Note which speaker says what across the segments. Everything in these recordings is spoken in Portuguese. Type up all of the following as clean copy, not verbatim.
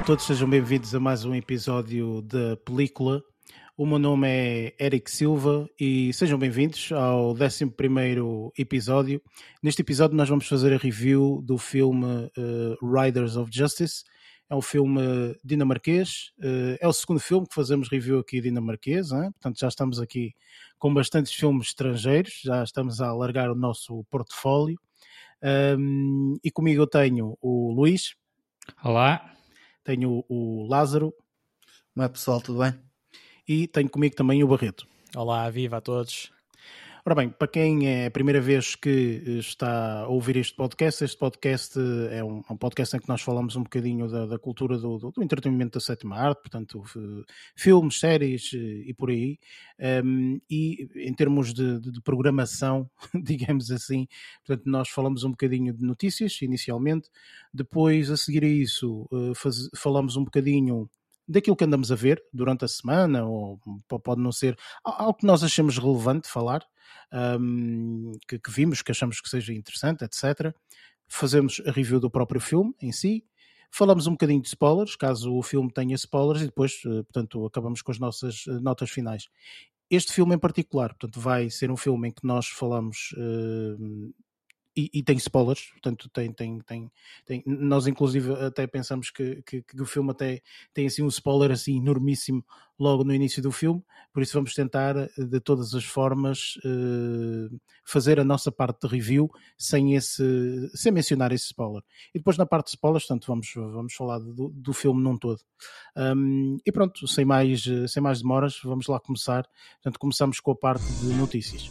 Speaker 1: a todos, sejam bem-vindos a mais um episódio da película. O meu nome é Eric Silva e sejam bem-vindos ao 11º episódio. Neste episódio nós vamos fazer a review do filme Riders of Justice. É um filme dinamarquês, é o segundo filme que fazemos review aqui dinamarquês, hein? Portanto já estamos aqui com bastantes filmes estrangeiros, já estamos a alargar o nosso portfólio. E comigo eu tenho o Luís.
Speaker 2: Olá.
Speaker 1: Tenho o Lázaro.
Speaker 3: Como é, pessoal, tudo bem?
Speaker 1: E tenho comigo também o Barreto.
Speaker 4: Olá, viva a todos.
Speaker 1: Ora bem, para quem é a primeira vez que está a ouvir este podcast é um podcast em que nós falamos um bocadinho da cultura do entretenimento da sétima arte, portanto, filmes, séries e por aí. E em termos de programação, digamos assim, portanto, nós falamos um bocadinho de notícias, inicialmente. Depois, a seguir a isso, falamos um bocadinho daquilo que andamos a ver durante a semana, ou pode não ser algo que nós achamos relevante falar, que vimos, que achamos que seja interessante, etc. Fazemos a review do próprio filme em si, falamos um bocadinho de spoilers, caso o filme tenha spoilers, e depois, portanto, acabamos com as nossas notas finais. Este filme em particular, portanto, vai ser um filme em que nós falamos... E tem spoilers, portanto tem. Nós inclusive até pensamos que o filme até tem assim um spoiler assim enormíssimo logo no início do filme, por isso vamos tentar de todas as formas fazer a nossa parte de review sem mencionar esse spoiler. E depois na parte de spoilers, portanto vamos falar do filme num todo. E pronto, sem mais demoras, vamos lá começar. Portanto, começamos com a parte de notícias.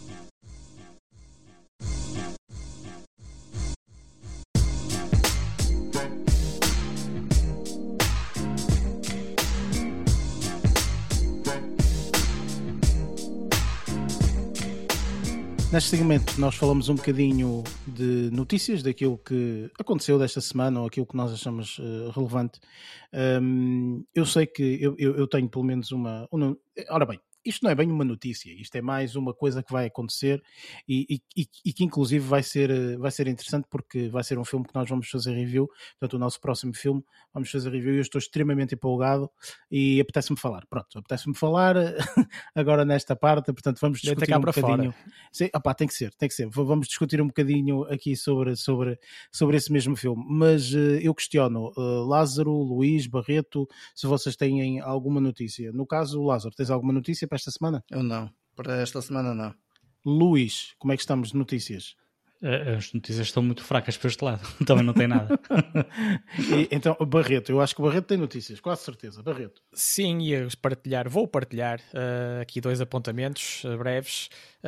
Speaker 1: Neste segmento nós falamos um bocadinho de notícias, daquilo que aconteceu desta semana ou aquilo que nós achamos relevante. Eu sei que eu tenho pelo menos uma... Ora bem, isto não é bem uma notícia, isto é mais uma coisa que vai acontecer e que inclusive vai ser interessante, porque vai ser um filme que nós vamos fazer review, portanto o nosso próximo filme vamos fazer review e eu estou extremamente empolgado e apetece-me falar. Pronto, apetece-me falar agora nesta parte, portanto vamos discutir um bocadinho. Sim, tem que ser. Vamos discutir um bocadinho aqui sobre esse mesmo filme, mas eu questiono, Lázaro, Luís, Barreto, se vocês têm alguma notícia. No caso, Lázaro, tens alguma notícia para esta semana?
Speaker 3: Eu não, para esta semana não.
Speaker 1: Luís, como é que estamos de notícias?
Speaker 2: As notícias estão muito fracas para este lado, também não tem nada.
Speaker 1: Então, Barreto, eu acho que o Barreto tem notícias, quase certeza. Barreto.
Speaker 4: Sim, vou partilhar aqui dois apontamentos breves.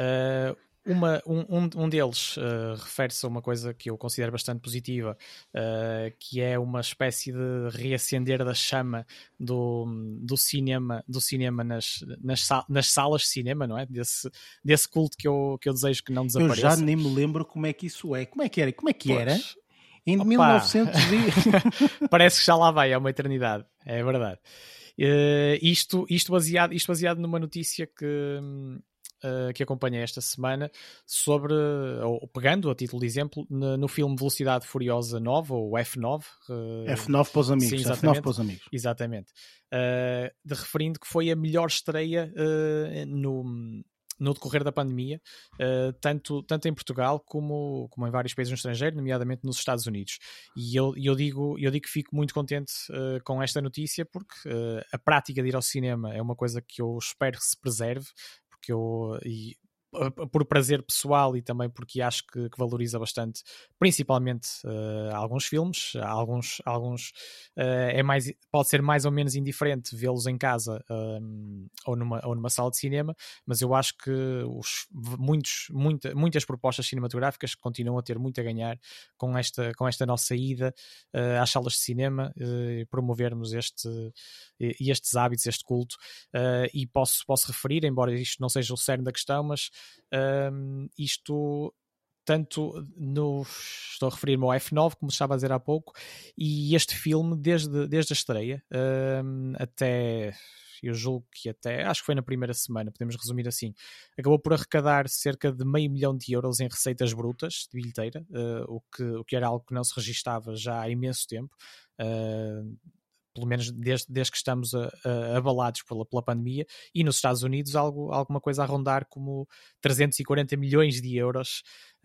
Speaker 4: Um deles refere-se a uma coisa que eu considero bastante positiva, que é uma espécie de reacender da chama do cinema nas salas de cinema, não é? Desse culto que eu desejo que não desapareça.
Speaker 1: Eu já nem me lembro como é que isso é. Como é que era? Em 1900
Speaker 4: Parece que já lá vai, é uma eternidade, é verdade. Isto baseado numa notícia que acompanhei esta semana ou pegando a título de exemplo no filme Velocidade Furiosa 9 ou F9
Speaker 1: F9 para os amigos.
Speaker 4: Sim,
Speaker 1: F9 para os amigos,
Speaker 4: exatamente, referindo que foi a melhor estreia no decorrer da pandemia, tanto em Portugal como em vários países no estrangeiro, nomeadamente nos Estados Unidos. E eu digo que fico muito contente com esta notícia, porque a prática de ir ao cinema é uma coisa que eu espero que se preserve, por prazer pessoal e também porque acho que valoriza bastante, principalmente alguns filmes, alguns pode ser mais ou menos indiferente vê-los em casa ou numa sala de cinema, mas eu acho que muitas propostas cinematográficas continuam a ter muito a ganhar com esta nossa ida às salas de cinema, promovermos estes hábitos, este culto, e posso referir, embora isto não seja o cerne da questão, mas isto estou a referir-me ao F9, como estava a dizer há pouco, e este filme desde a estreia até, eu julgo que acho que foi na primeira semana, podemos resumir assim, acabou por arrecadar cerca de €500 mil em receitas brutas de bilheteira, o que era algo que não se registava já há imenso tempo. pelo menos desde que estamos abalados pela pandemia, e nos Estados Unidos alguma coisa a rondar como 340 milhões de euros,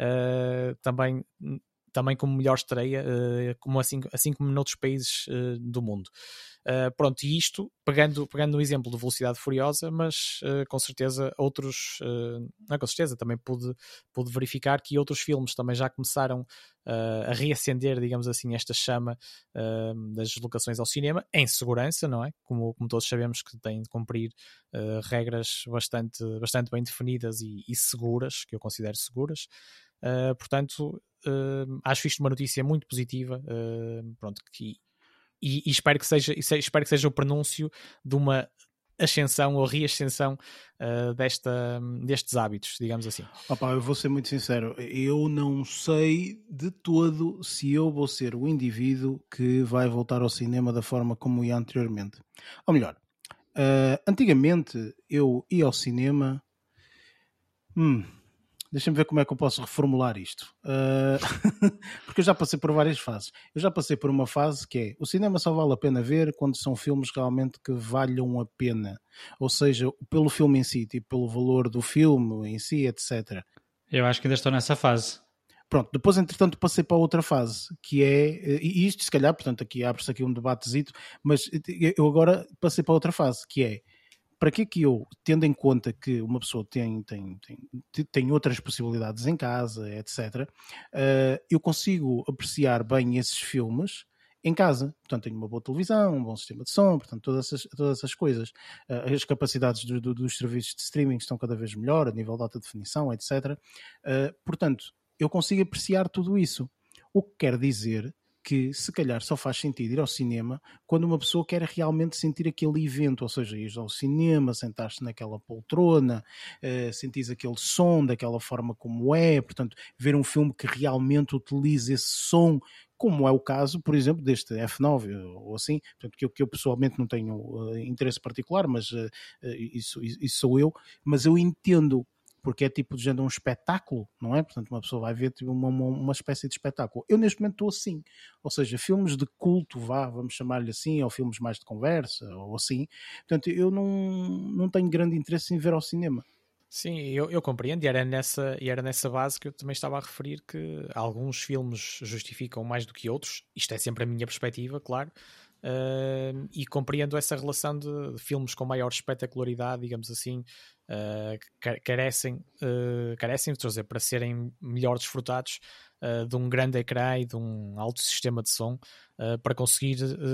Speaker 4: também como melhor estreia, como assim como noutros países do mundo. Pronto, e isto, pegando no exemplo de Velocidade Furiosa, mas com certeza outros, não com certeza, também pude verificar que outros filmes também já começaram a reacender, digamos assim, esta chama das deslocações ao cinema, em segurança, não é? Como todos sabemos que têm de cumprir regras bastante bem definidas e seguras, que eu considero seguras. Portanto, acho isto uma notícia muito positiva, pronto, e espero que seja o prenúncio de uma ascensão ou reascensão destes hábitos, digamos assim.
Speaker 1: Opa, eu vou ser muito sincero, eu não sei de todo se eu vou ser o indivíduo que vai voltar ao cinema da forma como ia anteriormente. Ou melhor, antigamente eu ia ao cinema... Deixa-me ver como é que eu posso reformular isto. Porque eu já passei por várias fases. Eu já passei por uma fase que é: o cinema só vale a pena ver quando são filmes realmente que valham a pena. Ou seja, pelo filme em si, tipo, pelo valor do filme em si, etc.
Speaker 2: Eu acho que ainda estou nessa fase.
Speaker 1: Pronto, depois entretanto passei para outra fase, que é, e isto se calhar, portanto aqui abre-se aqui um debatezito, mas eu agora passei para outra fase, que é: para que eu, tendo em conta que uma pessoa tem outras possibilidades em casa, etc., eu consigo apreciar bem esses filmes em casa. Portanto, tenho uma boa televisão, um bom sistema de som, portanto, todas essas coisas. As capacidades dos serviços de streaming estão cada vez melhor, a nível de alta definição, etc. Portanto, eu consigo apreciar tudo isso. O que quer dizer que se calhar só faz sentido ir ao cinema quando uma pessoa quer realmente sentir aquele evento, ou seja, ir ao cinema, sentar-se naquela poltrona, sentir aquele som daquela forma como é, portanto, ver um filme que realmente utilize esse som, como é o caso, por exemplo, deste F9, ou assim, portanto, que eu pessoalmente não tenho interesse particular, mas isso sou eu, mas eu entendo, porque é tipo de género um espetáculo, não é? Portanto, uma pessoa vai ver tipo, uma espécie de espetáculo. Eu neste momento estou assim, ou seja, filmes de culto, vamos chamar-lhe assim, ou filmes mais de conversa, ou assim. Portanto, eu não tenho grande interesse em ver ao cinema.
Speaker 4: Sim, eu compreendo, e era nessa base que eu também estava a referir que alguns filmes justificam mais do que outros. Isto é sempre a minha perspectiva, claro. E compreendo essa relação de filmes com maior espetacularidade, digamos assim, carecem, estou a dizer, para serem melhor desfrutados de um grande ecrã e de um alto sistema de som, para conseguir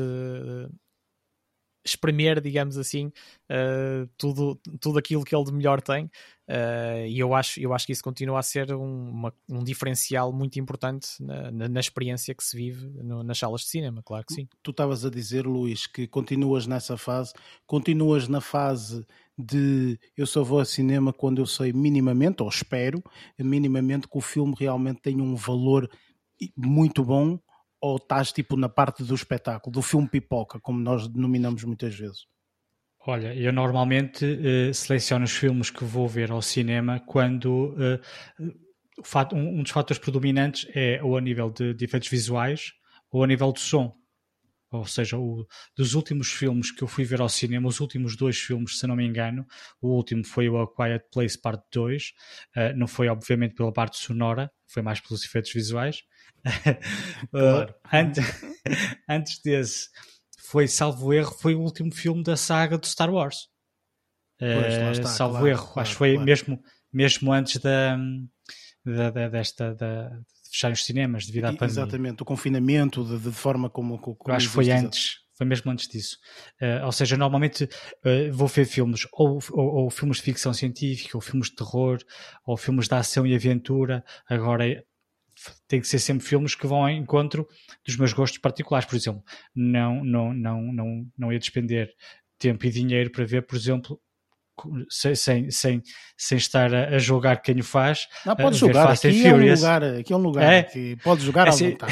Speaker 4: espremer, digamos assim, tudo aquilo que ele de melhor tem, e eu acho que isso continua a ser um diferencial muito importante na experiência que se vive nas salas de cinema, claro que sim.
Speaker 1: Tu estavas a dizer, Luís, que continuas nessa fase, continuas na fase de eu só vou ao cinema quando eu sei minimamente, ou espero minimamente, que o filme realmente tenha um valor muito bom, ou estás tipo na parte do espetáculo, do filme pipoca, como nós denominamos muitas vezes?
Speaker 2: Olha, eu normalmente seleciono os filmes que vou ver ao cinema quando um dos fatores predominantes é ou a nível de efeitos visuais ou a nível de som. Ou seja, dos últimos filmes que eu fui ver ao cinema, os últimos 2 filmes, se não me engano, o último foi o A Quiet Place Parte 2, não foi obviamente pela parte sonora, foi mais pelos efeitos visuais.
Speaker 1: Claro.
Speaker 2: Antes desse, foi, salvo erro, foi o último filme da saga do Star Wars.
Speaker 1: Pois, lá está,
Speaker 2: salvo
Speaker 1: claro,
Speaker 2: erro,
Speaker 1: claro,
Speaker 2: acho que foi
Speaker 1: claro.
Speaker 2: mesmo antes de fecharem os cinemas devido à pandemia.
Speaker 1: Exatamente, o confinamento, de forma como
Speaker 2: eu acho que foi antes, foi mesmo antes disso. Ou seja, normalmente vou ver filmes ou filmes de ficção científica, ou filmes de terror, ou filmes de ação e aventura. Agora tem que ser sempre filmes que vão ao encontro dos meus gostos particulares. Por exemplo, não ia despender tempo e dinheiro para ver, por exemplo, sem estar a julgar quem o faz.
Speaker 1: Não, pode jogar, aqui é um lugar que pode jogar à vontade.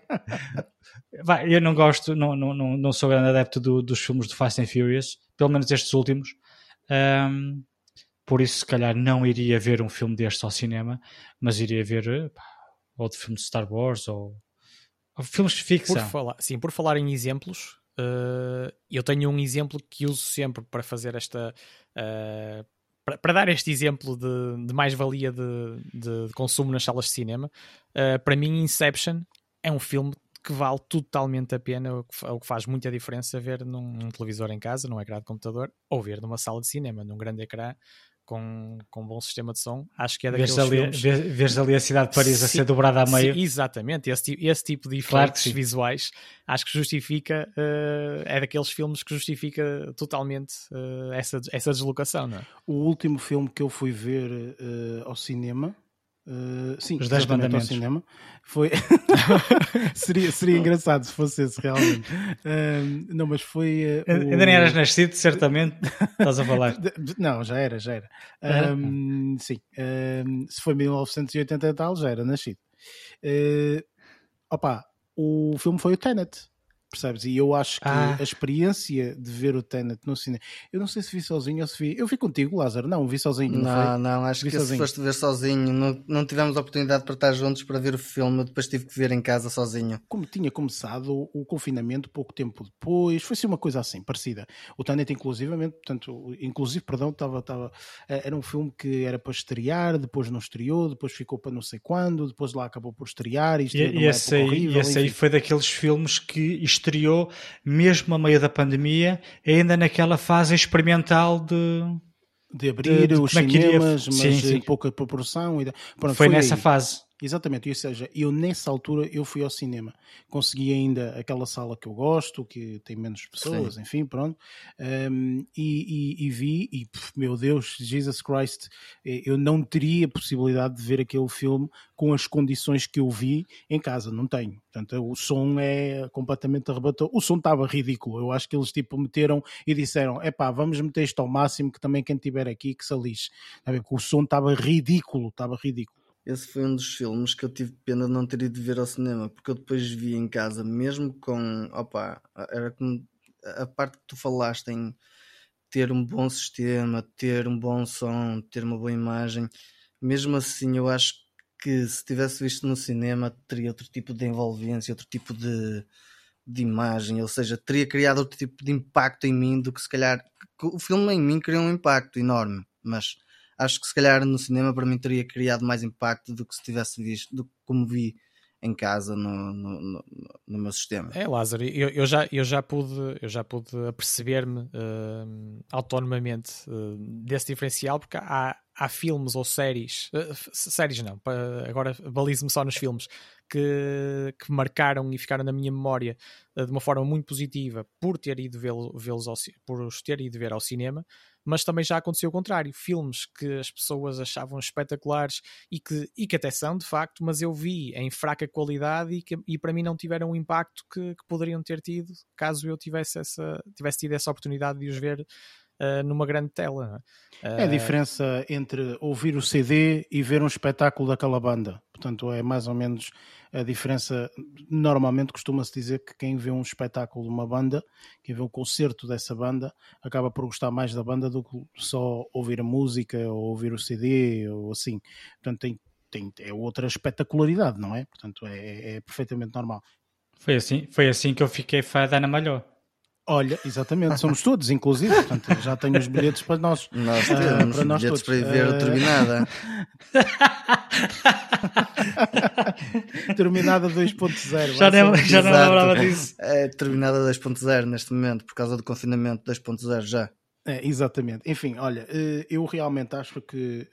Speaker 2: Eu não gosto, não sou grande adepto dos filmes de Fast and Furious, pelo menos estes últimos. Por isso, se calhar, não iria ver um filme destes ao cinema, mas iria ver ou de filmes de Star Wars ou filmes de ficção.
Speaker 4: Por falar em exemplos, eu tenho um exemplo que uso sempre para fazer esta... para dar este exemplo de mais-valia de consumo nas salas de cinema. Para mim, Inception é um filme que vale totalmente a pena, o que faz muita diferença ver num televisor em casa, num ecrã de computador, ou ver numa sala de cinema, num grande ecrã, com um bom sistema de som. Acho que é daqueles filmes...
Speaker 2: Vês ali a cidade de Paris a ser dobrada a meio.
Speaker 4: Sim, exatamente, esse tipo de efeitos visuais acho que justifica, é daqueles filmes que justifica totalmente essa deslocação, não é?
Speaker 1: O último filme que eu fui ver ao cinema, sim,
Speaker 2: Os 10 Mandamentos
Speaker 1: ao cinema, foi seria engraçado se fosse esse realmente. Não, mas foi
Speaker 2: ainda nem eras nascido, certamente estás a falar.
Speaker 1: Não, já era sim, se foi 1980 e tal, já era nascido. O filme foi o Tenet, percebes? E eu acho que a experiência de ver o Tenet no cinema, eu não sei se vi sozinho ou se vi. Eu vi contigo, Lázaro. Não, vi sozinho.
Speaker 3: Não, acho que se foste ver sozinho, não tivemos a oportunidade para estar juntos para ver o filme, depois tive que ver em casa sozinho.
Speaker 1: Como tinha começado o confinamento pouco tempo depois, foi-se uma coisa assim, parecida. O Tenet, inclusive, era um filme que era para estrear, depois não estreou, depois ficou para não sei quando, depois lá acabou por estrear. E esse
Speaker 2: aí foi daqueles filmes que estreou mesmo a meio da pandemia, ainda naquela fase experimental
Speaker 1: de abrir os cinemas, mas em pouca proporção.
Speaker 2: Pronto, foi nessa fase.
Speaker 1: Exatamente, ou seja, eu nessa altura eu fui ao cinema, consegui ainda aquela sala que eu gosto, que tem menos pessoas, enfim, pronto, e vi, e meu Deus, Jesus Christ, eu não teria possibilidade de ver aquele filme com as condições que eu vi em casa, não tenho. Portanto, o som é completamente arrebatador. O som estava ridículo, eu acho que eles meteram e disseram, vamos meter isto ao máximo, que também quem estiver aqui que se lixe. O som estava ridículo.
Speaker 3: Esse foi um dos filmes que eu tive pena de não ter ido ver ao cinema, porque eu depois vi em casa, mesmo com... era como a parte que tu falaste em ter um bom sistema, ter um bom som, ter uma boa imagem. Mesmo assim, eu acho que se tivesse visto no cinema, teria outro tipo de envolvência, outro tipo de imagem, ou seja, teria criado outro tipo de impacto em mim do que se calhar... O filme em mim criou um impacto enorme, mas... acho que se calhar no cinema para mim teria criado mais impacto do que se tivesse visto, do que como vi em casa no meu sistema.
Speaker 4: Lázaro, eu já pude aperceber-me autonomamente desse diferencial, porque há filmes ou séries não, agora balizo-me só nos filmes, que marcaram e ficaram na minha memória de uma forma muito positiva por ter ido por os ter ido ver ao cinema, mas também já aconteceu o contrário, filmes que as pessoas achavam espetaculares e que até são de facto, mas eu vi em fraca qualidade e para mim não tiveram o impacto que poderiam ter tido caso eu tivesse tido essa oportunidade de os ver numa grande tela.
Speaker 1: É a diferença entre ouvir o CD e ver um espetáculo daquela banda. Portanto, é mais ou menos a diferença. Normalmente costuma-se dizer que quem vê um espetáculo de uma banda, quem vê um concerto dessa banda, acaba por gostar mais da banda do que só ouvir a música ou ouvir o CD ou assim. Portanto, é outra espetacularidade, não é? Portanto, é perfeitamente normal.
Speaker 2: Foi assim que eu fiquei fã da Ana Malhoa.
Speaker 1: Olha, exatamente, somos todos, inclusive, portanto, já tenho os bilhetes para nós.
Speaker 3: Nós temos
Speaker 1: para nós
Speaker 3: bilhetes
Speaker 1: todos.
Speaker 3: para ir ver o Terminada.
Speaker 1: Terminada 2.0.
Speaker 2: Já não lembrava disso.
Speaker 3: É Terminada 2.0 neste momento, por causa do confinamento 2.0 já.
Speaker 1: Exatamente. Enfim, olha, eu realmente acho que...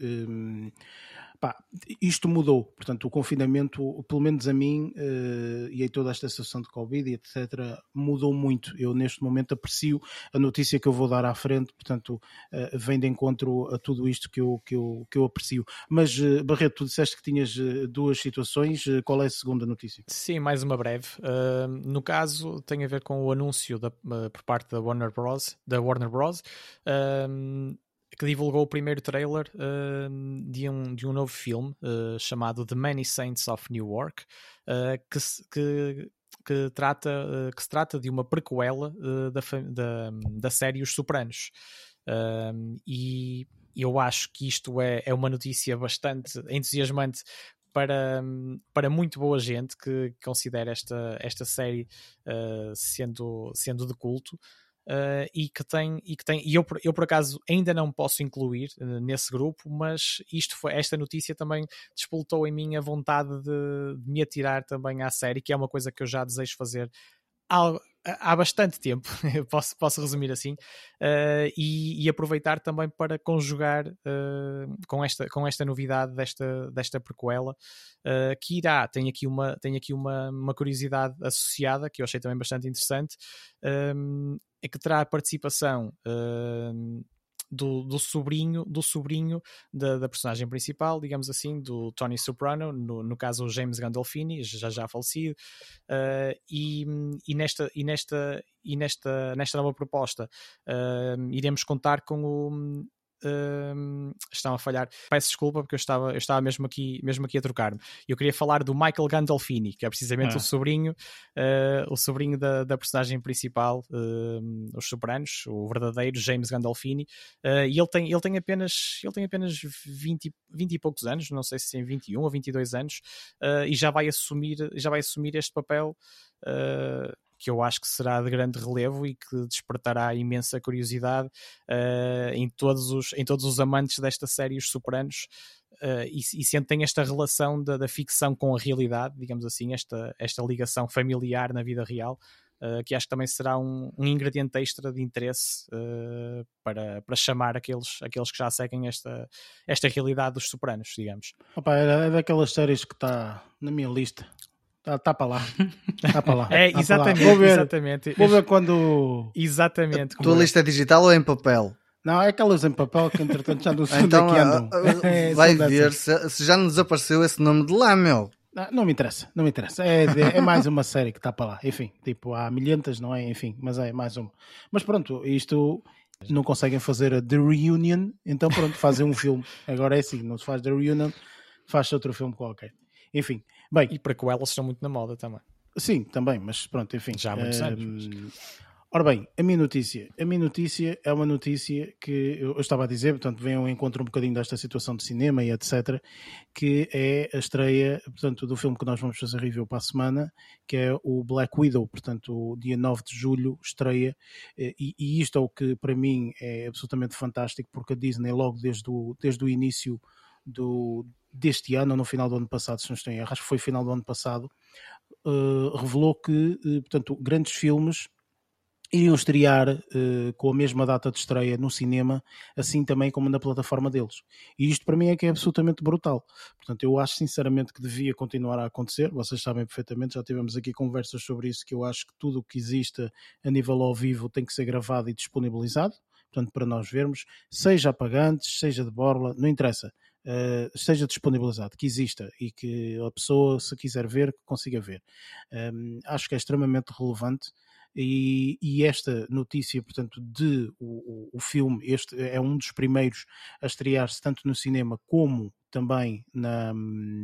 Speaker 1: isto mudou, portanto o confinamento, pelo menos a mim e em toda esta situação de Covid e etc, mudou muito. Eu neste momento aprecio a notícia que eu vou dar à frente, portanto vem de encontro a tudo isto que eu aprecio. Mas Barreto, tu disseste que tinhas duas situações, qual é a segunda notícia?
Speaker 4: Sim, mais uma breve. No caso tem a ver com o anúncio por parte da Warner Bros. Que divulgou o primeiro trailer de um novo filme chamado The Many Saints of Newark, que se trata de uma prequela da série Os Sopranos. E eu acho que isto é uma notícia bastante entusiasmante para muito boa gente que considera esta série sendo de culto. E eu por acaso ainda não posso incluir nesse grupo, mas esta notícia também despoltou em mim a vontade de me atirar também à série, que é uma coisa que eu já desejo fazer há bastante tempo, posso resumir assim, e aproveitar também para conjugar com esta novidade desta prequela, que tem aqui uma curiosidade associada que eu achei também bastante interessante, é que terá a participação do sobrinho da personagem principal, digamos assim, do Tony Soprano, no caso o James Gandolfini, já falecido, e nesta nova proposta iremos contar com o estão a falhar, peço desculpa porque eu estava mesmo aqui a trocar-me. Eu queria falar do Michael Gandolfini, que é precisamente o sobrinho da personagem principal, os Sopranos, o verdadeiro James Gandolfini, e ele tem apenas 20 e poucos anos, não sei se tem 21 ou 22 anos, e já vai assumir este papel, que eu acho que será de grande relevo e que despertará imensa curiosidade em todos os amantes desta série, os Sopranos, e sentem esta relação da ficção com a realidade, digamos assim, esta ligação familiar na vida real, que acho que também será um ingrediente extra de interesse para chamar aqueles que já seguem esta realidade dos Sopranos, digamos.
Speaker 1: Opa, é daquelas séries que está na minha lista. Está para lá. Está para lá.
Speaker 4: É, exatamente.
Speaker 1: Vou ver quando...
Speaker 4: Exatamente.
Speaker 3: A tua lista é digital ou em papel?
Speaker 1: Não, é aquelas em papel que entretanto já não sei
Speaker 3: então,
Speaker 1: onde é que andam.
Speaker 3: Vai ver se já não desapareceu esse nome de lá, meu.
Speaker 1: Não me interessa. É mais uma série que está para lá. Enfim, tipo, há milhentas, não é? Enfim, mas é mais uma. Mas pronto, isto... Não conseguem fazer a The Reunion, então pronto, fazem um filme. Agora é assim, não se faz The Reunion, faz outro filme qualquer. Enfim, bem...
Speaker 4: E para que elas estão muito na moda também.
Speaker 1: Sim, também, mas pronto, enfim.
Speaker 4: Já há muitos anos.
Speaker 1: Ora bem, a minha notícia é uma notícia que eu estava a dizer, portanto, vem ao encontro um bocadinho desta situação de cinema e etc, que é a estreia, portanto, do filme que nós vamos fazer review para a semana, que é o Black Widow, portanto, o dia 9 de julho estreia, e isto é o que para mim é absolutamente fantástico, porque a Disney logo desde o início deste ano, ou no final do ano passado, se não estou em erro, acho que foi final do ano passado, revelou que, portanto, grandes filmes iriam estrear com a mesma data de estreia no cinema, assim também como na plataforma deles. E isto para mim é que é absolutamente brutal. Portanto, eu acho sinceramente que devia continuar a acontecer. Vocês sabem perfeitamente, já tivemos aqui conversas sobre isso, que eu acho que tudo o que existe a nível ao vivo tem que ser gravado e disponibilizado, portanto, para nós vermos, seja a pagantes, seja de borla, não interessa. Esteja disponibilizado, que exista e que a pessoa, se quiser ver, que consiga ver. Acho que é extremamente relevante. E esta notícia, portanto, de o filme, este é um dos primeiros a estrear-se tanto no cinema como também na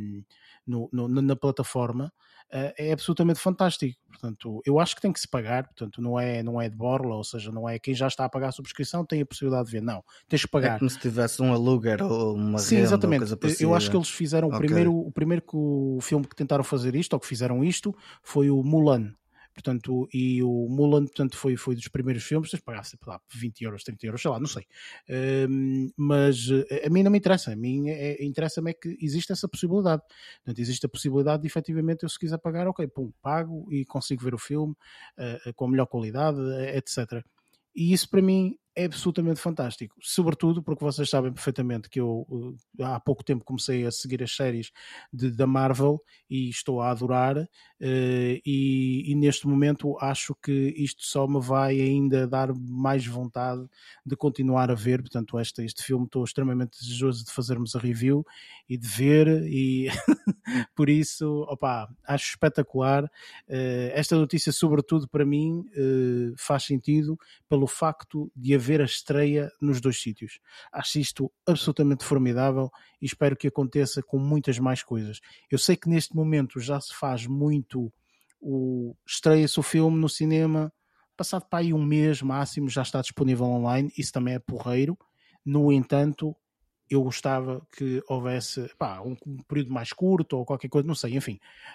Speaker 1: plataforma, é absolutamente fantástico. Portanto, eu acho que tem que se pagar, portanto, não é de borla, ou seja, não é quem já está a pagar a subscrição tem a possibilidade de ver, não, tens que pagar.
Speaker 3: É como se tivesse um aluguer ou uma
Speaker 1: Sim,
Speaker 3: renda,
Speaker 1: exatamente.
Speaker 3: Ou coisa parecida.
Speaker 1: Eu acho que eles fizeram o primeiro que o filme que tentaram fazer isto, ou que fizeram isto, foi o Mulan. Portanto, e o Mulan, portanto, foi dos primeiros filmes, tens de pagar, sei lá, 20 euros, 30 euros, sei lá, não sei. Mas a mim não me interessa. A mim interessa-me é que existe essa possibilidade. Portanto, existe a possibilidade de, efetivamente, eu se quiser pagar, ok, pum, pago e consigo ver o filme com a melhor qualidade, etc. E isso para mim é absolutamente fantástico, sobretudo porque vocês sabem perfeitamente que eu há pouco tempo comecei a seguir as séries da Marvel e estou a adorar, e neste momento acho que isto só me vai ainda dar mais vontade de continuar a ver. Portanto, este filme estou extremamente desejoso de fazermos a review e de ver, e por isso, acho espetacular. Esta notícia, sobretudo para mim, faz sentido pelo facto de haver a estreia nos dois sítios. Acho isto absolutamente formidável e espero que aconteça com muitas mais coisas. Eu sei que neste momento já se faz muito estreia-se o filme no cinema, passado para aí um mês máximo já está disponível online, isso também é porreiro. No entanto, eu gostava que houvesse um período mais curto ou qualquer coisa, não sei, enfim.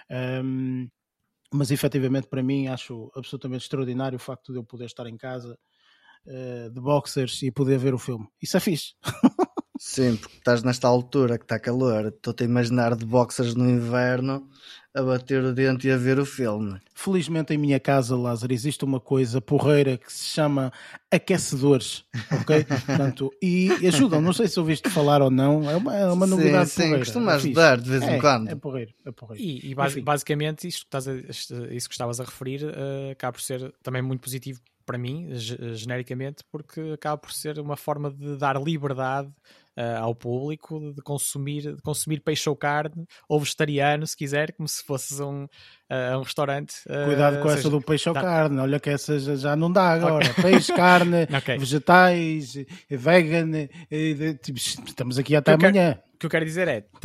Speaker 1: Mas efetivamente para mim acho absolutamente extraordinário o facto de eu poder estar em casa de boxers e poder ver o filme. Isso é fixe.
Speaker 3: Sim, porque estás nesta altura que está calor, estou-te a imaginar de boxers no inverno a bater o dente e a ver o filme.
Speaker 1: Felizmente em minha casa, Lázaro, existe uma coisa porreira que se chama aquecedores, ok? Portanto, e ajudam, não sei se ouviste falar ou não, é uma novidade
Speaker 3: sim,
Speaker 1: porreira.
Speaker 3: Costuma ajudar de vez em quando.
Speaker 1: É porreiro.
Speaker 4: E basicamente isso que estavas a referir acaba por ser também muito positivo para mim, genericamente, porque acaba por ser uma forma de dar liberdade ao público de consumir peixe ou carne, ou vegetariano, se quiser, como se fosse um restaurante.
Speaker 1: Cuidado com essa do peixe ou carne, olha que essa já não dá agora. Okay. Peixe, carne, vegetais, vegan, estamos aqui até amanhã.
Speaker 4: O que eu quero dizer é,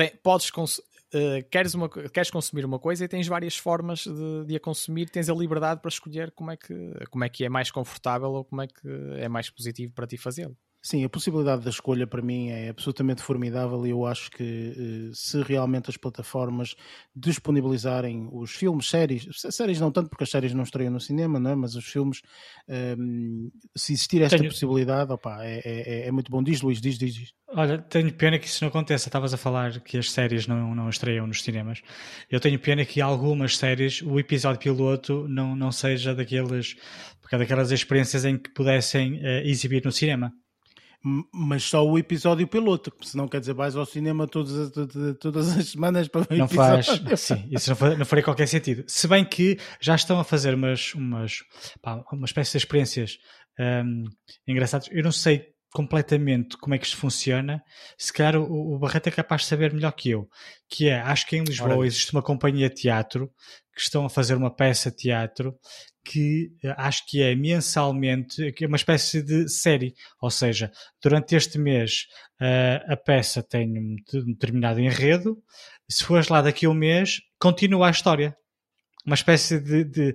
Speaker 4: queres consumir uma coisa e tens várias formas de a consumir, tens a liberdade para escolher como é que é mais confortável ou como é que é mais positivo para ti fazê-lo.
Speaker 1: Sim, a possibilidade da escolha para mim é absolutamente formidável e eu acho que se realmente as plataformas disponibilizarem os filmes, séries não tanto porque as séries não estreiam no cinema, não é? Mas os filmes, se existir esta possibilidade, é muito bom. Diz, Luís, diz.
Speaker 2: Olha, tenho pena que isso não aconteça. Estavas a falar que as séries não estreiam nos cinemas. Eu tenho pena que algumas séries, o episódio piloto não seja daquelas experiências em que pudessem exibir no cinema.
Speaker 1: Mas só o episódio piloto, senão quer dizer vais ao cinema todas as semanas para ver o
Speaker 2: episódio.
Speaker 1: Não faz,
Speaker 2: sim, isso não faria qualquer sentido. Se bem que já estão a fazer uma espécie de experiências engraçadas. Eu não sei completamente como é que isto funciona. Se calhar o Barreto é capaz de saber melhor que eu, que é, acho que em Lisboa existe uma companhia de teatro que estão a fazer uma peça de teatro que acho que é mensalmente, que é uma espécie de série, ou seja, durante este mês a peça tem um determinado enredo, se fores lá daqui a um mês continua a história, uma espécie de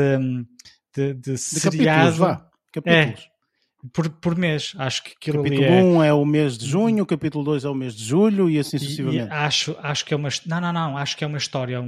Speaker 2: seriado,
Speaker 1: capítulos.
Speaker 2: Por mês, acho que aquilo
Speaker 1: capítulo 1 é o mês de junho, o capítulo 2 é o mês de julho e assim sucessivamente.
Speaker 2: Acho que é uma acho que é uma história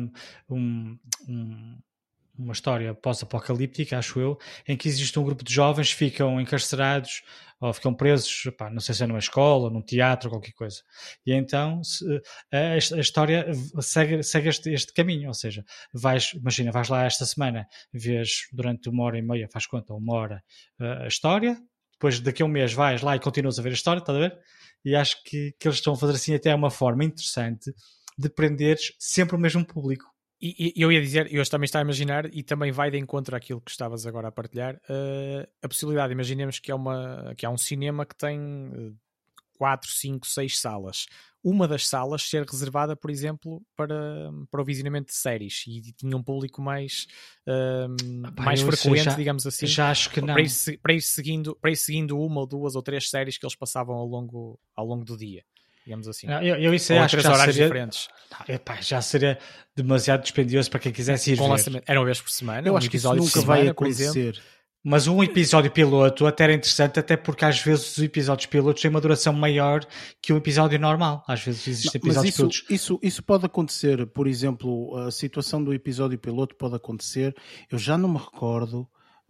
Speaker 2: uma história pós-apocalíptica, acho eu, em que existe um grupo de jovens que ficam encarcerados ou ficam presos, não sei se é numa escola, num teatro, qualquer coisa. E então a história segue este caminho, ou seja, vais lá esta semana, vês durante 1h30, faz conta, 1 hora a história, depois daqui a um mês vais lá e continuas a ver a história, estás a ver? E acho que eles estão a fazer assim até uma forma interessante de prenderes sempre o mesmo público.
Speaker 4: E eu ia dizer, eu também estava a imaginar, e também vai de encontro àquilo que estavas agora a partilhar, a possibilidade, imaginemos que há um cinema que tem 4, 5, 6 salas. Uma das salas ser reservada, por exemplo, para o visionamento de séries e tinha um público mais frequente, digamos assim.
Speaker 2: Já acho que não.
Speaker 4: Para ir seguindo uma ou 2 ou 3 séries que eles passavam ao longo do dia. Digamos assim.
Speaker 2: Eu isso acho que já seria diferentes. Já seria demasiado dispendioso para quem quisesse ir ver.
Speaker 4: Era uma vez por semana.
Speaker 1: Eu acho que isso nunca vai acontecer.
Speaker 2: Mas um episódio piloto até era interessante, até porque às vezes os episódios pilotos têm uma duração maior que um episódio normal. Às vezes existem episódios pilotos.
Speaker 1: Isso pode acontecer, por exemplo, a situação do episódio piloto pode acontecer. Eu já não me recordo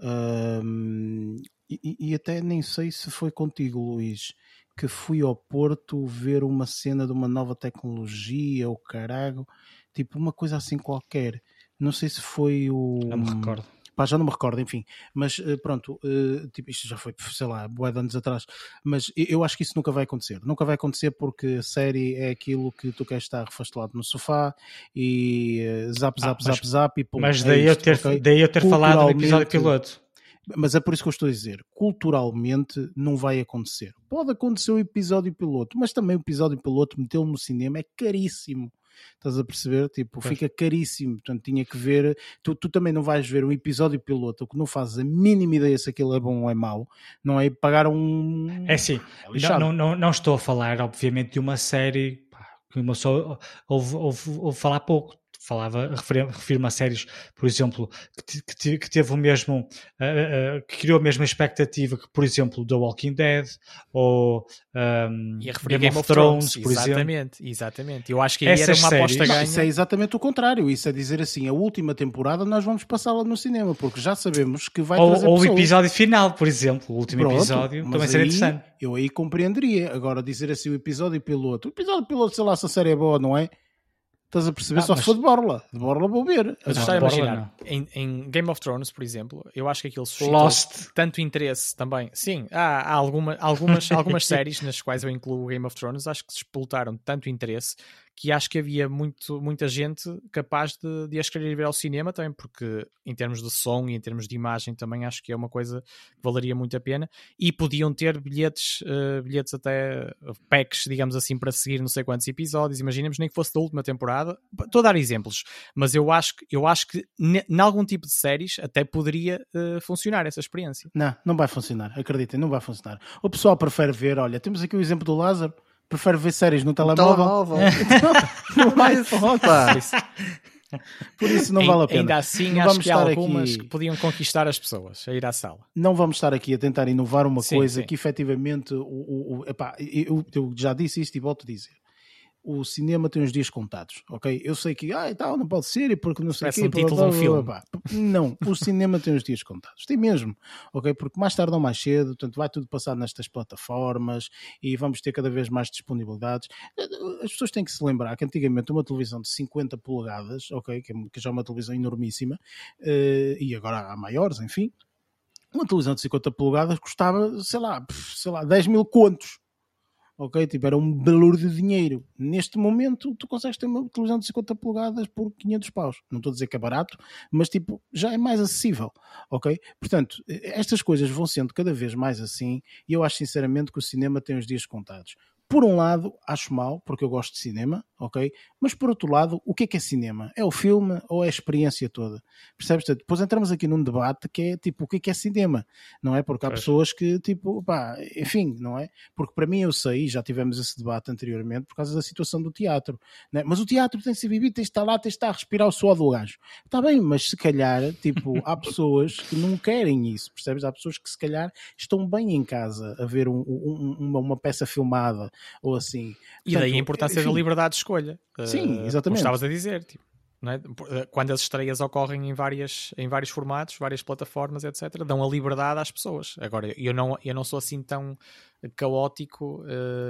Speaker 1: e até nem sei se foi contigo, Luís, que fui ao Porto ver uma cena de uma nova tecnologia ou carago, tipo uma coisa assim qualquer. Não sei se foi o...
Speaker 2: Não me recordo.
Speaker 1: Já não me recordo, enfim. Mas pronto, tipo, isto já foi, sei lá, bué de anos atrás. Mas eu acho que isso nunca vai acontecer. Nunca vai acontecer porque a série é aquilo que tu queres estar refastelado no sofá e zap e pum.
Speaker 2: Mas daí eu ter falado no episódio piloto.
Speaker 1: Mas é por isso que eu estou a dizer, culturalmente não vai acontecer. Pode acontecer o episódio piloto, mas também o episódio piloto metê-lo no cinema é caríssimo. Estás a perceber? Tipo, fica caríssimo. Portanto, tinha que ver... Tu também não vais ver um episódio piloto que não fazes a mínima ideia se aquilo é bom ou é mau. Não é pagar um...
Speaker 2: É sim. Não estou a falar, obviamente, de uma série que uma só ouve falar pouco. refiro-me a séries, por exemplo, que teve o mesmo, que criou a mesma expectativa que, por exemplo, The Walking Dead ou
Speaker 4: Game of Thrones,
Speaker 2: por exemplo.
Speaker 4: Exatamente. Eu acho que aí era uma aposta ganha.
Speaker 1: Isso é exatamente o contrário. Isso é dizer assim, a última temporada nós vamos passá-la no cinema, porque já sabemos que vai trazer
Speaker 2: ou
Speaker 1: pessoas.
Speaker 2: O episódio final, por exemplo, o último episódio também seria interessante.
Speaker 1: Eu aí compreenderia. Agora dizer assim o episódio piloto, sei lá se a série é boa ou não é. Estás a perceber? Só se for de borla vou ver.
Speaker 4: Mas está a imaginar, em Game of Thrones, por exemplo, eu acho que aquilo suscitou tanto interesse também. Sim, há algumas séries nas quais eu incluo o Game of Thrones, acho que despoltaram tanto interesse que acho que havia muita gente capaz de as querer ver ao cinema também, porque em termos de som e em termos de imagem também acho que é uma coisa que valeria muito a pena, e podiam ter bilhetes até packs, digamos assim, para seguir não sei quantos episódios, imaginemos nem que fosse da última temporada. Estou a dar exemplos, mas eu acho que em algum tipo de séries até poderia funcionar essa experiência.
Speaker 1: Não vai funcionar, acreditem, não vai funcionar. O pessoal prefere ver, olha, temos aqui o exemplo do Lázaro, prefere ver séries no telemóvel. Não vai, por isso não vale a pena.
Speaker 4: Ainda assim,
Speaker 1: não
Speaker 4: acho
Speaker 1: vamos
Speaker 4: que há
Speaker 1: estar
Speaker 4: algumas
Speaker 1: aqui...
Speaker 4: que podiam conquistar as pessoas a ir à sala.
Speaker 1: Não vamos estar aqui a tentar inovar uma coisa
Speaker 4: sim.
Speaker 1: que efetivamente eu já disse isto e volto a dizer. O cinema tem os dias contados, ok? Eu sei que não pode ser, e porque não sei o quê.
Speaker 4: Um título de um filme.
Speaker 1: Não, o cinema tem os dias contados, tem mesmo, ok? Porque mais tarde ou mais cedo, portanto, vai tudo passar nestas plataformas e vamos ter cada vez mais disponibilidades. As pessoas têm que se lembrar que antigamente uma televisão de 50 polegadas, ok? Que já é uma televisão enormíssima, e agora há maiores, enfim, uma televisão de 50 polegadas custava, sei lá 10 mil contos. Ok, tipo, era um valor de dinheiro. Neste momento, tu consegues ter uma televisão de 50 polegadas por 500 paus. Não estou a dizer que é barato, mas tipo, já é mais acessível. Ok? Portanto, estas coisas vão sendo cada vez mais assim e eu acho sinceramente que o cinema tem os dias contados. Por um lado, acho mal, porque eu gosto de cinema, ok? Mas por outro lado, o que é cinema? É o filme ou é a experiência toda? Percebes? Depois entramos aqui num debate que é tipo, o que é cinema? Não é? Porque há pessoas que, tipo, enfim, não é? Porque para mim eu sei, já tivemos esse debate anteriormente, por causa da situação do teatro. Não é? Mas o teatro tem de ser vivido, tem de estar lá, tem de estar a respirar o suor do gajo. Está bem, mas se calhar, tipo, há pessoas que não querem isso, percebes? Há pessoas que se calhar estão bem em casa a ver uma peça filmada, ou assim. Portanto,
Speaker 4: e daí a importância da liberdade de escolha.
Speaker 1: Sim, exatamente.
Speaker 4: Como estavas a dizer, tipo, não é? Quando as estreias ocorrem em vários formatos, várias plataformas, etc., dão a liberdade às pessoas. Agora, eu não sou assim tão caótico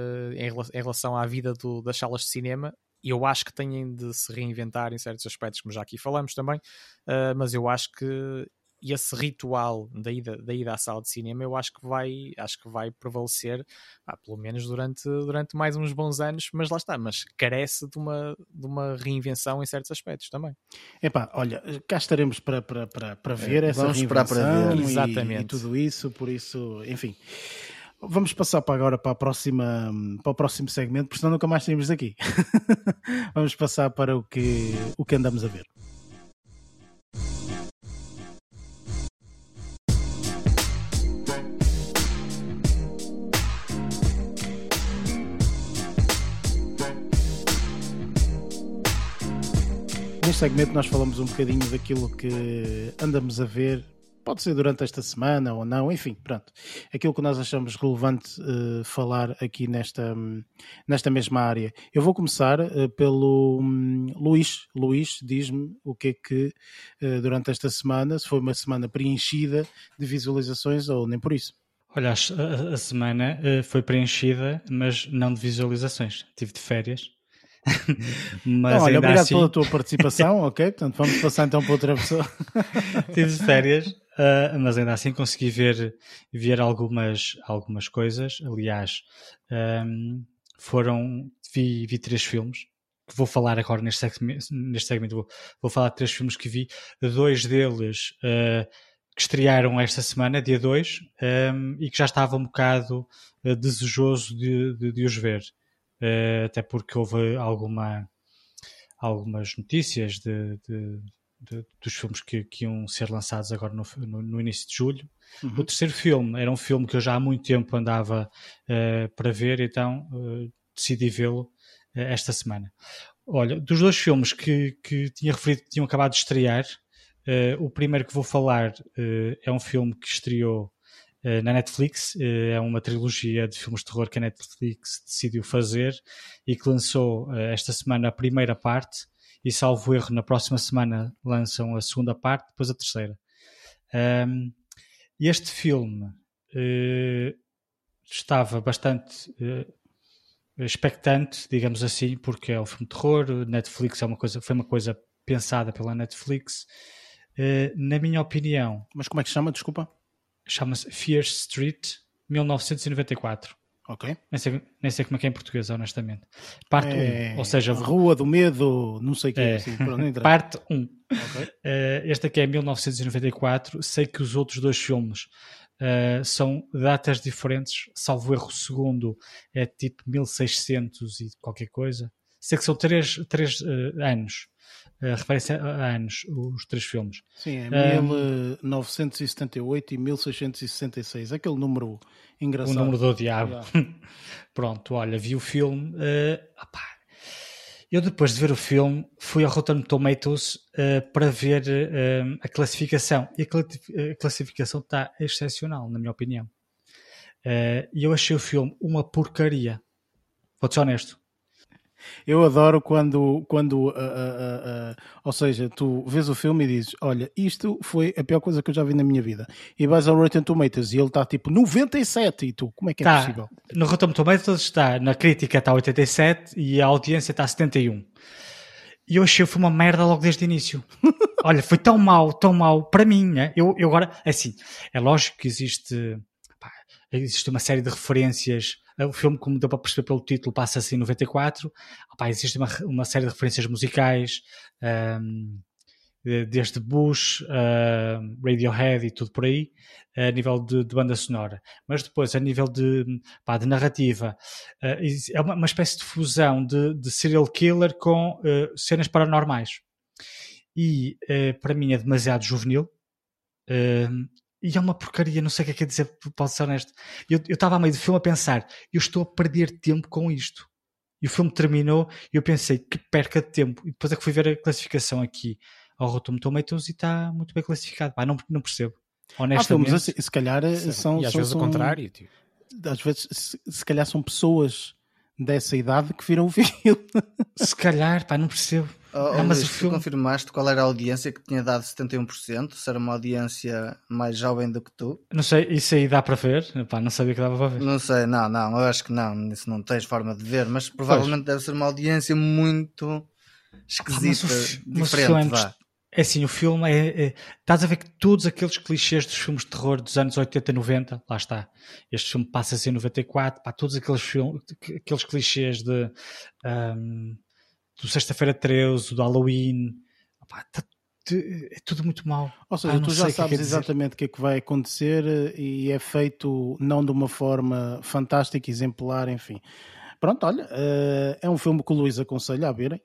Speaker 4: em relação à vida das salas de cinema. Eu acho que têm de se reinventar em certos aspectos, como já aqui falamos também, mas eu acho que esse ritual da ida à sala de cinema eu acho que vai prevalecer pelo menos durante mais uns bons anos, mas lá está, mas carece de uma reinvenção em certos aspectos também.
Speaker 1: Olha, cá estaremos para ver essa reinvenção
Speaker 3: para ver.
Speaker 1: Exatamente. E tudo isso, por isso, enfim. Vamos passar para o próximo segmento, porque senão nunca mais saímos daqui. Vamos passar para o que andamos a ver. Neste segmento nós falamos um bocadinho daquilo que andamos a ver, pode ser durante esta semana ou não, enfim, pronto. Aquilo que nós achamos relevante falar aqui nesta mesma área. Eu vou começar pelo Luís. Luís, diz-me o que é que durante esta semana, se foi uma semana preenchida de visualizações ou nem por isso.
Speaker 2: Olha, a semana foi preenchida, mas não de visualizações. Estive de férias.
Speaker 1: Mas olha, obrigado assim... pela tua participação, ok? Portanto, vamos passar então para outra pessoa.
Speaker 2: Tive de férias, mas ainda assim consegui ver algumas coisas. Aliás, vi 3 filmes, que vou falar agora neste segmento. Vou falar de 3 filmes que vi, 2 deles que estrearam esta semana, dia 2, e que já estava um bocado desejoso de os ver. Até porque houve algumas notícias dos filmes que iam ser lançados agora no início de julho. Uhum. O terceiro filme era um filme que eu já há muito tempo andava para ver, então decidi vê-lo esta semana. Olha, dos dois filmes que tinha referido que tinham acabado de estrear, o primeiro que vou falar é um filme que estreou na Netflix, é uma trilogia de filmes de terror que a Netflix decidiu fazer e que lançou esta semana a primeira parte e, salvo erro, na próxima semana lançam a segunda parte, depois a terceira. Este filme estava bastante expectante, digamos assim, porque é um filme de terror. Netflix foi uma coisa pensada pela Netflix. Na minha opinião...
Speaker 1: Mas como é que se chama, desculpa?
Speaker 2: Chama-se Fear Street 1994.
Speaker 1: Ok.
Speaker 2: Nem sei como é que é em português, honestamente. Parte 1, ou seja...
Speaker 1: Rua do Medo, não sei o que é. Assim,
Speaker 2: parte 1.
Speaker 1: Okay.
Speaker 2: Este aqui é 1994. Sei que os outros dois filmes são datas diferentes. Salvo erro, o segundo é tipo 1600 e qualquer coisa. Sei que são 3 anos. Referência a anos, os 3 filmes.
Speaker 1: Sim, é 1978 e 1666. Aquele número engraçado.
Speaker 2: O número do diabo. Yeah. Pronto, olha, vi o filme. Eu, depois de ver o filme, fui ao Rotten Tomatoes para ver a classificação. E a classificação está excepcional, na minha opinião. E eu achei o filme uma porcaria. Vou-te ser honesto.
Speaker 1: Eu adoro quando ou seja, tu vês o filme e dizes, olha, isto foi a pior coisa que eu já vi na minha vida. E vais ao Rotten Tomatoes e ele está tipo 97 e tu, como é que é possível?
Speaker 2: No Rotten Tomatoes está, na crítica está 87 e a audiência está 71. E eu achei que foi uma merda logo desde o início. Olha, foi tão mau para mim, né? Eu agora, assim, é lógico que existe uma série de referências. O filme, como deu para perceber pelo título, passa-se em 94. Existe uma série de referências musicais, desde Bush, Radiohead e tudo por aí, a nível de banda sonora. Mas depois, a nível de narrativa, é uma espécie de fusão de serial killer com cenas paranormais. E, para mim, é demasiado juvenil. E é uma porcaria, não sei o que é que é dizer, posso ser honesto. Eu estava a meio do filme a pensar, eu estou a perder tempo com isto. E o filme terminou e eu pensei, que perca de tempo. E depois é que fui ver a classificação aqui ao Rotten Tomatoes e está muito bem classificado. Não percebo, honestamente.
Speaker 1: Filmes assim, se calhar são...
Speaker 4: E às vezes o contrário. Tipo.
Speaker 1: Às vezes, se calhar são pessoas dessa idade que viram o filme.
Speaker 2: Se calhar, não percebo.
Speaker 3: Mas Luís, tu confirmaste qual era a audiência que tinha dado 71%? Se era uma audiência mais jovem do que tu?
Speaker 2: Não sei, isso aí dá para ver? Não sabia que dava para ver.
Speaker 3: Não sei, não, eu acho que não. Isso não tens forma de ver, mas provavelmente deve ser uma audiência muito esquisita, diferente, vá.
Speaker 2: É assim, o filme estás a ver que todos aqueles clichês dos filmes de terror dos anos 80 e 90, lá está. Este filme passa-se em 94, todos aqueles clichês do Sexta-feira 13, do Halloween, é tudo muito mau.
Speaker 1: Ou seja, tu já sabes exatamente o que é que vai acontecer e é feito não de uma forma fantástica, exemplar, enfim. Pronto, olha, é um filme que o Luís aconselha a verem.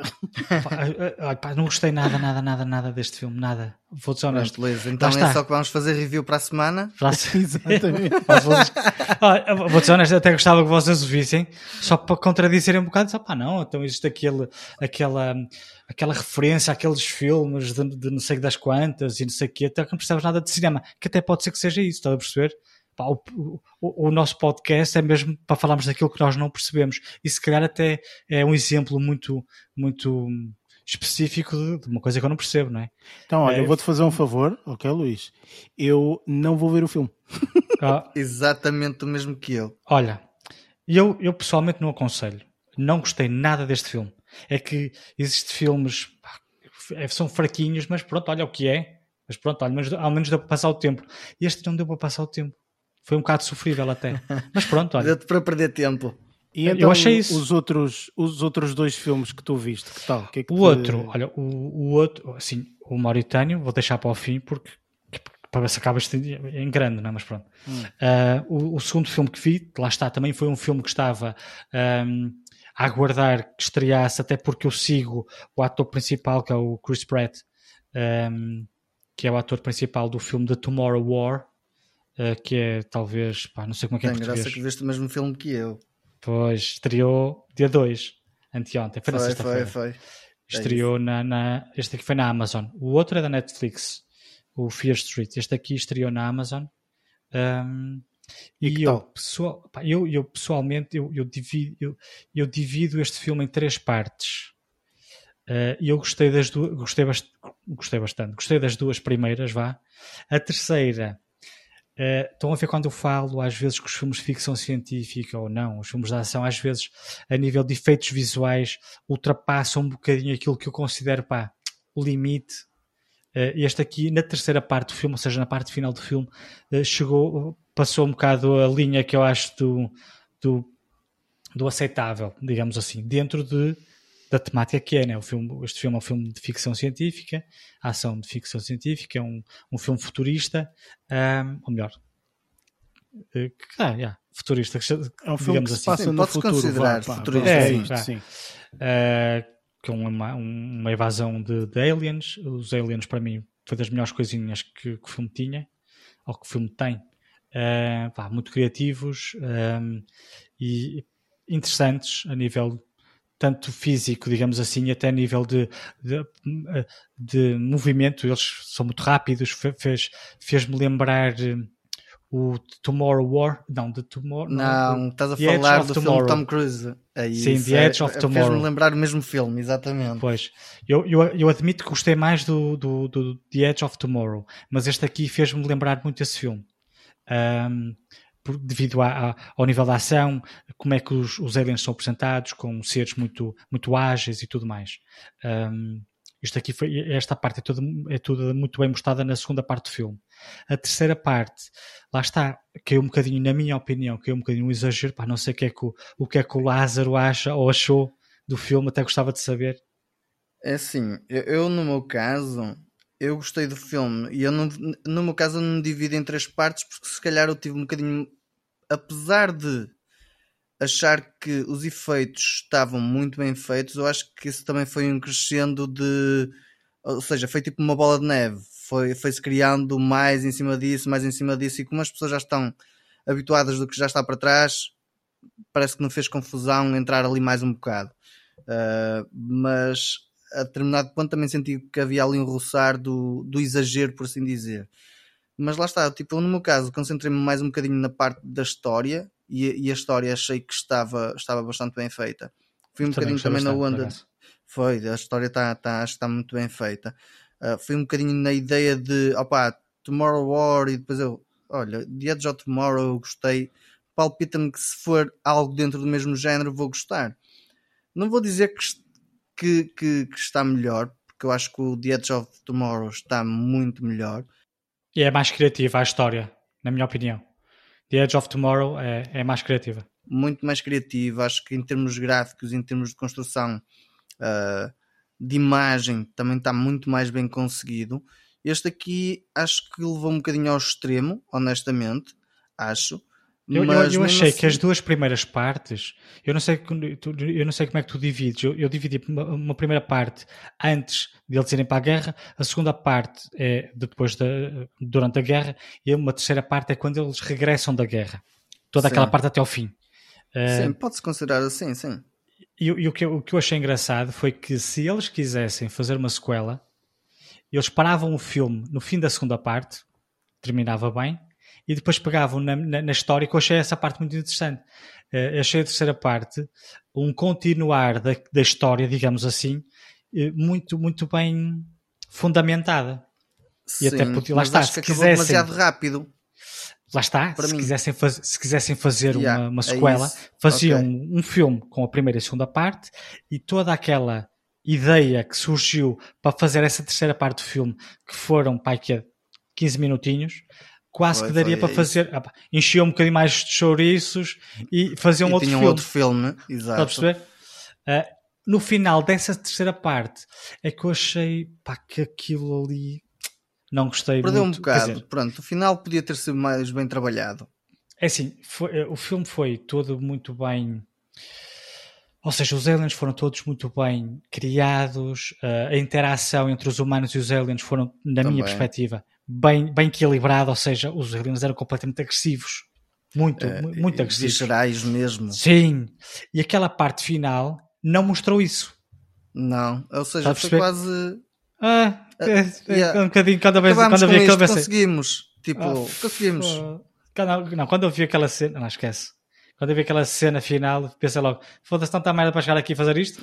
Speaker 2: Não gostei nada deste filme, nada. Vou ser honesto.
Speaker 3: Luís, então é só que vamos fazer review para a semana?
Speaker 1: Exatamente.
Speaker 2: Vou ser honesto, até gostava que vocês o vissem, só para contradizerem um bocado. Então existe aquela referência àqueles filmes de não sei das quantas e não sei o quê, até que não precisamos nada de cinema, que até pode ser que seja isso, estás a perceber? O nosso podcast é mesmo para falarmos daquilo que nós não percebemos e se calhar até é um exemplo muito, muito específico de uma coisa que eu não percebo, não é?
Speaker 1: Então, olha, eu vou-te fazer um favor, ok, Luís? Eu não vou ver o filme.
Speaker 3: Exatamente o mesmo que eu.
Speaker 2: Olha, eu pessoalmente não aconselho. Não gostei nada deste filme. É que existem filmes, são fraquinhos, mas pronto, olha o que é. Mas pronto, olha, ao menos deu para passar o tempo. Este não deu para passar o tempo. Foi um bocado sofrível até. Mas pronto, olha.
Speaker 3: Deu-te para perder tempo.
Speaker 1: E então, eu achei isso. Os outros dois filmes que tu viste, que tal? Que é que
Speaker 2: o outro, assim, o Mauritânio, vou deixar para o fim, porque para ver se acaba em grande, não é? Mas pronto. O segundo filme que vi, lá está, também foi um filme que estava a aguardar que estreasse, até porque eu sigo o ator principal, que é o Chris Pratt, que é o ator principal do filme The Tomorrow War, que é talvez, não sei como é que é em português.
Speaker 3: Tem graça que viste o mesmo filme que eu.
Speaker 2: Pois, estreou dia 2. anteontem, foi na sexta-feira.
Speaker 3: Foi.
Speaker 2: Estreou este aqui foi na Amazon. O outro é da Netflix, o Fear Street. Este aqui estreou na Amazon. E eu pessoalmente eu divido este filme em 3 partes. E eu gostei das duas, gostei bastante. Gostei das 2 primeiras, vá. A terceira, estão a ver quando eu falo às vezes que os filmes de ficção científica ou não, os filmes de ação às vezes a nível de efeitos visuais ultrapassam um bocadinho aquilo que eu considero o limite. Este aqui na terceira parte do filme, ou seja, na parte final do filme, passou um bocado a linha que eu acho do aceitável, digamos assim, dentro da temática que é, né? Este filme é um filme de ficção científica, ação de ficção científica, é um filme futurista, ou melhor, futurista,
Speaker 1: é um filme que se passa no futuro,
Speaker 3: considerar futurista,
Speaker 1: sim.
Speaker 2: Com uma evasão de aliens. Os aliens para mim foi das melhores coisinhas que o filme tinha, ou que o filme tem, muito criativos e interessantes a nível tanto físico, digamos assim, até a nível de movimento. Eles são muito rápidos. Fez-me lembrar o Tomorrow War. Não,
Speaker 3: estás a falar do filme Tom Cruise.
Speaker 2: Sim, The Edge of Tomorrow.
Speaker 3: Fez-me lembrar o mesmo filme, exatamente.
Speaker 2: Pois, eu admito que gostei mais do The Edge of Tomorrow, mas este aqui fez-me lembrar muito esse filme. Devido ao nível da ação, como é que os aliens são apresentados, com seres muito, muito ágeis e tudo mais. Esta parte é toda muito bem mostrada na segunda parte do filme. A terceira parte, lá está, caiu um bocadinho, na minha opinião, caiu um bocadinho um exagero. Não sei o que é que o Lázaro acha ou achou do filme, até gostava de saber.
Speaker 3: É assim, eu no meu caso, eu gostei do filme e no meu caso eu não divido em 3 partes, porque se calhar eu tive um bocadinho, apesar de achar que os efeitos estavam muito bem feitos, eu acho que isso também foi um crescendo ou seja, foi tipo uma bola de neve, foi-se criando mais em cima disso, e como as pessoas já estão habituadas do que já está para trás, parece que não fez confusão entrar ali mais um bocado, mas a determinado ponto também senti que havia ali um roçar do exagero, por assim dizer. Mas lá está, tipo, no meu caso concentrei-me mais um bocadinho na parte da história, e a história achei que estava bastante bem feita. Fui um bocadinho também na onda. A história acho que está muito bem feita. Fui um bocadinho na ideia de Tomorrow War, e depois The Edge of Tomorrow eu gostei. Palpita-me que se for algo dentro do mesmo género vou gostar. Não vou dizer que está melhor, porque eu acho que o The Edge of Tomorrow está muito melhor.
Speaker 2: E é mais criativa a história, na minha opinião. The Edge of Tomorrow é mais criativa.
Speaker 3: Muito mais criativa. Acho que em termos gráficos, em termos de construção de imagem, também está muito mais bem conseguido. Este aqui acho que levou um bocadinho ao extremo, honestamente. Acho.
Speaker 2: Eu achei que as 2 primeiras partes, eu não sei como é que tu divides. Eu dividi uma primeira parte antes de eles irem para a guerra, a segunda parte é durante a guerra, e uma terceira parte é quando eles regressam da guerra. Toda aquela parte até ao fim.
Speaker 3: Sim, pode-se considerar assim, sim.
Speaker 2: E o que eu achei engraçado foi que se eles quisessem fazer uma sequela, eles paravam o filme no fim da segunda parte, terminava bem, e depois pegavam na história, que eu achei essa parte muito interessante. Achei a terceira parte um continuar da história, digamos assim, muito, muito bem fundamentada.
Speaker 3: Sim,
Speaker 2: e até
Speaker 3: lá está, se quisessem, demasiado rápido.
Speaker 2: Lá está, se quisessem fazer uma sequela, faziam um filme com a primeira e a segunda parte, e toda aquela ideia que surgiu para fazer essa terceira parte do filme, que foram 15 minutinhos, quase que daria para fazer. Enchiam um bocadinho mais de chouriços e faziam outro filme.
Speaker 3: Outro filme, exato.
Speaker 2: Está a perceber? No final dessa terceira parte é que eu achei que aquilo ali não gostei
Speaker 3: Perdeu
Speaker 2: muito.
Speaker 3: Um bocado. Pronto, o final podia ter sido mais bem trabalhado.
Speaker 2: É assim, o filme foi todo muito bem. Ou seja, os aliens foram todos muito bem criados, a interação entre os humanos e os aliens foram, na minha perspectiva, bem equilibrada, ou seja, os aliens eram completamente agressivos. Muito agressivos.
Speaker 3: Viscerais mesmo.
Speaker 2: Sim. E aquela parte final, não mostrou isso.
Speaker 3: Não, ou seja, foi quase...
Speaker 2: Um bocadinho, quando eu vi aquilo, pensei...
Speaker 3: Conseguimos. Conseguimos.
Speaker 2: Quando eu vi aquela cena... Não, esquece. Quando eu vi aquela cena final, pensei logo, foda-se, tanta merda para chegar aqui e fazer isto?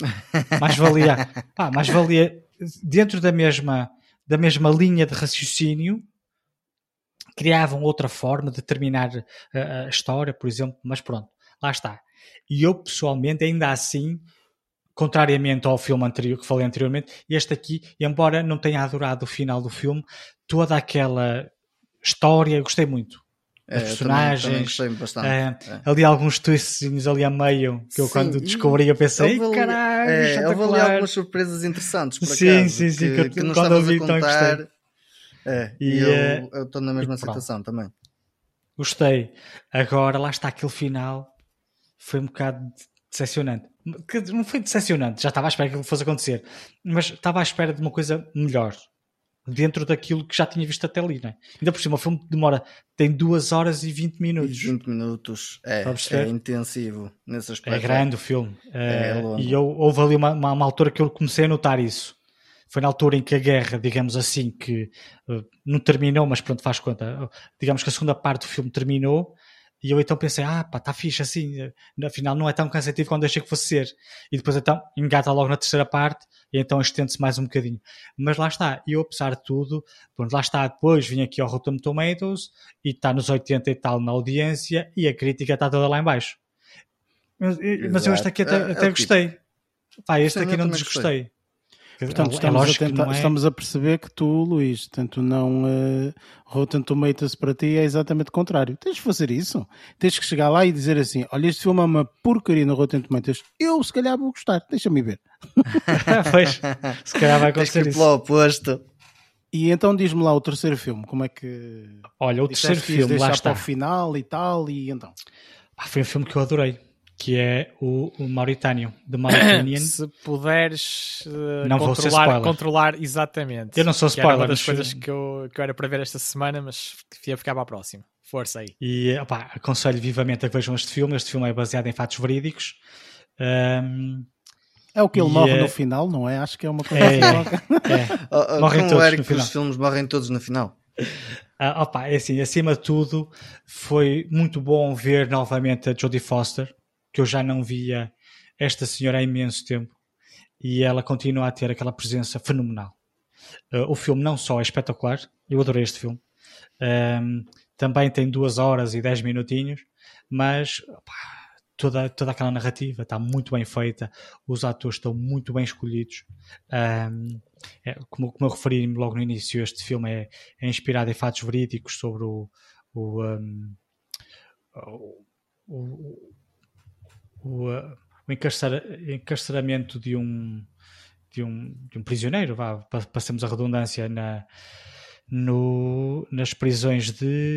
Speaker 2: Mais valia dentro da mesma linha de raciocínio, criavam outra forma de terminar a história, por exemplo, mas pronto, lá está. E eu, pessoalmente, ainda assim, contrariamente ao filme anterior que falei anteriormente, este aqui, embora não tenha adorado o final do filme, toda aquela história, gostei muito. Os personagens,
Speaker 3: também gostei bastante.
Speaker 2: Ali alguns twists ali a meio, que eu quando descobri eu pensei, caralho,
Speaker 3: houve ali algumas surpresas interessantes, por
Speaker 2: sim,
Speaker 3: acaso,
Speaker 2: sim,
Speaker 3: que não
Speaker 2: quando eu
Speaker 3: estavas
Speaker 2: vi,
Speaker 3: a contar.
Speaker 2: Então
Speaker 3: E eu estou na mesma situação também.
Speaker 2: Gostei. Agora, lá está aquele final, foi um bocado decepcionante. Não foi decepcionante, já estava à espera que aquilo fosse acontecer, mas estava à espera de uma coisa melhor. Dentro daquilo que já tinha visto até ali, não é? Ainda por cima, o filme tem 2 horas e 20 minutos.
Speaker 3: 20 minutos, é intensivo nesse aspecto.
Speaker 2: É grande o filme.
Speaker 3: Longo.
Speaker 2: E houve ali uma altura que eu comecei a notar isso. Foi na altura em que a guerra, digamos assim, que não terminou, mas pronto, faz conta. Digamos que a segunda parte do filme terminou. E eu então pensei, está fixe assim, afinal não é tão cansativo quando achei que fosse ser. E depois então engata logo na terceira parte e então estende-se mais um bocadinho. Mas lá está, eu apesar de tudo, pronto, lá está, depois vim aqui ao Rotten Tomatoes e está nos 80 e tal na audiência e a crítica está toda lá em baixo. Mas eu este aqui até gostei. Este aqui não desgostei.
Speaker 1: Portanto, estamos a perceber que tu, Luís, tanto não Rotten Tomatoes para ti é exatamente o contrário. Tens de fazer isso. Tens que chegar lá e dizer assim, olha, este filme é uma porcaria no Rotten Tomatoes. Eu, se calhar, vou gostar. Deixa-me ver.
Speaker 2: Pois, se calhar vai acontecer isso.
Speaker 3: Pelo oposto.
Speaker 1: E então diz-me lá o terceiro filme. Como é que...
Speaker 2: Olha, o terceiro filme, lá está.
Speaker 1: Para o final e tal, e então...
Speaker 2: Foi um filme que eu adorei. Que é o Mauritanian, The Mauritanian.
Speaker 4: Se puderes
Speaker 2: não
Speaker 4: controlar exatamente.
Speaker 2: Eu não sou spoiler.
Speaker 4: Era uma das coisas que eu era para ver esta semana, mas ia ficar para a próxima. Força aí.
Speaker 2: E aconselho vivamente a que vejam este filme. Este filme é baseado em fatos verídicos.
Speaker 1: É o que ele morre no final, não é? Acho que é uma coisa assim.
Speaker 3: Morrem todos no final. Os filmes morrem todos no final.
Speaker 2: É assim, acima de tudo, foi muito bom ver novamente a Jodie Foster, que eu já não via esta senhora há imenso tempo, e ela continua a ter aquela presença fenomenal. O filme não só é espetacular, eu adorei este filme, também tem 2 horas e 10 minutinhos, mas toda aquela narrativa está muito bem feita, os atores estão muito bem escolhidos. Como eu referi logo no início, este filme é inspirado em fatos verídicos sobre o encarceramento de um prisioneiro, passemos a redundância, nas prisões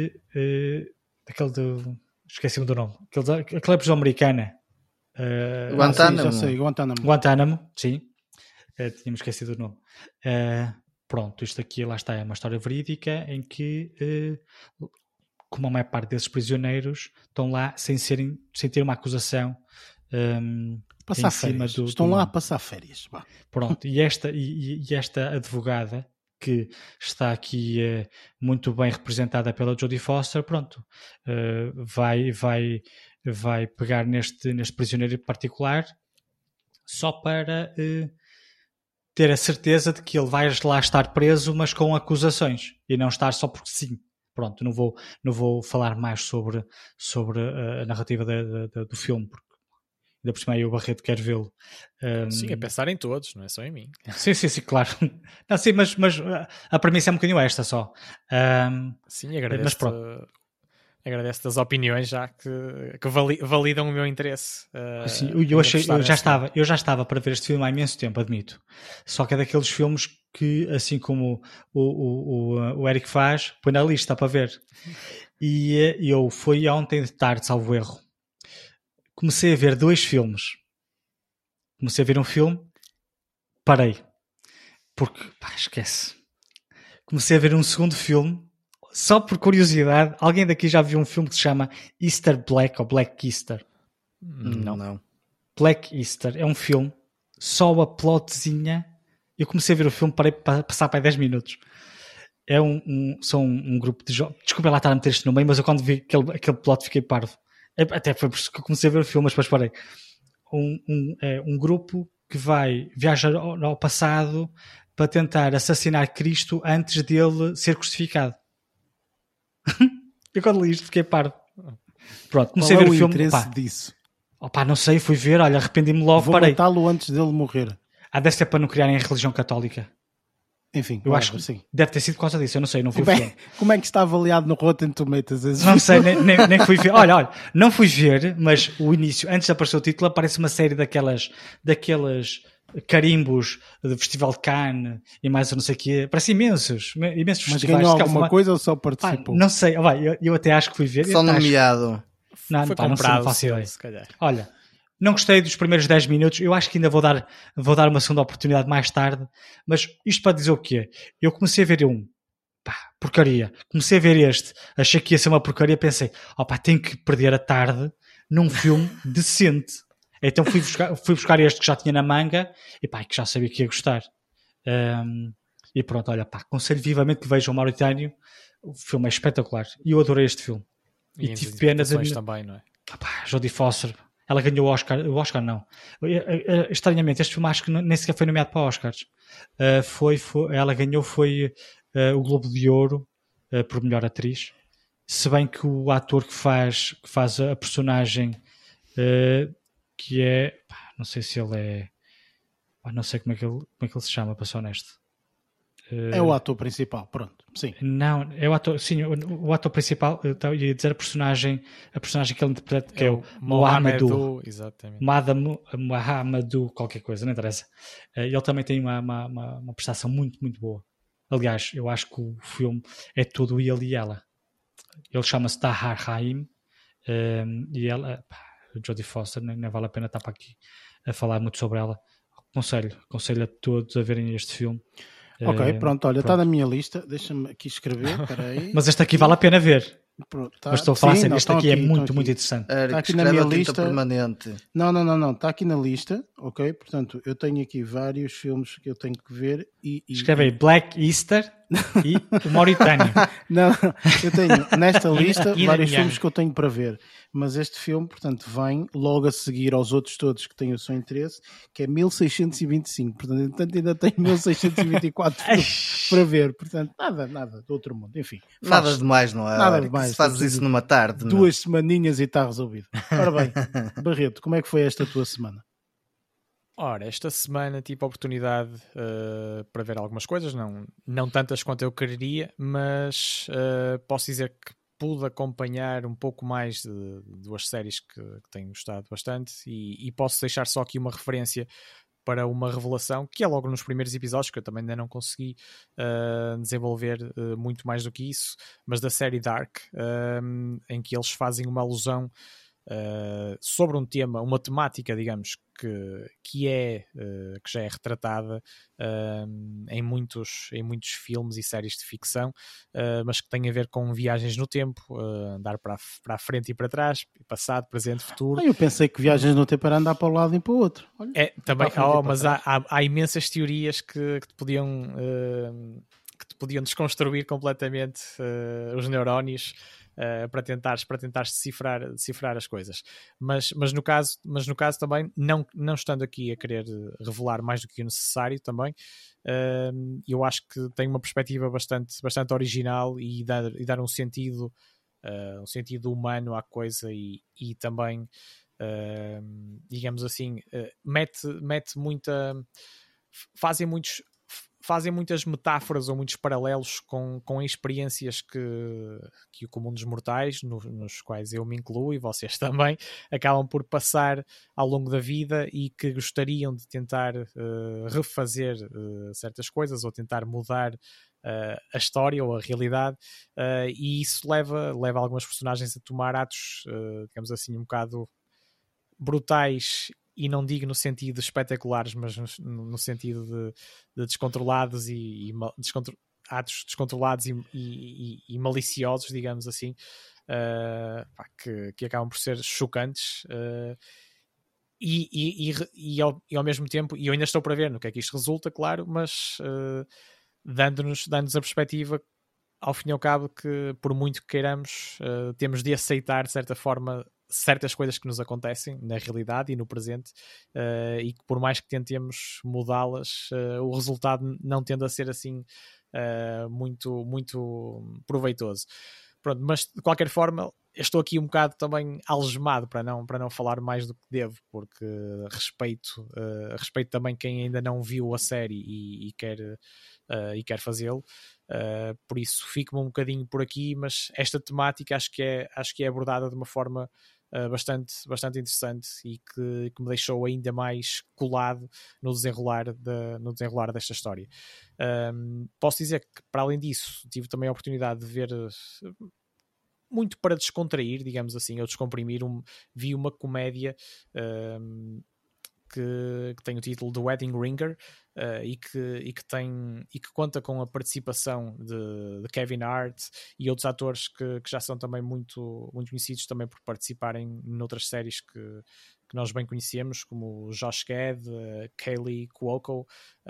Speaker 2: esqueci-me do nome, aquela prisão americana,
Speaker 3: Guantánamo.
Speaker 1: Já sei,
Speaker 2: Guantánamo, sim, tínhamos esquecido o nome. Pronto, isto aqui, lá está, é uma história verídica em que como a maior parte desses prisioneiros estão lá sem ter uma acusação
Speaker 1: passar férias. Estão lá a passar férias.
Speaker 2: Pronto, e esta advogada que está aqui muito bem representada pela Jodie Foster, pronto, vai pegar neste prisioneiro particular só para ter a certeza de que ele vai lá estar preso, mas com acusações, e não estar só porque sim. Pronto, não vou falar mais sobre a narrativa do filme, porque ainda por cima aí o Barreto quer vê-lo.
Speaker 4: Sim, a pensar em todos, não é só em mim.
Speaker 2: Sim, claro. Não, sim, mas a premissa é um bocadinho esta só.
Speaker 4: Sim, agradeço das opiniões já que validam o meu interesse.
Speaker 2: Sim, eu já estava para ver este filme há imenso tempo, admito. Só que é daqueles filmes que, assim como o Eric faz, põe na lista para ver. E eu fui ontem de tarde, salvo erro. Comecei a ver 2 filmes. Comecei a ver um filme, parei. Porque, esquece. Comecei a ver um segundo filme, só por curiosidade. Alguém daqui já viu um filme que se chama Easter Black ou Black Easter?
Speaker 3: Não.
Speaker 2: Black Easter é um filme, só a plotzinha. Eu comecei a ver o filme, parei para passar para 10 minutos. São um grupo de jovens. Desculpa lá estar a meter isto no meio, mas eu quando vi aquele plot fiquei parvo. Até foi por isso que eu comecei a ver o filme, mas depois parei. Um grupo que vai viajar ao passado para tentar assassinar Cristo antes dele ser crucificado. Eu quando li isto fiquei parvo. Pronto, comecei a ver o filme.
Speaker 1: Interesse disso?
Speaker 2: Não sei, fui ver, olha, arrependi-me logo,
Speaker 1: Vou
Speaker 2: parei.
Speaker 1: matá-lo antes dele morrer.
Speaker 2: Deve ser para não criarem a religião católica.
Speaker 1: Enfim,
Speaker 2: eu acho que
Speaker 1: sim.
Speaker 2: Deve ter sido por causa disso, eu não sei, não vi o filme.
Speaker 1: Como é que está avaliado no Rotten Tomatoes?
Speaker 2: Não sei, nem fui ver. Olha, não fui ver, mas o início, antes de aparecer o título, aparece uma série daqueles carimbos do Festival de Cannes e mais não sei o quê. Parece imensos
Speaker 1: mas
Speaker 2: festivais.
Speaker 1: Ganhou alguma coisa ou só participou?
Speaker 2: Não sei, eu até acho que fui ver.
Speaker 3: Só nomeado.
Speaker 4: Foi comprado, não faço ideia.
Speaker 2: Se calhar. Olha, não gostei dos primeiros 10 minutos, eu acho que ainda vou dar uma segunda oportunidade mais tarde, mas isto para dizer o quê? Eu comecei a ver porcaria. Comecei a ver este, achei que ia ser uma porcaria, pensei, tenho que perder a tarde num filme decente. Então fui buscar este que já tinha na manga e que já sabia que ia gostar. E pronto, olha, aconselho vivamente que vejam o Mauritânio, o filme é espetacular e eu adorei este filme.
Speaker 4: E tive pena de... também, não é?
Speaker 2: Jodie Foster, ela ganhou o Oscar não. Estranhamente, este filme acho que nem sequer foi nomeado para Oscars. Ela ganhou o Globo de Ouro por melhor atriz. Se bem que o ator que faz a personagem, que é, não sei se ele é, não sei como é que ele se chama, para ser honesto.
Speaker 1: É o ator principal, pronto, sim.
Speaker 2: Não, é o ator, sim, o ator principal, eu ia dizer a personagem que ele interpreta, que é o Mohamedou.
Speaker 4: Exatamente.
Speaker 2: Mohamedou, qualquer coisa, não interessa. Ele também tem uma prestação muito, muito boa. Aliás, eu acho que o filme é todo ele e ela. Ele chama-se Tahar Rahim, e ela, Jodie Foster, nem vale a pena estar para aqui a falar muito sobre ela. Aconselho a todos a verem este filme.
Speaker 1: Ok, pronto, olha, está na minha lista, deixa-me aqui escrever, peraí.
Speaker 2: Mas este aqui vale a pena ver.
Speaker 1: Pronto,
Speaker 2: mas estou a falar sério, este aqui é muito, muito interessante.
Speaker 1: Está aqui na minha lista. Permanente. Não, está aqui na lista, ok? Portanto, eu tenho aqui vários filmes que eu tenho que ver
Speaker 2: Escreve aí Black Easter e o Mauritânio.
Speaker 1: Não, eu tenho nesta lista vários filmes que eu tenho para ver, mas este filme, portanto, vem logo a seguir aos outros todos que têm o seu interesse, que é 1625, portanto ainda tenho 1624 filmes para ver, portanto, nada do outro mundo, enfim.
Speaker 3: Nada demais, não é? Nada demais. Se fazes isso numa tarde.
Speaker 1: 2 semaninhas e está resolvido. Ora bem, Barreto, como é que foi esta tua semana?
Speaker 4: Ora, esta semana tive a oportunidade para ver algumas coisas, não tantas quanto eu quereria, mas posso dizer que pude acompanhar um pouco mais de duas séries que tenho gostado bastante e posso deixar só aqui uma referência para uma revelação, que é logo nos primeiros episódios, que eu também ainda não consegui desenvolver muito mais do que isso, mas da série Dark, em que eles fazem uma alusão sobre um tema, uma temática, digamos, que já é retratada em muitos filmes e séries de ficção, mas que tem a ver com viagens no tempo, andar para a frente e para trás, passado, presente, futuro.
Speaker 1: Eu pensei que viagens no tempo era andar para um lado e para o outro. Olha,
Speaker 4: também, mas há imensas teorias que te podiam desconstruir completamente os neurónios, para tentares decifrar as coisas, mas no caso também, não estando aqui a querer revelar mais do que o necessário também, eu acho que tem uma perspectiva bastante original e dar um sentido humano à coisa e também, digamos assim, mete muita, fazem muitas metáforas ou muitos paralelos com experiências que o comum dos mortais, nos quais eu me incluo e vocês também, acabam por passar ao longo da vida e que gostariam de tentar refazer certas coisas ou tentar mudar a história ou a realidade, e isso leva algumas personagens a tomar atos, digamos assim, um bocado brutais, e não digo no sentido de espetaculares, mas no sentido de descontrolados atos descontrolados e maliciosos, digamos assim, que acabam por ser chocantes, E ao mesmo tempo, e eu ainda estou para ver no que é que isto resulta, claro, mas dando-nos a perspectiva, ao fim e ao cabo, que por muito que queiramos, temos de aceitar de certa forma certas coisas que nos acontecem na realidade e no presente, e que por mais que tentemos mudá-las, o resultado não tende a ser assim muito, muito proveitoso. Pronto, mas de qualquer forma estou aqui um bocado também algemado para não falar mais do que devo, porque respeito também quem ainda não viu a série e quer fazê-lo. Por isso fico-me um bocadinho por aqui, mas esta temática acho que é abordada de uma forma bastante interessante e que me deixou ainda mais colado no desenrolar desta história. Posso dizer que, para além disso, tive também a oportunidade de ver, muito para descontrair, digamos assim, ou descomprimir, vi uma comédia que tem o título de Wedding Ringer, e que conta com a participação de Kevin Hart e outros atores que já são também muito, muito conhecidos também por participarem noutras séries que nós bem conhecemos, como o Josh Gad, Kaylee Cuoco,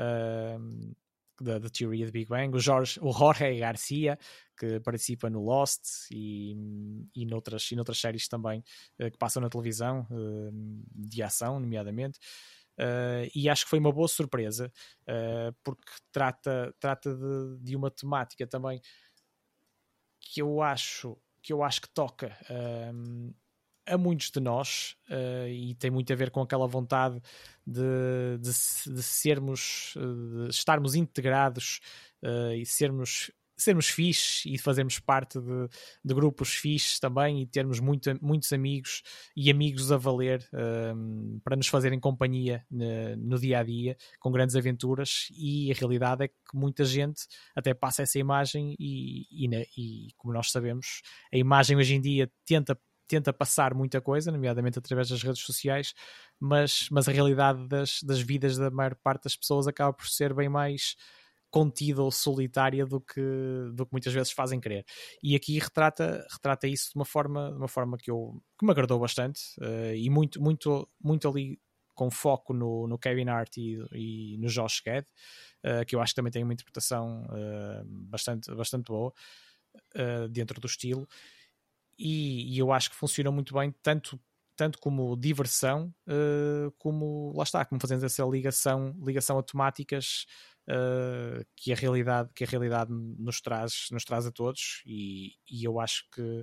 Speaker 4: da Teoria de Big Bang, o Jorge Garcia, que participa no Lost e noutras séries também que passam na televisão, de ação, nomeadamente. E acho que foi uma boa surpresa, porque trata de uma temática também que eu acho que toca a muitos de nós, e tem muito a ver com aquela vontade de sermos, de estarmos integrados, e sermos fixes e fazermos parte de grupos fixes também, e termos muitos amigos e amigos a valer, para nos fazerem companhia no dia a dia, com grandes aventuras. E a realidade é que muita gente até passa essa imagem e como nós sabemos, a imagem hoje em dia tenta passar muita coisa, nomeadamente através das redes sociais, mas a realidade das vidas da maior parte das pessoas acaba por ser bem mais contida ou solitária do que muitas vezes fazem crer. E aqui retrata isso de uma forma que me agradou bastante, e muito, muito, muito ali com foco no Kevin Hart e no Josh Gad, que eu acho que também tem uma interpretação bastante, bastante boa, dentro do estilo. E eu acho que funciona muito bem, tanto como diversão, como, lá está, como fazendo essa ligação a temáticas que a realidade nos traz a todos. E eu acho que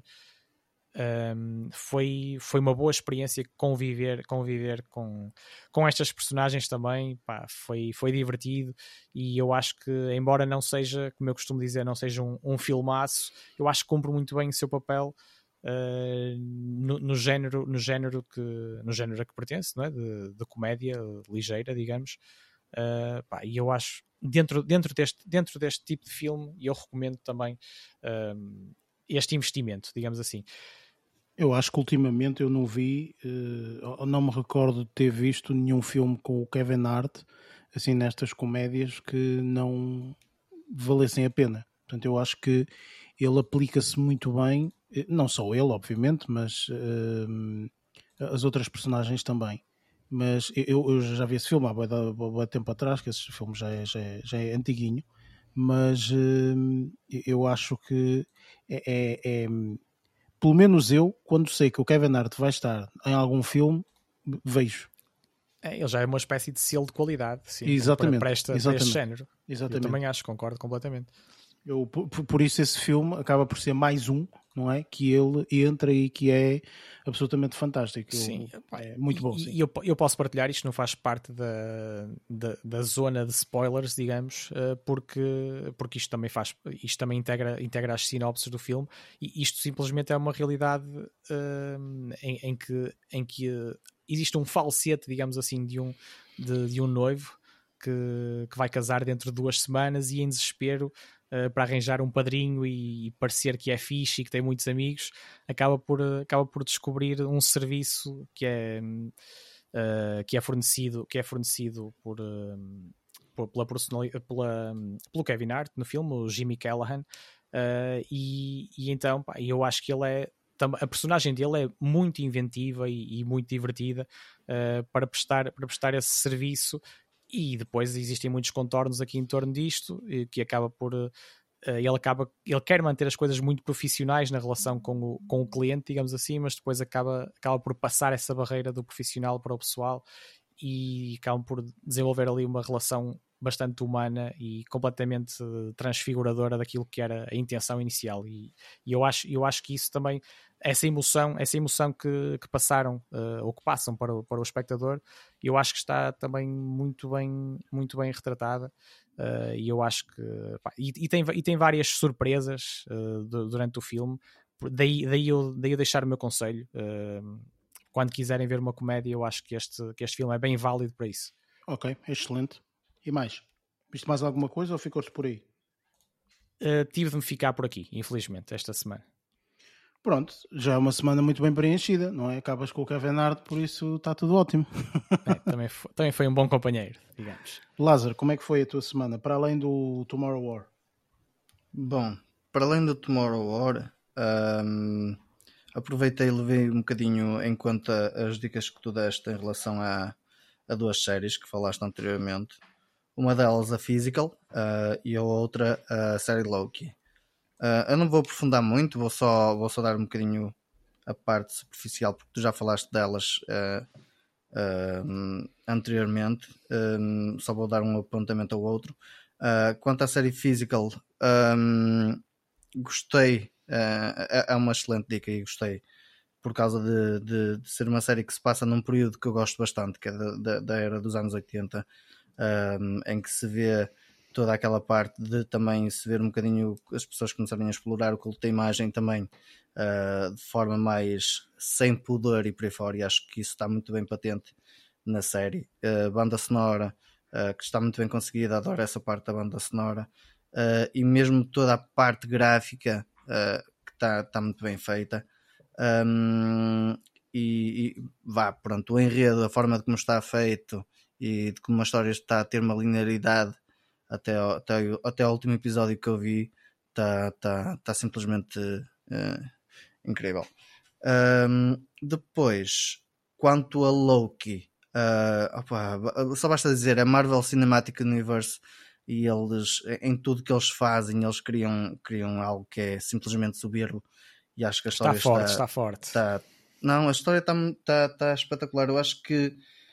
Speaker 4: foi uma boa experiência conviver com estas personagens também. Pá, foi divertido, e eu acho que, embora não seja, como eu costumo dizer, não seja um filmaço, eu acho que cumpre muito bem o seu papel, no género a que pertence, não é? de comédia ligeira, digamos. E eu acho, dentro deste tipo de filme, eu recomendo também este investimento, digamos assim.
Speaker 1: Eu acho que ultimamente eu não vi, não me recordo de ter visto nenhum filme com o Kevin Hart, assim, nestas comédias, que não valessem a pena. Portanto, eu acho que ele aplica-se muito bem, não só ele, obviamente, mas as outras personagens também. Mas eu já vi esse filme há bué tempo atrás, que esse filme já é antiguinho, mas eu acho que pelo menos eu, quando sei que o Kevin Hart vai estar em algum filme, vejo.
Speaker 4: Ele já é uma espécie de selo de qualidade, sim,
Speaker 1: exatamente,
Speaker 4: para este género.
Speaker 1: Exatamente.
Speaker 4: Eu também concordo completamente.
Speaker 1: Por isso esse filme acaba por ser mais um, não é? Que ele entra e que é absolutamente fantástico.
Speaker 4: Sim,
Speaker 1: é muito bom. Sim.
Speaker 4: E eu posso partilhar, isto não faz parte da zona de spoilers, digamos, porque isto também integra as sinopses do filme, e isto simplesmente é uma realidade em que existe um falsete, digamos assim, de um noivo que vai casar dentro de 2 semanas, e em desespero, para arranjar um padrinho e parecer que é fixe e que tem muitos amigos, acaba por descobrir um serviço que é fornecido pelo Kevin Hart no filme, o Jimmy Callahan, e então eu acho que ele é a personagem dele é muito inventiva e muito divertida para prestar esse serviço, e depois existem muitos contornos aqui em torno disto, que acaba por... ele quer manter as coisas muito profissionais na relação com o cliente, digamos assim, mas depois acaba por passar essa barreira do profissional para o pessoal, e acabam por desenvolver ali uma relação bastante humana e completamente transfiguradora daquilo que era a intenção inicial, e eu acho que isso também, essa emoção que passaram ou que passam para o espectador, eu acho que está também muito bem retratada, e eu acho que e tem várias surpresas durante o filme, daí eu deixar o meu conselho. Quando quiserem ver uma comédia, eu acho que este filme é bem válido para isso.
Speaker 1: Ok, excelente. E mais? Viste mais alguma coisa ou ficou-te por aí?
Speaker 4: Tive de me ficar por aqui, infelizmente, esta semana.
Speaker 1: Pronto, já é uma semana muito bem preenchida, não é? Acabas com o Kevin Hart, por isso está tudo ótimo.
Speaker 4: Também foi um bom companheiro, digamos.
Speaker 1: Lázaro, como é que foi a tua semana, para além do Tomorrow War?
Speaker 3: Bom, para além do Tomorrow War, aproveitei e levei um bocadinho em conta as dicas que tu deste em relação a duas séries que falaste anteriormente. Uma delas a Physical e a outra a série Loki. Eu não vou aprofundar muito, vou só dar um bocadinho a parte superficial, porque tu já falaste delas anteriormente. Só vou dar um apontamento ao outro. Quanto à série Physical, gostei, é uma excelente dica e gostei, por causa de ser uma série que se passa num período que eu gosto bastante, que é da era dos anos 80, em que se vê toda aquela parte de também se ver um bocadinho as pessoas começarem a explorar o culto da imagem também de forma mais sem pudor e por aí fora, e acho que isso está muito bem patente na série. Banda sonora que está muito bem conseguida, adoro essa parte da banda sonora, e mesmo toda a parte gráfica que está muito bem feita. Pronto, o enredo, a forma de como está feito e de como a história está a ter uma linearidade até ao último episódio que eu vi, está simplesmente incrível. Depois, quanto a Loki, só basta dizer, é Marvel Cinematic Universe, e eles, em tudo que eles fazem, eles criam algo que é simplesmente soberbo, e acho que a história
Speaker 4: está forte.
Speaker 3: Não, a história está espetacular. Eu acho que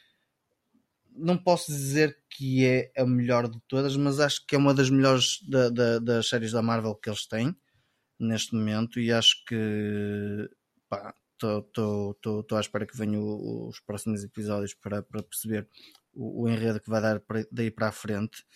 Speaker 3: não posso dizer que é a melhor de todas, mas acho que é uma das melhores das séries da Marvel que eles têm neste momento, e acho que estou à espera que venham os próximos episódios para perceber o enredo que vai dar daí para a frente.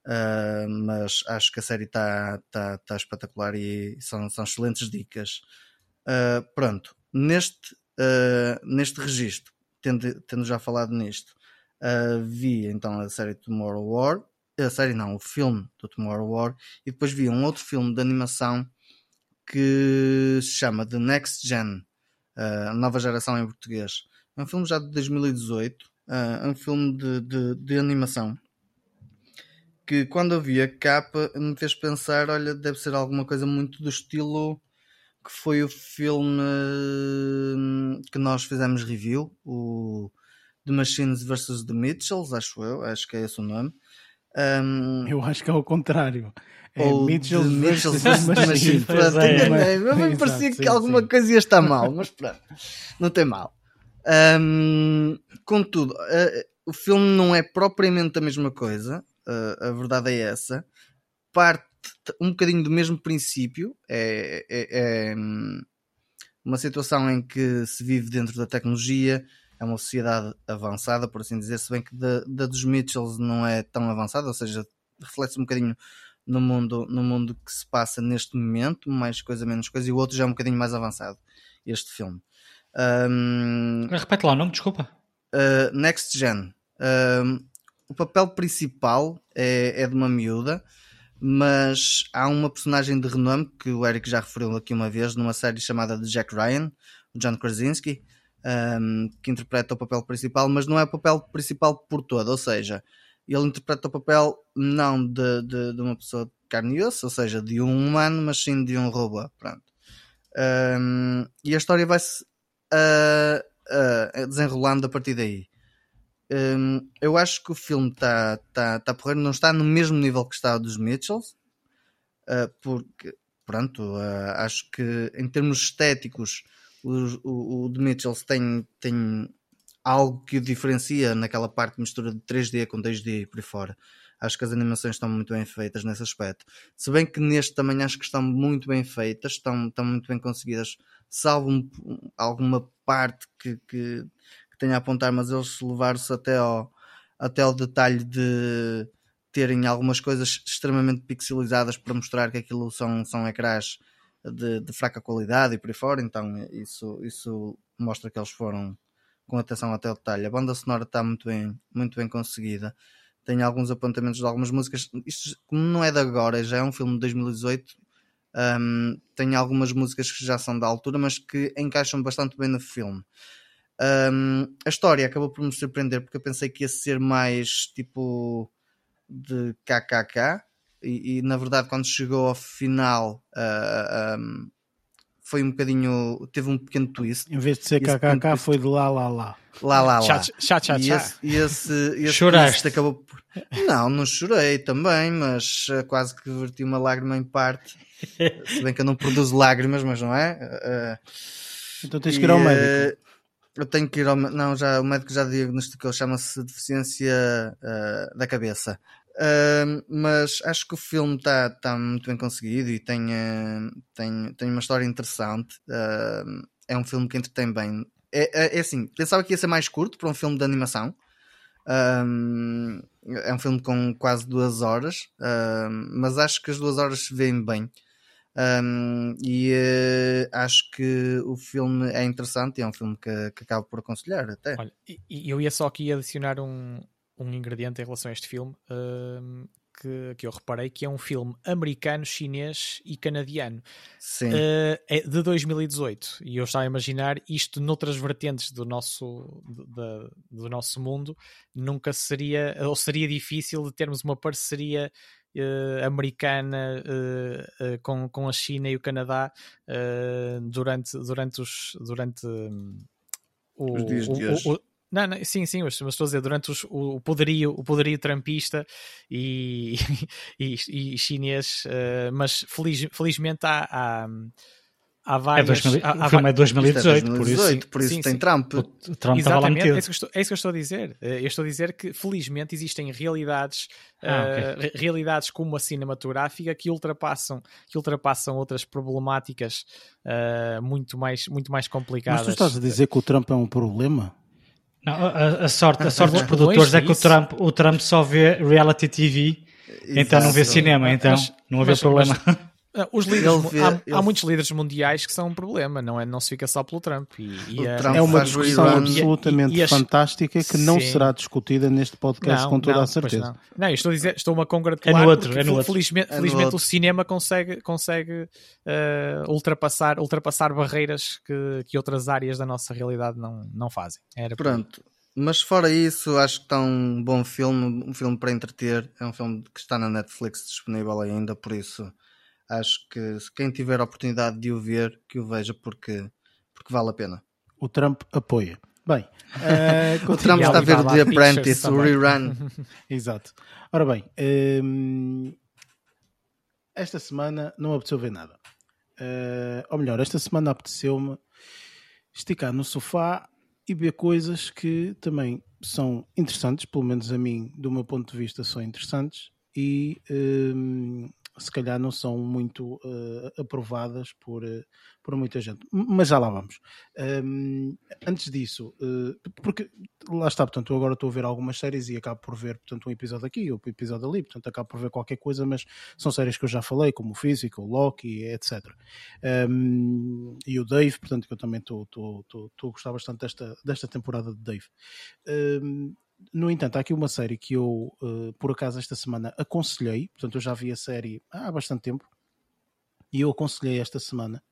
Speaker 3: Mas acho que a série está espetacular e são excelentes dicas. Pronto, neste registro, tendo já falado nisto, vi então a série Tomorrow War, o filme do Tomorrow War, e depois vi um outro filme de animação que se chama The Next Gen, Nova Geração em português. É um filme já de 2018, é um filme de animação que, quando eu vi a capa, me fez pensar, olha, deve ser alguma coisa muito do estilo que foi o filme que nós fizemos review, o The Machines vs. The Mitchells, acho que é esse o nome.
Speaker 1: Eu acho que é o contrário. É
Speaker 3: Mitchells
Speaker 1: vs.
Speaker 3: The Machines. Pronto, enganei. Me parecia que alguma coisa ia estar mal, mas pronto, não tem mal. Contudo, o filme não é propriamente a mesma coisa, a verdade é essa. Parte um bocadinho do mesmo princípio, é uma situação em que se vive dentro da tecnologia, é uma sociedade avançada, por assim dizer, se bem que da dos Mitchells não é tão avançada, ou seja, reflete-se um bocadinho no mundo que se passa neste momento, mais coisa, menos coisa, e o outro já é um bocadinho mais avançado, este filme.
Speaker 2: Repete lá o nome, desculpa.
Speaker 3: Next Gen. O papel principal é de uma miúda, mas há uma personagem de renome que o Eric já referiu aqui uma vez numa série chamada de Jack Ryan, o John Krasinski, que interpreta o papel principal, mas não é o papel principal por todo, ou seja, ele interpreta o papel não de uma pessoa de carne e osso, ou seja, de um humano, mas sim de um robô. Pronto. E a história vai-se desenrolando a partir daí. Eu acho que o filme está porreiro, não está no mesmo nível que está o dos Mitchells, porque pronto, acho que em termos estéticos o The Mitchells tem algo que o diferencia naquela parte de mistura de 3D com 2D e por aí fora. Acho que as animações estão muito bem feitas nesse aspecto. Se bem que neste também acho que estão muito bem feitas, estão muito bem conseguidas, salvo alguma parte que tenha a apontar, mas eles levaram-se até ao detalhe de terem algumas coisas extremamente pixelizadas para mostrar que aquilo são ecrãs de fraca qualidade e por aí fora, então isso mostra que eles foram com atenção até ao detalhe. A banda sonora está muito bem conseguida. Tem alguns apontamentos de algumas músicas. Isto não é de agora, já é um filme de 2018. Tem algumas músicas que já são da altura, mas que encaixam bastante bem no filme. A história acabou por me surpreender, porque eu pensei que ia ser mais tipo de KKK, e na verdade quando chegou ao final foi um bocadinho, teve um pequeno twist.
Speaker 1: Em vez de ser KKK foi de lá.
Speaker 3: Lá. E esse
Speaker 2: choraste?
Speaker 3: twist acabou por... Não chorei também, mas quase que verti uma lágrima em parte. Se bem que eu não produzo lágrimas, mas não é?
Speaker 1: Então tens que ir ao médico.
Speaker 3: Eu tenho que ir ao médico. Não, o médico já diagnosticou, chama-se deficiência da cabeça. Mas acho que o filme está muito bem conseguido e tem uma história interessante. É um filme que entretém bem. É assim, pensava que ia ser mais curto para um filme de animação. É um filme com quase 2 horas, mas acho que as 2 horas se veem bem. Acho que o filme é interessante e é um filme que acabo por aconselhar até.
Speaker 4: Olha, e eu ia só aqui adicionar um ingrediente em relação a este filme que eu reparei, que é um filme americano, chinês e canadiano.
Speaker 3: Sim.
Speaker 4: É de 2018 e eu estava a imaginar isto noutras vertentes do nosso mundo, nunca seria, ou seria difícil de termos uma parceria americana com a China e o Canadá durante os
Speaker 3: dias de hoje.
Speaker 4: Não, sim, mas estou a dizer, durante o poderio trumpista e chinês, mas felizmente há várias...
Speaker 2: O filme é 2018,
Speaker 3: por isso tem Trump.
Speaker 2: O Trump estava lá metido.
Speaker 4: É isso que eu estou a dizer. Eu estou a dizer que felizmente existem realidades como a cinematográfica que ultrapassam outras problemáticas muito mais complicadas.
Speaker 1: Mas tu estás a dizer que o Trump é um problema?
Speaker 2: Não, a sorte dos produtores é que o Trump só vê reality TV, então não vê cinema, então não havia problema.
Speaker 4: Os líderes, há muitos líderes mundiais que são um problema, não se fica só pelo Trump.
Speaker 1: Trump é uma discussão absolutamente fantástica que não será discutida neste podcast com toda a certeza.
Speaker 4: Não, eu estou a dizer, estou-me a congratular felizmente o cinema consegue ultrapassar barreiras que outras áreas da nossa realidade não fazem.
Speaker 3: Pronto. Mas fora isso, acho que está um bom filme, um filme para entreter. É um filme que está na Netflix disponível ainda, por isso acho que se quem tiver a oportunidade de o ver, que o veja, porque vale a pena.
Speaker 1: O Trump apoia. Bem,
Speaker 3: o Trump está a ver o The Apprentice, o rerun.
Speaker 1: Exato. Ora bem, esta semana não apeteceu ver nada. Ou melhor, esta semana apeteceu-me esticar no sofá e ver coisas que também são interessantes, pelo menos a mim, do meu ponto de vista, são interessantes e se calhar não são muito aprovadas por muita gente, mas já lá vamos. Antes disso, porque lá está, portanto, eu agora estou a ver algumas séries e acabo por ver, portanto, um episódio aqui, outro episódio ali, portanto, acabo por ver qualquer coisa, mas são séries que eu já falei, como o Physical, o Loki, etc. E o Dave, portanto, que eu também estou a gostar bastante desta temporada de Dave. No entanto, há aqui uma série que eu, por acaso, esta semana aconselhei, portanto, eu já vi a série há bastante tempo, e eu aconselhei esta semana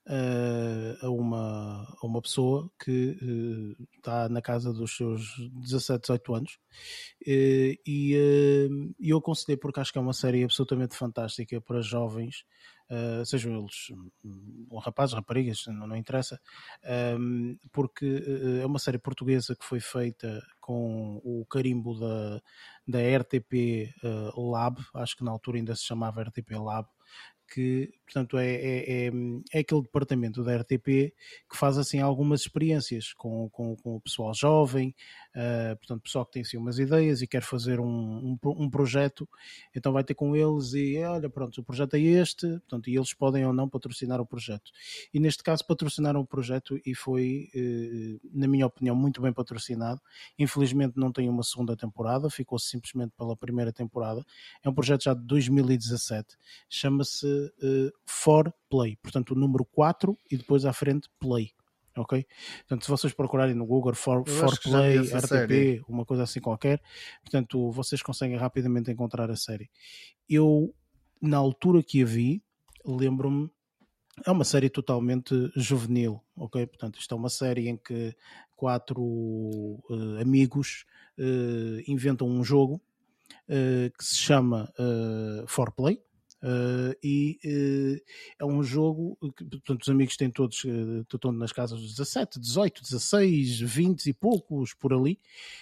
Speaker 1: a uma pessoa que está na casa dos seus 17, 18 anos, e eu aconselhei porque acho que é uma série absolutamente fantástica para jovens, sejam eles rapazes, raparigas, não interessa, porque é uma série portuguesa que foi feita com o carimbo da RTP Lab, acho que na altura ainda se chamava RTP Lab, que, portanto, é aquele departamento da RTP que faz assim algumas experiências com o pessoal jovem, portanto, pessoal que tem assim umas ideias e quer fazer um projeto, então vai ter com eles e olha, pronto, o projeto é este, portanto, e eles podem ou não patrocinar o projeto. E neste caso patrocinaram o projeto e foi, na minha opinião, muito bem patrocinado. Infelizmente não tem uma segunda temporada, ficou simplesmente pela primeira temporada. É um projeto já de 2017, chama-se For Play, portanto o número 4 e depois à frente Play, ok? Portanto, se vocês procurarem no Google For Play, RTP, série, uma coisa assim qualquer, portanto vocês conseguem rapidamente encontrar a série. Eu, na altura que a vi, lembro-me, é uma série totalmente juvenil, ok? Portanto, isto é uma série em que 4 amigos inventam um jogo que se chama For Play. É um jogo que, portanto, os amigos têm todos estão nas casas dos 17, 18, 16, 20 e poucos por ali,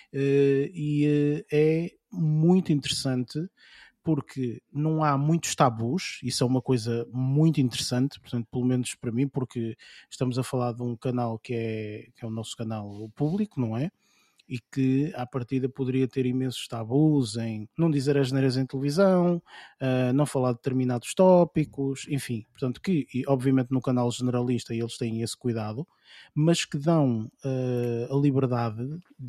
Speaker 1: é muito interessante porque não há muitos tabus, isso é uma coisa muito interessante, portanto, pelo menos para mim, porque estamos a falar de um canal que é o nosso canal público, não é? E que à partida poderia ter imensos tabus em não dizer as neiras em televisão, não falar de determinados tópicos, enfim, portanto que obviamente no canal generalista eles têm esse cuidado, mas que dão a liberdade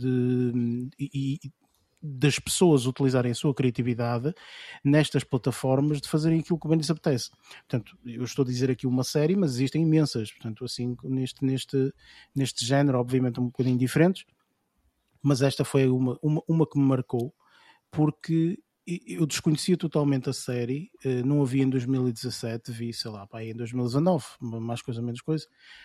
Speaker 1: das pessoas utilizarem a sua criatividade nestas plataformas de fazerem aquilo que bem lhes apetece. Portanto, eu estou a dizer aqui uma série, mas existem imensas, portanto assim neste género, obviamente um bocadinho diferentes, mas esta foi uma que me marcou, porque eu desconhecia totalmente a série, não a vi em 2017, vi, sei lá, pá, em 2019, mais coisa, menos coisa,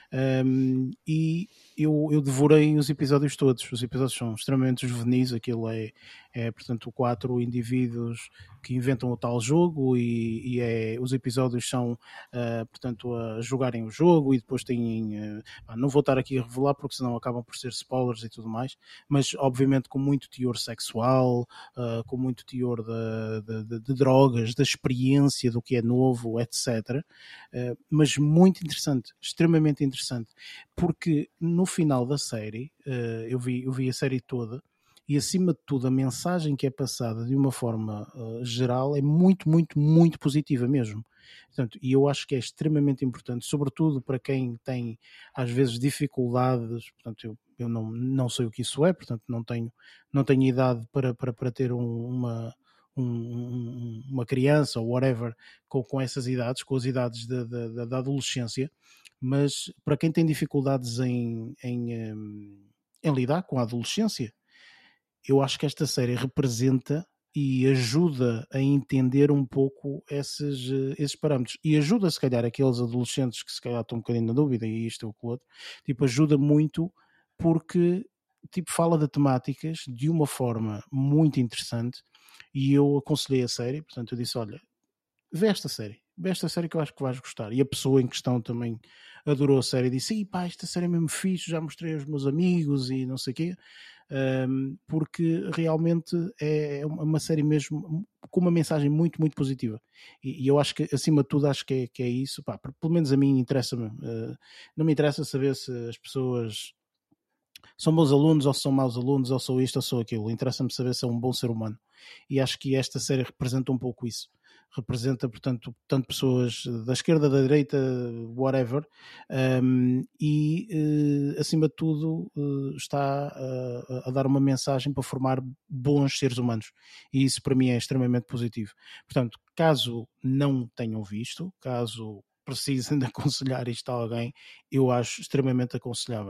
Speaker 1: e eu devorei os episódios todos. Os episódios são extremamente juvenis, aquilo é portanto, 4 indivíduos que inventam o tal jogo e os episódios são, portanto, a jogarem o jogo e depois têm, não vou estar aqui a revelar porque senão acabam por ser spoilers e tudo mais, mas obviamente com muito teor sexual, com muito teor de drogas, da experiência do que é novo, etc. Mas muito interessante, extremamente interessante, porque no final da série, eu vi a série toda, e acima de tudo a mensagem que é passada de uma forma geral é muito, muito, muito positiva mesmo. Portanto, e eu acho que é extremamente importante, sobretudo para quem tem às vezes dificuldades, portanto eu não sei o que isso é, portanto não tenho idade para ter uma criança ou whatever com essas idades, com as idades da adolescência, mas para quem tem dificuldades em lidar com a adolescência, eu acho que esta série representa e ajuda a entender um pouco esses parâmetros. E ajuda, se calhar, aqueles adolescentes que se calhar estão um bocadinho na dúvida, e isto é o que o outro, tipo, ajuda muito porque tipo, fala de temáticas de uma forma muito interessante, e eu aconselhei a série, portanto eu disse, olha, vê esta série que eu acho que vais gostar. E a pessoa em questão também adorou a série e disse, pá, esta série é mesmo fixe, já mostrei aos meus amigos e não sei o quê. Porque realmente é uma série mesmo com uma mensagem muito, muito positiva, e eu acho que acima de tudo acho que é isso, pá, pelo menos a mim interessa-me, não me interessa saber se as pessoas são bons alunos ou são maus alunos, ou sou isto ou sou aquilo, interessa-me saber se é um bom ser humano, e acho que esta série representa um pouco isso. Representa, portanto, tanto pessoas da esquerda, da direita, whatever, e acima de tudo está a dar uma mensagem para formar bons seres humanos, e isso para mim é extremamente positivo. Portanto, caso não tenham visto, caso precisem de aconselhar isto a alguém, eu acho extremamente aconselhável.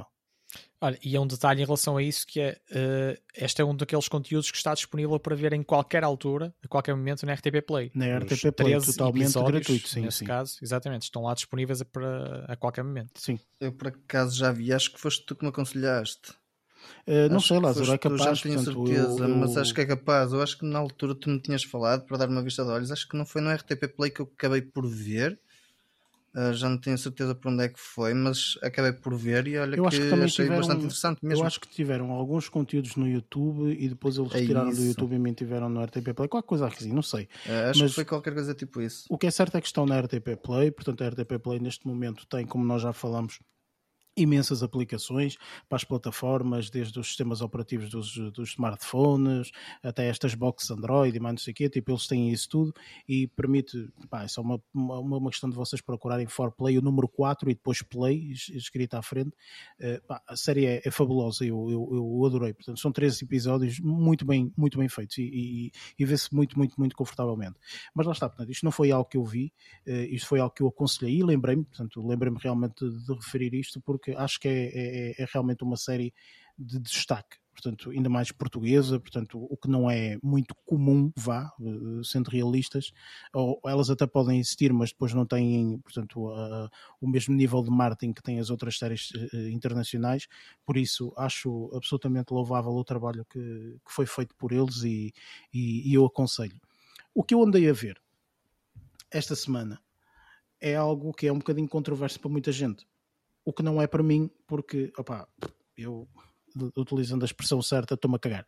Speaker 4: Olha, e é um detalhe em relação a isso que é, este é um daqueles conteúdos que está disponível para ver em qualquer altura, a qualquer momento na RTP Play.
Speaker 1: Na
Speaker 4: Os
Speaker 1: RTP Play,
Speaker 4: 13
Speaker 1: totalmente
Speaker 4: episódios,
Speaker 1: gratuito, sim,
Speaker 4: nesse
Speaker 1: sim.
Speaker 4: caso, exatamente, estão lá disponíveis a qualquer momento.
Speaker 1: Sim.
Speaker 3: Eu por acaso já vi, acho que foste tu que me aconselhaste.
Speaker 1: Não
Speaker 3: Acho
Speaker 1: sei,
Speaker 3: que
Speaker 1: Lázaro, é
Speaker 3: foste tu, já
Speaker 1: capaz,
Speaker 3: não tenho
Speaker 1: portanto,
Speaker 3: certeza, mas acho que é capaz. Eu acho que na altura tu me tinhas falado para dar uma vista de olhos. Acho que não foi no RTP Play que eu acabei por ver. Já não tenho certeza por onde é que foi, mas acabei por ver e olha
Speaker 1: eu acho que também
Speaker 3: achei
Speaker 1: tiveram,
Speaker 3: bastante interessante mesmo.
Speaker 1: eu acho que tiveram alguns conteúdos no YouTube e depois eles
Speaker 3: É
Speaker 1: retiraram do
Speaker 3: isso.
Speaker 1: YouTube e mantiveram no RTP Play, qualquer coisa assim, não sei.
Speaker 3: Acho
Speaker 1: Mas
Speaker 3: que foi qualquer coisa tipo isso.
Speaker 1: o que é certo é que estão na RTP Play, portanto a RTP Play neste momento tem, como nós já falamos, imensas aplicações para as plataformas, desde os sistemas operativos dos smartphones até estas boxes Android e mais não sei o quê, tipo, eles têm isso tudo e permite, é só uma questão de vocês procurarem For Play o número 4 e depois Play escrito à frente. A série é fabulosa, eu adorei, portanto são 13 episódios muito bem feitos e vê-se muito confortavelmente, mas lá está, portanto isto não foi algo que eu vi, isto foi algo que eu aconselhei e lembrei-me realmente de referir isto porque acho que é realmente uma série de destaque, portanto, ainda mais portuguesa, portanto, o que não é muito comum, sendo realistas, ou elas até podem existir, mas depois não têm, portanto, o mesmo nível de marketing que têm as outras séries internacionais, por isso acho absolutamente louvável o trabalho que foi feito por eles e eu aconselho. O que eu andei a ver esta semana é algo que é um bocadinho controverso para muita gente. O que não é para mim, porque, eu, utilizando a expressão certa, estou-me a cagar.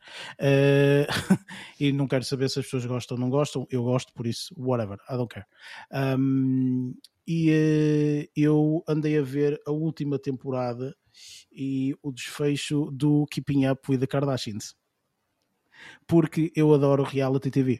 Speaker 1: E não quero saber se as pessoas gostam ou não gostam. Eu gosto, por isso, whatever, I don't care. Eu andei a ver a última temporada e o desfecho do Keeping Up with the Kardashians. Porque eu adoro reality TV.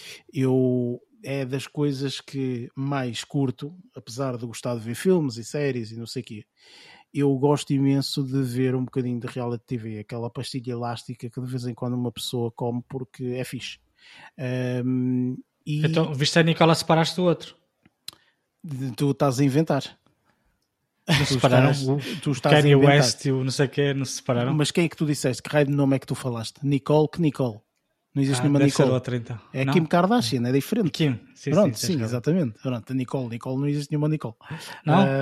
Speaker 1: É das coisas que mais curto, apesar de gostar de ver filmes e séries e não sei o quê. Eu gosto imenso de ver um bocadinho de reality TV, aquela pastilha elástica que de vez em quando uma pessoa come porque é fixe.
Speaker 2: Então, viste a Nicola, separaste do outro?
Speaker 1: Tu estás a inventar.
Speaker 2: Não se separaram?
Speaker 1: Tu estás
Speaker 2: Kanye
Speaker 1: a inventar.
Speaker 2: West e o não sei o quê, não se separaram?
Speaker 1: Mas quem é que tu disseste? Que raio de nome é que tu falaste? Nicole? Que Nicole? Não existe nenhuma
Speaker 2: deve
Speaker 1: Nicole.
Speaker 2: ser outra, então.
Speaker 1: É
Speaker 2: Não?
Speaker 1: Kim Kardashian, é diferente.
Speaker 2: Kim,
Speaker 1: Pronto,
Speaker 2: sim,
Speaker 1: exatamente. Pronto, a Nicole não existe nenhuma Nicole.
Speaker 2: Não?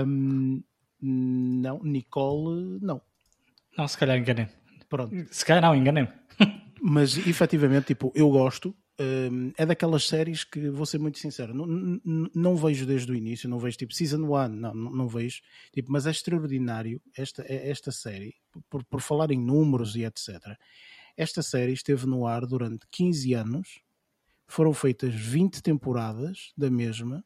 Speaker 1: Não, Nicole, não.
Speaker 2: Não, se calhar enganei.
Speaker 1: Pronto.
Speaker 2: Se calhar não, enganei-me.
Speaker 1: Mas efetivamente, tipo, eu gosto. É daquelas séries que, vou ser muito sincero, não vejo desde o início, não vejo tipo Season 1, não vejo, tipo, mas é extraordinário esta série, por falar em números e etc. Esta série esteve no ar durante 15 anos, foram feitas 20 temporadas da mesma.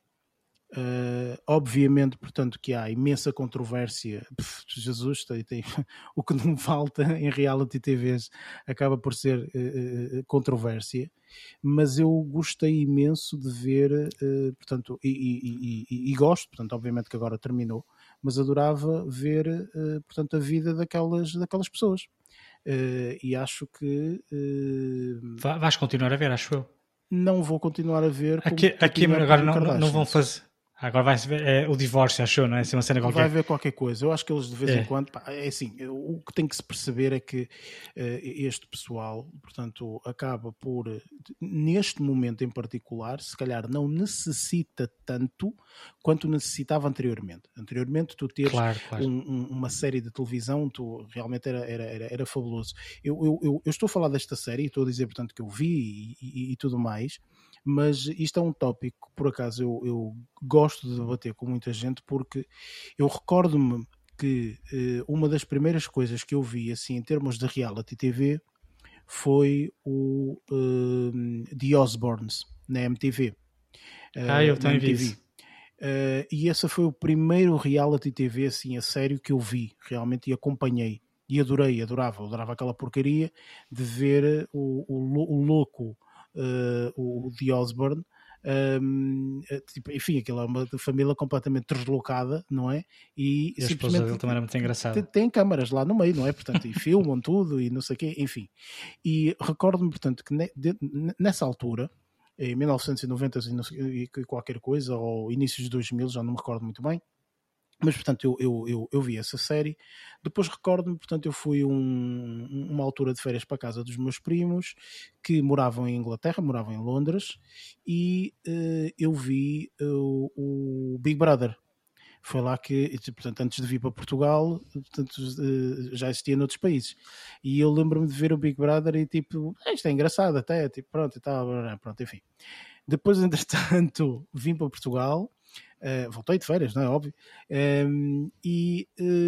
Speaker 1: Obviamente, portanto, que há imensa controvérsia. Jesus, tem o que não falta em reality TVs acaba por ser controvérsia, mas eu gostei imenso de ver, portanto, e gosto, portanto, obviamente que agora terminou, mas adorava ver, portanto, a vida daquelas pessoas. E acho que
Speaker 2: Vais continuar a ver, acho eu.
Speaker 1: não vou continuar a ver.
Speaker 2: Aqui agora não vão fazer. Agora vai ver o divórcio, achou, não é? Assim, uma cena qualquer.
Speaker 1: Vai haver qualquer coisa. Eu acho que eles de vez em quando, é assim, o que tem que se perceber é que este pessoal, portanto, acaba por, neste momento em particular, se calhar não necessita tanto quanto necessitava anteriormente. Anteriormente tu teres
Speaker 2: claro.
Speaker 1: uma série de televisão, tu realmente era fabuloso. Eu estou a falar desta série, estou a dizer, portanto, que eu vi e tudo mais, mas isto é um tópico que por acaso eu gosto de debater com muita gente, porque eu recordo-me que uma das primeiras coisas que eu vi assim em termos de reality TV foi o The Osbournes na MTV.
Speaker 2: Eu também vi isso.
Speaker 1: E esse foi o primeiro reality TV assim a sério que eu vi realmente e acompanhei e adorava aquela porcaria de ver o louco, o The Osbourne, tipo, enfim, aquilo é uma família completamente deslocada, não é?
Speaker 2: E a esposa dele também era muito engraçada.
Speaker 1: Tem câmaras lá no meio, não é? Portanto, e filmam tudo e não sei o quê, enfim. E recordo-me, portanto, que nessa altura, em 1990 e qualquer coisa, ou inícios de 2000, já não me recordo muito bem, Mas, portanto, eu vi essa série. Depois recordo-me, portanto, eu fui uma altura de férias para a casa dos meus primos, que moravam em Inglaterra, moravam em Londres, e eu vi o Big Brother. Foi lá que, portanto, antes de vir para Portugal, portanto, já existia noutros países. E eu lembro-me de ver o Big Brother e tipo, isto é engraçado até, tipo, pronto, e tal, pronto, enfim. Depois, entretanto, vim para Portugal, voltei de férias, não é óbvio, e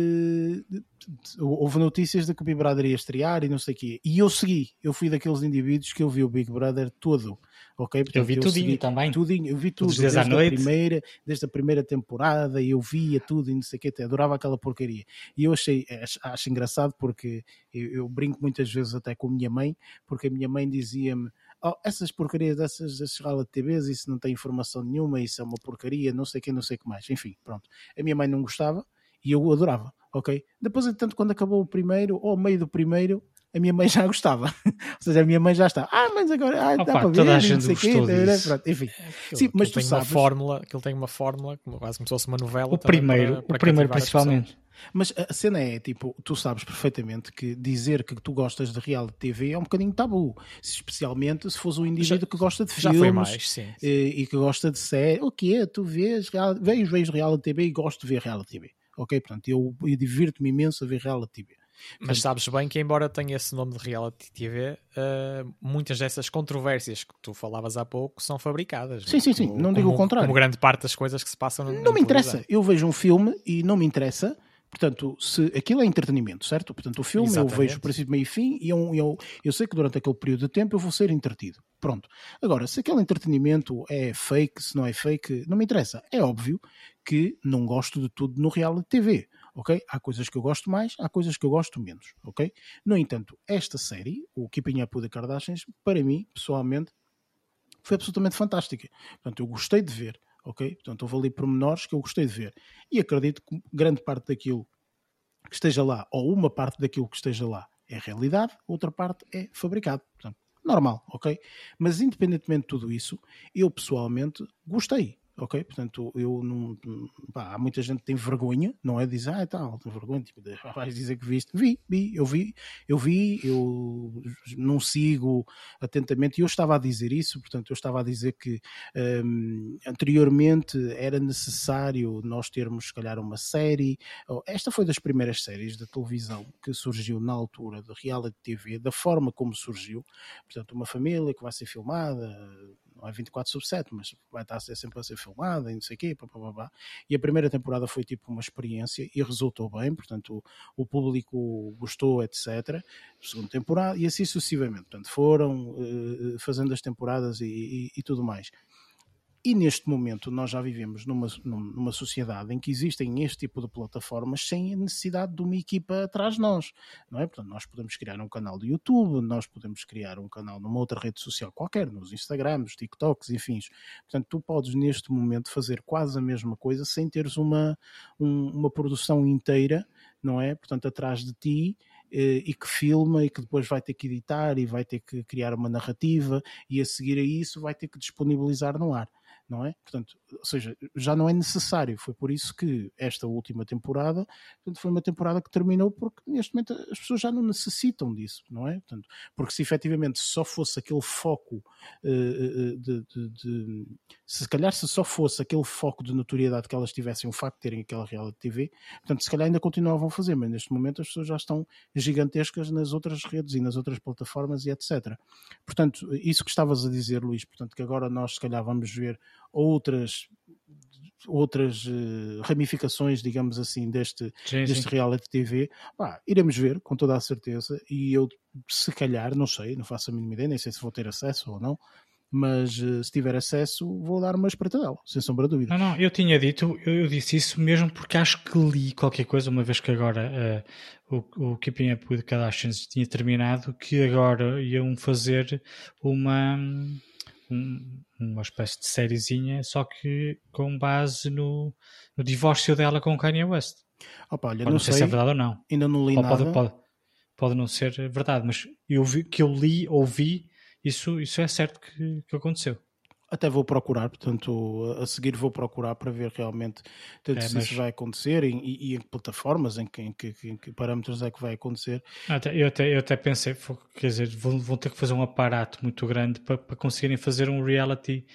Speaker 1: houve notícias de que o Big Brother ia estrear e não sei o quê. E eu fui daqueles indivíduos que eu vi o Big Brother todo, ok? Portanto,
Speaker 2: eu vi tudinho também.
Speaker 1: Tudinho, eu vi tudo, desde a primeira temporada, eu via tudo e não sei o quê, até adorava aquela porcaria. E eu acho engraçado porque eu brinco muitas vezes até com a minha mãe, porque a minha mãe dizia-me: essas porcarias dessas reality TVs, isso não tem informação nenhuma, isso é uma porcaria, não sei o que, não sei o que mais. Enfim, pronto. A minha mãe não gostava e eu adorava, ok? Depois, entanto, quando acabou o primeiro, ou ao meio do primeiro, a minha mãe já gostava. Ou seja, a minha mãe já está. Mas agora dá para ver,
Speaker 2: toda a
Speaker 1: não
Speaker 2: gente
Speaker 1: sei o quê. Pronto, enfim.
Speaker 4: Sim, mas tu sabes... Aquilo tem uma fórmula, quase como se fosse uma novela.
Speaker 2: O primeiro principalmente.
Speaker 1: Mas a cena é, tipo, tu sabes perfeitamente que dizer que tu gostas de reality TV é um bocadinho tabu, especialmente se fores um indivíduo que gosta de filmes,
Speaker 4: foi mais, sim.
Speaker 1: E que gosta de série. O que é? Tu vejo reality TV e gosto de ver reality TV, ok? Portanto, eu divirto-me imenso a ver reality TV.
Speaker 4: Mas sabes bem que, embora tenha esse nome de reality TV, muitas dessas controvérsias que tu falavas há pouco são fabricadas.
Speaker 1: Sim, não digo o contrário.
Speaker 4: Como grande parte das coisas que se passam no
Speaker 1: Não me interessa, eu vejo um filme e não me interessa. Portanto, se aquilo é entretenimento, certo? Portanto, o filme eu vejo princípio, meio e fim e eu sei que durante aquele período de tempo eu vou ser entretido. Pronto. Agora, se aquele entretenimento é fake, se não é fake, não me interessa. É óbvio que não gosto de tudo no reality TV, ok? Há coisas que eu gosto mais, há coisas que eu gosto menos, ok? No entanto, esta série, o Keeping Up with the Kardashians, para mim, pessoalmente, foi absolutamente fantástica. Portanto, eu gostei de ver. Ok? Portanto, houve ali pormenores que eu gostei de ver. E acredito que grande parte daquilo que esteja lá, ou uma parte daquilo que esteja lá, é realidade, outra parte é fabricado. Portanto, normal, ok? Mas independentemente de tudo isso, eu pessoalmente gostei. Ok? Portanto, eu não. Há muita gente que tem vergonha, não é? Diz, tal, tem vergonha, tipo, vais dizer que viste. Eu não sigo atentamente, e eu estava a dizer isso, portanto, eu estava a dizer que anteriormente era necessário nós termos, se calhar, uma série. Esta foi das primeiras séries da televisão que surgiu na altura de reality TV, da forma como surgiu. Portanto, uma família que vai ser filmada. Não é 24/7, mas vai estar sempre a ser filmada e não sei o quê, e a primeira temporada foi tipo uma experiência e resultou bem, portanto o público gostou, etc. A segunda temporada e assim sucessivamente, portanto foram fazendo as temporadas e tudo mais. E neste momento nós já vivemos numa sociedade em que existem este tipo de plataformas sem a necessidade de uma equipa atrás de nós, não é? Portanto, nós podemos criar um canal do YouTube, nós podemos criar um canal numa outra rede social qualquer, nos Instagrams, TikToks, enfim. Portanto, tu podes neste momento fazer quase a mesma coisa sem teres uma produção inteira, não é? Portanto, atrás de ti, e que filma e que depois vai ter que editar e vai ter que criar uma narrativa e a seguir a isso vai ter que disponibilizar no ar. Não é? Portanto, ou seja, já não é necessário. Foi por isso que esta última temporada, portanto, foi uma temporada que terminou porque neste momento as pessoas já não necessitam disso, não é? Portanto, porque se efetivamente só fosse aquele foco se calhar se só fosse aquele foco de notoriedade que elas tivessem, o facto de terem aquela reality TV, portanto, se calhar ainda continuavam a fazer, mas neste momento as pessoas já estão gigantescas nas outras redes e nas outras plataformas e etc. Portanto, isso que estavas a dizer, Luís, portanto, que agora nós se calhar vamos ver outras ramificações, digamos assim, deste reality TV, iremos ver com toda a certeza, e eu se calhar, não sei, não faço a mínima ideia, nem sei se vou ter acesso ou não, mas se tiver acesso vou dar uma espreitadela, sem sombra de dúvida.
Speaker 2: Não, eu tinha dito, eu disse isso mesmo porque acho que li qualquer coisa, uma vez que agora o Keeping Up with the Kardashians tinha terminado, que agora iam fazer uma espécie de sériezinha, só que com base no divórcio dela com Kanye West.
Speaker 1: Olha,
Speaker 2: não sei se é verdade ou não.
Speaker 1: Ainda não li nada.
Speaker 2: Pode não ser verdade, mas ouvi, isso é certo que aconteceu.
Speaker 1: até vou procurar, portanto, a seguir vou procurar para ver realmente se isso vai acontecer e em que plataformas, em que parâmetros é que vai acontecer.
Speaker 2: Eu até pensei, quer dizer, vão ter que fazer um aparato muito grande para conseguirem fazer um reality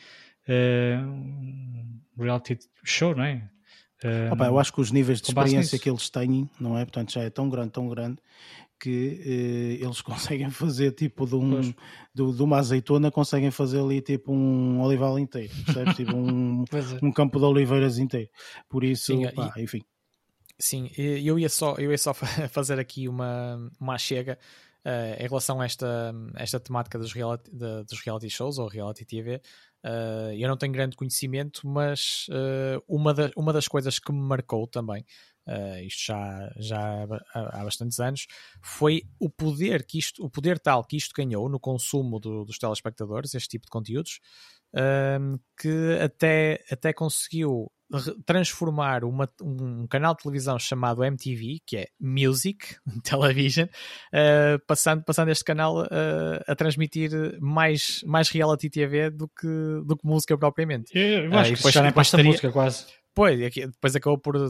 Speaker 2: show, não é?
Speaker 1: Eu acho que os níveis de experiência que eles têm, não é? Portanto, já é tão grande que eles conseguem fazer tipo de uma azeitona, conseguem fazer ali tipo um olival inteiro, percebes? Tipo um campo de oliveiras inteiro. Por isso, sim, enfim.
Speaker 4: Sim, eu ia só fazer aqui uma chega em relação a esta temática dos reality shows ou reality TV. Eu não tenho grande conhecimento, mas uma das coisas que me marcou também, isto já há bastantes anos, foi o poder tal que isto ganhou no consumo dos telespectadores, este tipo de conteúdos, que até conseguiu transformar um canal de televisão chamado MTV, que é Music Television, passando este canal a transmitir mais reality TV do que música propriamente.
Speaker 2: Eu acho que já nem passa música quase.
Speaker 4: Pois, depois acabou por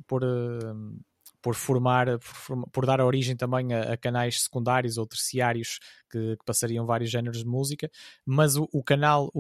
Speaker 4: dar origem também a canais secundários ou terciários que passariam vários géneros de música, mas o canal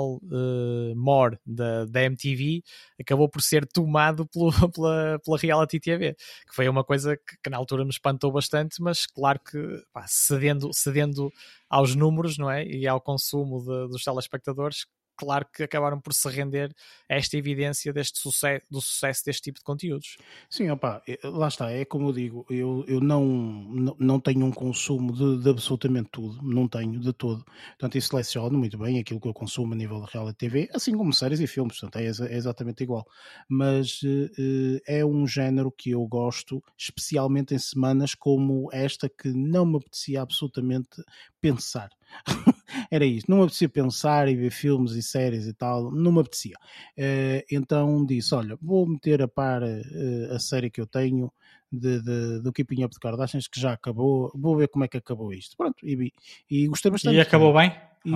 Speaker 4: More da MTV acabou por ser tomado pela reality TV, que foi uma coisa que na altura me espantou bastante, mas claro que cedendo aos números, não é? E ao consumo dos telespectadores, claro que acabaram por se render a esta evidência do sucesso deste tipo de conteúdos.
Speaker 1: Sim, lá está, é como eu digo, eu não tenho um consumo de absolutamente tudo, não tenho de todo, portanto eu seleciono muito bem aquilo que eu consumo a nível de reality TV, assim como séries e filmes, portanto é exatamente igual, mas é um género que eu gosto, especialmente em semanas como esta, que não me apetecia absolutamente pensar. Era isso, não me apetecia pensar e ver filmes e séries e tal, não me apetecia. Então disse, olha, vou meter a par a série que eu tenho do Keeping Up with the Kardashians, que já acabou, vou ver como é que acabou isto. Pronto, e gostei bastante.
Speaker 2: E acabou bem?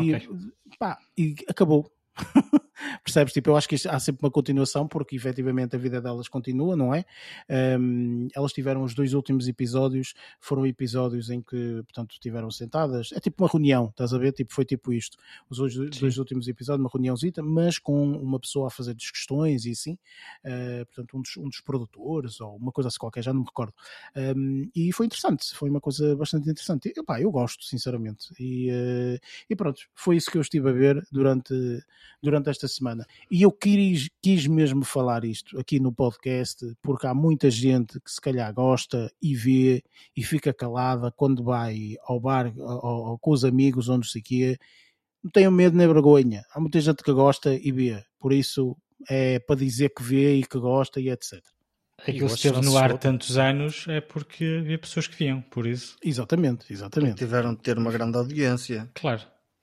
Speaker 1: E acabou. Percebes? Tipo, eu acho que há sempre uma continuação, porque efetivamente a vida delas continua, não é? Elas tiveram os 2 últimos episódios, foram episódios em que, portanto, estiveram sentadas, é tipo uma reunião, estás a ver? Tipo, foi tipo isto, os 2 últimos episódios, uma reuniãozita, mas com uma pessoa a fazer questões e assim, portanto, um dos produtores, ou uma coisa assim qualquer, já não me recordo. E foi interessante, foi uma coisa bastante interessante. Eu gosto, sinceramente, e pronto, foi isso que eu estive a ver durante esta semana. E eu quis mesmo falar isto aqui no podcast, porque há muita gente que se calhar gosta e vê e fica calada quando vai ao bar ou com os amigos ou não sei o quê. Não tenham medo nem vergonha. Há muita gente que gosta e vê. Por isso é para dizer que vê e que gosta e etc.
Speaker 2: Aquilo que esteve no ar tantos anos é porque havia pessoas que viam, por isso.
Speaker 1: Exatamente.
Speaker 3: Tiveram de ter uma grande audiência.
Speaker 2: Claro.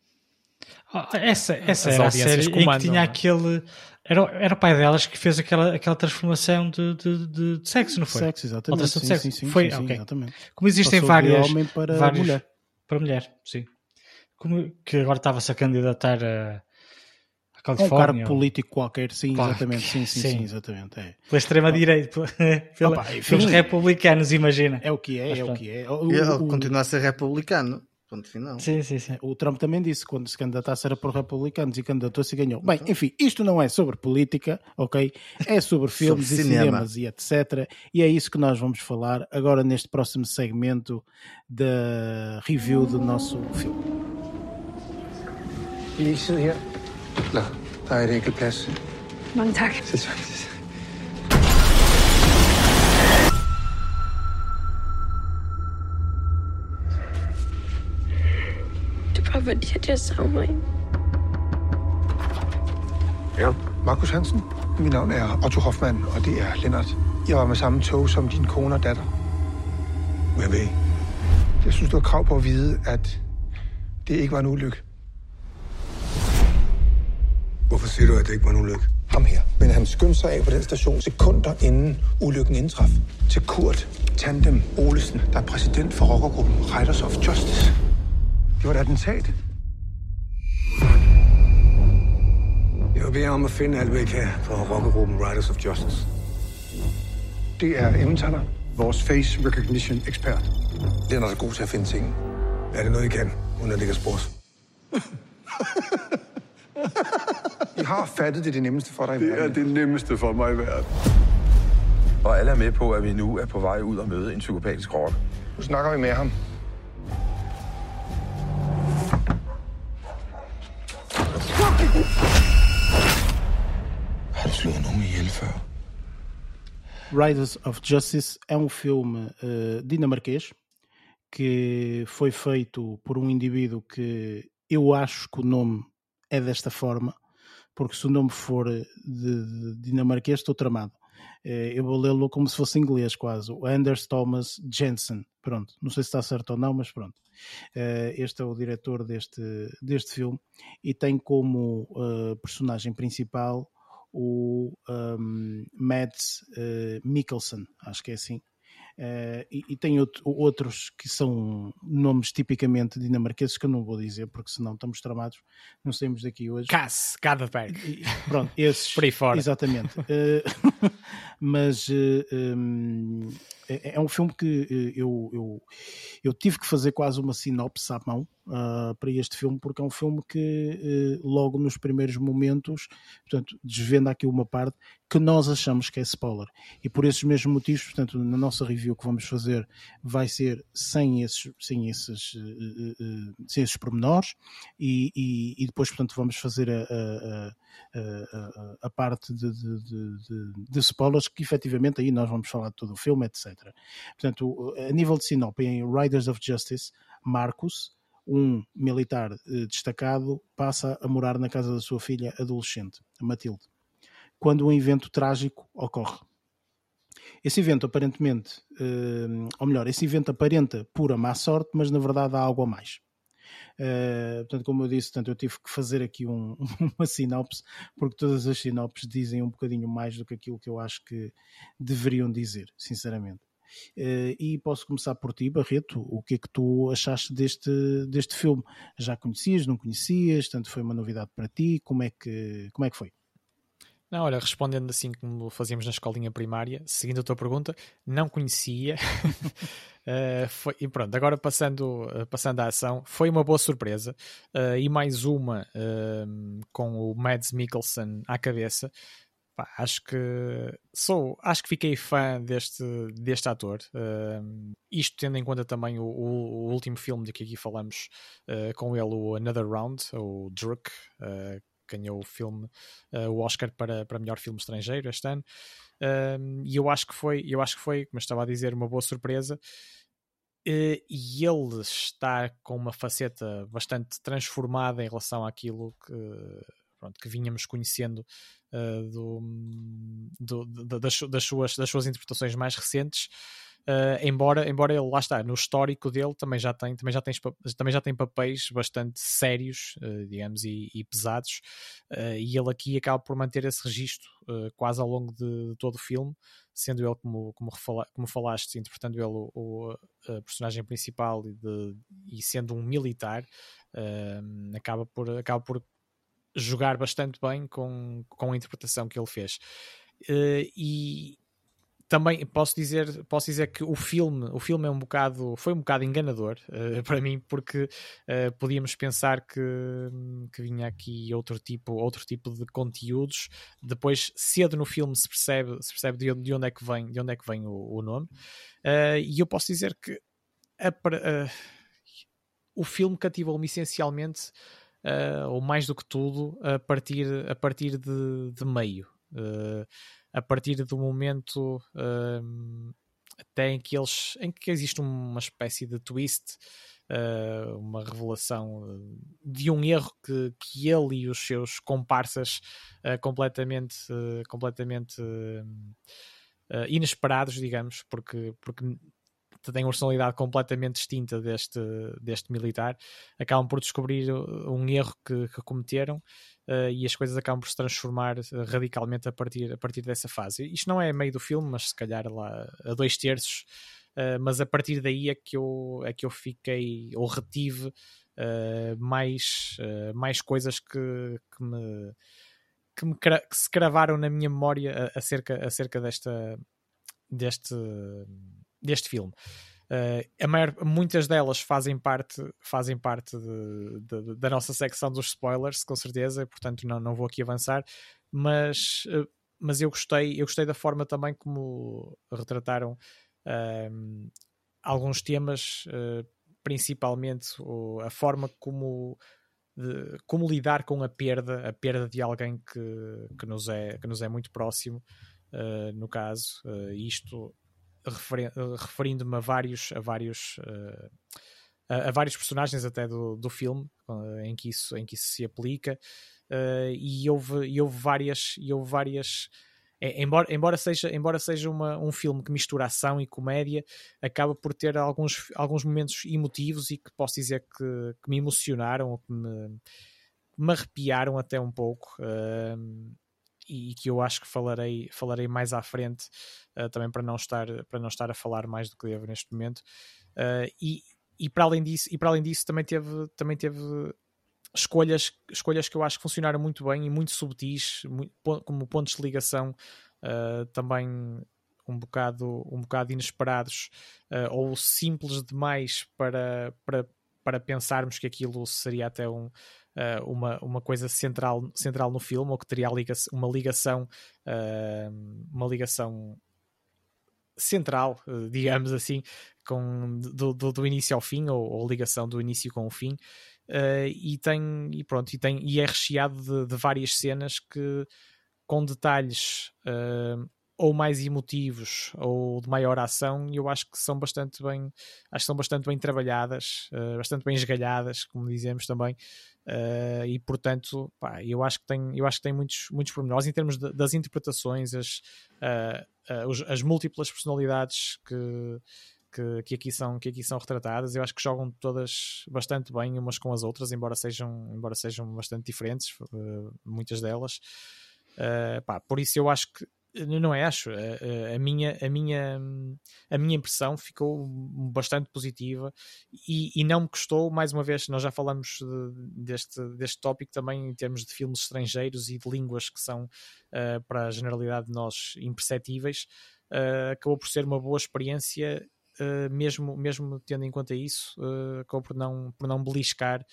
Speaker 2: Essa era a série em que tinha aquele... Era o pai delas que fez aquela transformação de sexo, não foi?
Speaker 1: Sexo, exatamente.
Speaker 2: Sim, foi, okay.
Speaker 1: Exatamente.
Speaker 2: Como existem várias...
Speaker 1: homem para mulher.
Speaker 2: Para mulher, sim. Que agora estava-se a candidatar a Califórnia.
Speaker 1: Um cargo político qualquer, sim, claro, exatamente. Sim, exatamente. É.
Speaker 2: Pela extrema-direita, pelos republicanos, imagina.
Speaker 1: É o que é, é o que é.
Speaker 3: Ele continua a ser republicano. Ponto final.
Speaker 2: Sim.
Speaker 1: O Trump também disse, quando se candidatasse era por republicanos e candidatou-se e ganhou. Bem, enfim, isto não é sobre política, ok? É sobre filmes e cinemas e etc. E é isso que nós vamos falar agora neste próximo segmento da review do nosso filme.
Speaker 5: Vil I ikke sidde her? Nå, der er et enkelt plads.
Speaker 6: Mange tak. Det var fordi, at jeg savner en.
Speaker 5: Ja. Markus Hansen. Mit navn er Otto Hoffmann, og det er Lennart. Jeg var med samme tog som din kone og datter. Jeg ved. Jeg synes, du har krav på at vide, at det ikke var en ulykke.
Speaker 7: Hvorfor siger du, at det ikke var en ulykke?
Speaker 5: Ham her. Men han skyndte sig af på den station sekunder inden ulykken indtraf. Til Kurt Tandem Olesen, der er præsident for rockergruppen Riders of Justice. Det var et attentat.
Speaker 7: vil bede jer om at finde alt, hvad I kan på rockergruppen Riders of Justice.
Speaker 5: Det er Emmentaler, vores face recognition ekspert.
Speaker 7: Det er nok så god til at finde ting. Er det noget, I kan, uden at det kan spores?
Speaker 5: I har fattet det nemmeste for dig i
Speaker 7: Det er
Speaker 5: verden.
Speaker 7: det nemmeste for mig i verden.
Speaker 8: Og alle er med på, at vi nu er på vej ud og møde en psykopatisk rotte.
Speaker 5: Nu snakker vi med ham.
Speaker 7: Har du slået nogen ihjel før?
Speaker 1: Riders of Justice é um filme dinamarquês que foi feito por um indivíduo que eu acho que o nome é desta forma, porque se o nome for de dinamarquês estou tramado. Eu vou lê-lo como se fosse inglês quase, o Anders Thomas Jensen. Pronto, não sei se está certo ou não, mas pronto. Este é o diretor deste filme e tem como personagem principal o Mads Mikkelsen, acho que é assim. E tem outros que são nomes tipicamente dinamarqueses que eu não vou dizer porque senão estamos tramados, não saímos daqui hoje.
Speaker 4: Cass Gaderberg.
Speaker 1: Pronto, esses
Speaker 4: por aí fora.
Speaker 1: Exatamente. Mas é um filme que eu tive que fazer quase uma sinopse à mão para este filme, porque é um filme que logo nos primeiros momentos, portanto, desvenda aqui uma parte que nós achamos que é spoiler, e por esses mesmos motivos, portanto, na nossa review que vamos fazer vai ser sem esses pormenores e depois, portanto, vamos fazer a parte de spoilers, que efetivamente aí nós vamos falar de todo o filme, etc. Portanto, a nível de sinopse, em Riders of Justice, Marcus, um militar destacado, passa a morar na casa da sua filha adolescente, a Matilde, quando um evento trágico ocorre. Esse evento aparentemente, ou melhor, esse evento aparenta pura má sorte, mas na verdade há algo a mais. Portanto, como eu disse, portanto, eu tive que fazer aqui uma sinopse, porque todas as sinopses dizem um bocadinho mais do que aquilo que eu acho que deveriam dizer, sinceramente. E posso começar por ti, Barreto. O que é que tu achaste deste filme? Já conhecias, não conhecias? Tanto foi uma novidade para ti? Como é que foi?
Speaker 4: Não, olha, respondendo assim como fazíamos na escolinha primária, seguindo a tua pergunta, não conhecia. E pronto, agora passando à ação, foi uma boa surpresa, e mais uma com o Mads Mikkelsen à cabeça. Pá, acho que fiquei fã deste ator, isto tendo em conta também o último filme de que aqui falamos com ele, o Another Round, o Druk, ganhou o filme, o Oscar para melhor filme estrangeiro este ano, e eu acho que foi, como estava a dizer, uma boa surpresa, e ele está com uma faceta bastante transformada em relação àquilo que vínhamos conhecendo das suas interpretações mais recentes. Embora ele, lá está, no histórico dele também já tem papéis bastante sérios, digamos, e pesados, e ele aqui acaba por manter esse registro quase ao longo de todo o filme, sendo ele, como falaste, interpretando ele o personagem principal e sendo um militar, acaba por jogar bastante bem com a interpretação que ele fez. E também posso dizer que o filme foi um bocado enganador para mim, porque podíamos pensar que vinha aqui outro tipo de conteúdos. Depois, cedo no filme, se percebe de onde é que vem o nome. E eu posso dizer que o filme cativou-me essencialmente, ou mais do que tudo, a partir de meio. A partir do momento até em que existe uma espécie de twist, uma revelação de um erro que ele e os seus comparsas completamente inesperados, digamos, porque tem uma personalidade completamente distinta deste militar, acabam por descobrir um erro que cometeram, e as coisas acabam por se transformar radicalmente a partir dessa fase. Isto não é a meio do filme, mas se calhar lá a 2/3, mas a partir daí é que eu fiquei, ou retive mais coisas que que se cravaram na minha memória acerca deste filme. Muitas delas fazem parte da nossa secção dos spoilers, com certeza, portanto não vou aqui avançar, mas eu gostei da forma também como retrataram alguns temas, principalmente a forma como lidar com a perda de alguém que nos é muito próximo, no caso, isto referindo-me a vários personagens até do filme em que isso se aplica, e houve várias embora seja um filme que mistura ação e comédia, acaba por ter alguns momentos emotivos e que posso dizer que me emocionaram ou que me arrepiaram até um pouco, e que eu acho que falarei mais à frente, também para não estar a falar mais do que devo neste momento, e para além disso também teve escolhas que eu acho que funcionaram muito bem e muito subtis, como pontos de ligação, também um bocado inesperados, ou simples demais para pensarmos que aquilo seria até uma coisa central no filme, ou que teria uma ligação central, digamos assim, do início ao fim, ou ligação do início com o fim, e é recheado de várias cenas que, com detalhes ou mais emotivos ou de maior ação, eu acho que são bastante bem trabalhadas, bastante bem esgalhadas, como dizemos também, e portanto, eu acho que tem muitos pormenores em termos das interpretações, as múltiplas personalidades que aqui são retratadas. Eu acho que jogam todas bastante bem umas com as outras, embora sejam bastante diferentes, muitas delas. Por isso eu acho que a minha impressão ficou bastante positiva, e não me custou, mais uma vez, nós já falamos deste tópico também em termos de filmes estrangeiros e de línguas que são, para a generalidade de nós, imperceptíveis. Acabou por ser uma boa experiência, mesmo tendo em conta isso, acabou por não beliscar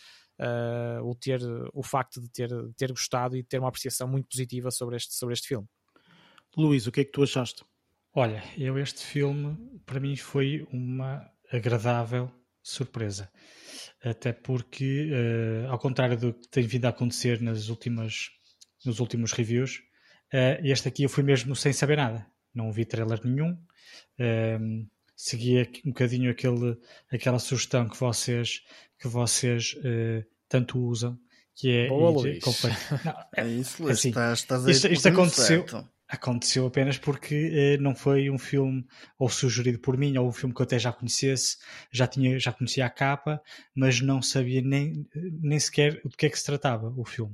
Speaker 4: o facto de ter gostado e de ter uma apreciação muito positiva sobre este filme.
Speaker 1: Luís, o que é que tu achaste?
Speaker 2: Olha, este filme para mim foi uma agradável surpresa, até porque, ao contrário do que tem vindo a acontecer nos últimos reviews, este aqui eu fui mesmo sem saber nada, não vi trailer nenhum, segui um bocadinho aquela sugestão que vocês tanto usam, que é...
Speaker 4: Boa, Luís.
Speaker 3: É isso, Luís,
Speaker 2: assim,
Speaker 3: estás aí
Speaker 2: isto aconteceu.
Speaker 3: Certo.
Speaker 2: Aconteceu apenas porque não foi um filme ou sugerido por mim, ou um filme que eu até já conhecesse, já conhecia a capa, mas não sabia nem sequer do que é que se tratava o filme.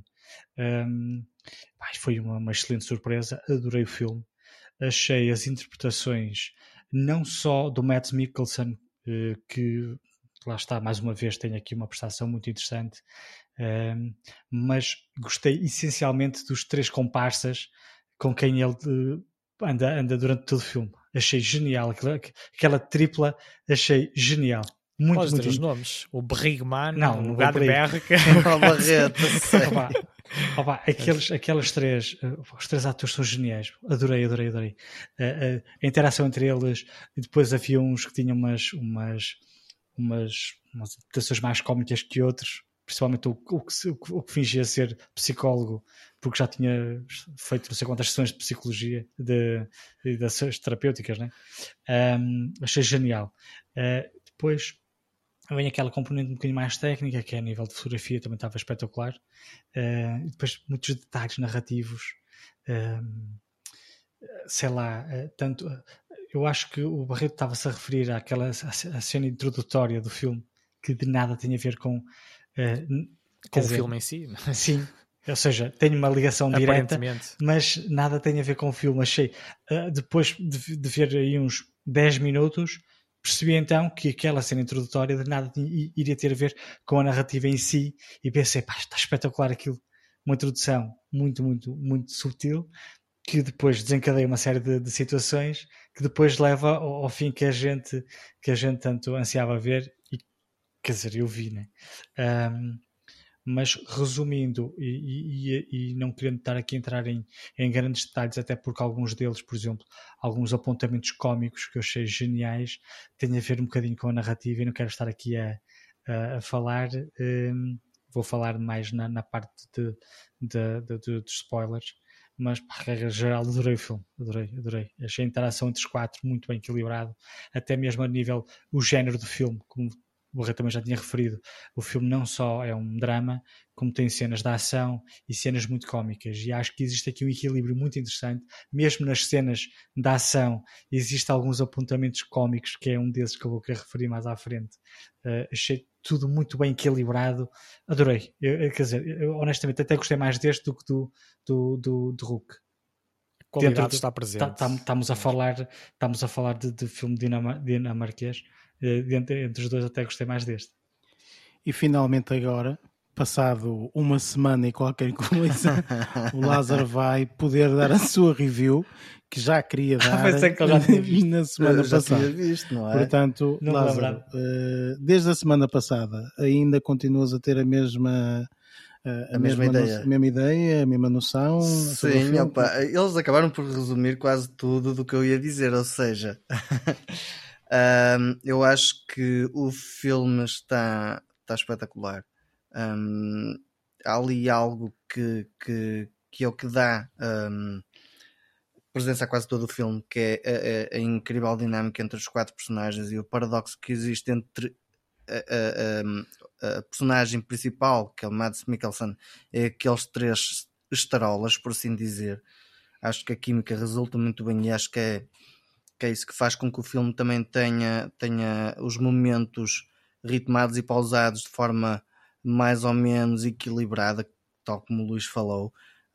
Speaker 2: Foi uma excelente surpresa, adorei o filme, achei as interpretações não só do Mads Mikkelsen, que lá está, mais uma vez tem aqui uma prestação muito interessante, mas gostei essencialmente dos 3 comparsas com quem ele anda durante todo o filme. Achei genial. Aquela tripla, achei genial.
Speaker 4: Podes dizer os nomes? O Bergman,
Speaker 2: não
Speaker 4: o Gadberg,
Speaker 3: o Barreto.
Speaker 2: Aqueles 3, os 3 atores são geniais. Adorei. A interação entre eles, e depois havia uns que tinham umas adaptações mais cómicas que outros, principalmente o que fingia ser psicólogo, porque já tinha feito não sei quantas sessões de psicologia e das sessões terapêuticas, né? Achei genial. Depois vem aquela componente um bocadinho mais técnica, que é a nível de fotografia, também estava espetacular, e depois muitos detalhes narrativos, sei lá, tanto... Eu acho que o Barreto estava-se a referir àquela cena introdutória do filme, que de nada tem a ver com
Speaker 4: o filme em si.
Speaker 2: Sim, ou seja, tem uma ligação direta, mas nada tem a ver com o filme. Achei, depois de ver aí uns 10 minutos, percebi então que aquela cena introdutória de nada iria ter a ver com a narrativa em si, e pensei, está espetacular aquilo, uma introdução muito, muito, muito subtil, que depois desencadeia uma série de situações que depois leva ao fim que a gente tanto ansiava ver, e quer dizer, eu vi, né? Mas resumindo, e não querendo estar aqui a entrar em grandes detalhes, até porque alguns deles, por exemplo, alguns apontamentos cómicos que eu achei geniais, têm a ver um bocadinho com a narrativa, e não quero estar aqui a falar, vou falar mais na parte dos spoilers, mas para a regra geral adorei o filme, adorei. Achei a interação entre os quatro muito bem equilibrado, até mesmo a nível, o género do filme, como o Rei também já tinha referido, o filme não só é um drama, como tem cenas de ação e cenas muito cómicas, e acho que existe aqui um equilíbrio muito interessante, mesmo nas cenas de ação existem alguns apontamentos cómicos, que é um desses que eu vou querer referir mais à frente. Achei tudo muito bem equilibrado, adorei, quer dizer, eu honestamente até gostei mais deste do que do Hulk.
Speaker 4: A qualidade está presente.
Speaker 2: Estamos a falar de filme dinamarquês, entre os dois até gostei mais deste.
Speaker 1: E finalmente agora, passado uma semana e qualquer coisa, o Lázaro vai poder dar a sua review, que já queria dar na semana passada.
Speaker 3: Visto, não é?
Speaker 1: Portanto,
Speaker 2: não
Speaker 1: Lázaro, desde a semana passada ainda continuas a ter a mesma ideia, a mesma noção.
Speaker 3: Sim, opa, eles acabaram por resumir quase tudo do que eu ia dizer, ou seja, eu acho que o filme está espetacular. Há ali algo que é o que dá presença a quase todo o filme, que é a incrível dinâmica entre os quatro personagens e o paradoxo que existe entre a personagem principal, que é o Mads Mikkelsen, é aqueles três estarolas, por assim dizer. Acho que a química resulta muito bem, e acho que é isso que faz com que o filme também tenha os momentos ritmados e pausados de forma mais ou menos equilibrada, tal como o Luís falou.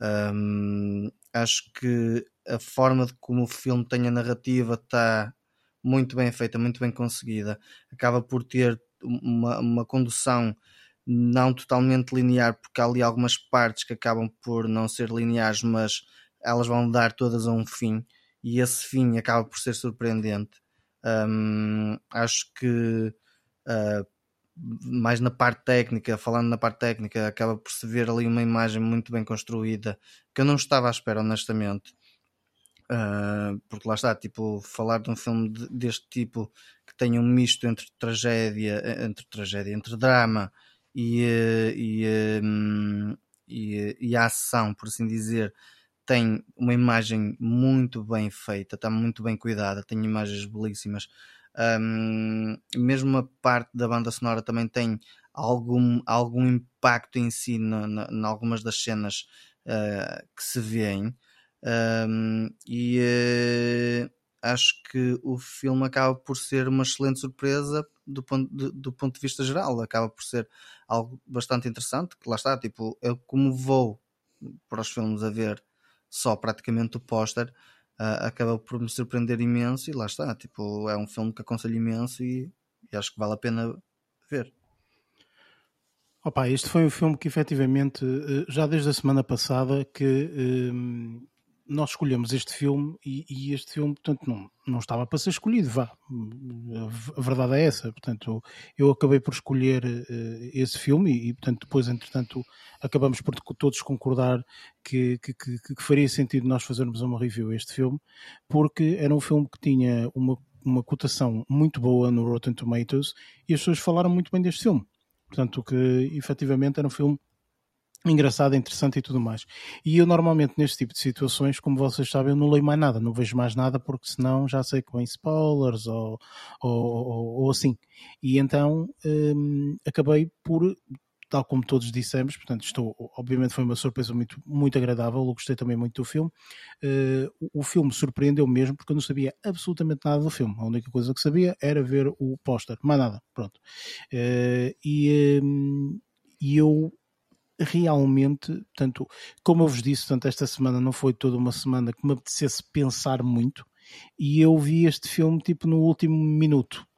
Speaker 3: Acho que a forma de como o filme tem a narrativa está muito bem feita, muito bem conseguida. Acaba por ter uma condução não totalmente linear, porque há ali algumas partes que acabam por não ser lineares, mas elas vão dar todas a um fim, e esse fim acaba por ser surpreendente. Acho que mais na parte técnica, falando na parte técnica, acaba por se ver ali uma imagem muito bem construída, que eu não estava à espera, honestamente. Porque lá está, tipo, falar de um filme deste tipo, que tem um misto entre drama e a ação, por assim dizer, tem uma imagem muito bem feita, está muito bem cuidada, tem imagens belíssimas. Mesmo a parte da banda sonora também tem algum impacto em si em algumas das cenas que se vêem. Acho que o filme acaba por ser uma excelente surpresa do ponto de vista geral. Acaba por ser algo bastante interessante, que lá está, tipo, eu como vou para os filmes a ver só praticamente o póster, acaba por me surpreender imenso, e lá está, tipo, é um filme que aconselho imenso e acho que vale a pena ver.
Speaker 1: Opa, este foi um filme que efetivamente, já desde a semana passada, que nós escolhemos este filme, e este filme, portanto, não estava para ser escolhido, vá. A verdade é essa. Portanto, eu acabei por escolher esse filme e, portanto, depois, entretanto, acabamos por todos concordar que faria sentido nós fazermos uma review a este filme, porque era um filme que tinha uma cotação muito boa no Rotten Tomatoes, e as pessoas falaram muito bem deste filme. Portanto, que efetivamente era um filme engraçado, interessante e tudo mais. E eu normalmente neste tipo de situações, como vocês sabem, eu não leio mais nada, não vejo mais nada, porque senão já sei que vem spoilers ou assim. E então acabei por, tal como todos dissemos, portanto, obviamente foi uma surpresa muito, muito agradável, eu gostei também muito do filme. O filme surpreendeu mesmo, porque eu não sabia absolutamente nada do filme. A única coisa que sabia era ver o póster, mais nada, pronto. E eu realmente, portanto, como eu vos disse, portanto, esta semana não foi toda uma semana que me apetecesse pensar muito, e eu vi este filme tipo no último minuto,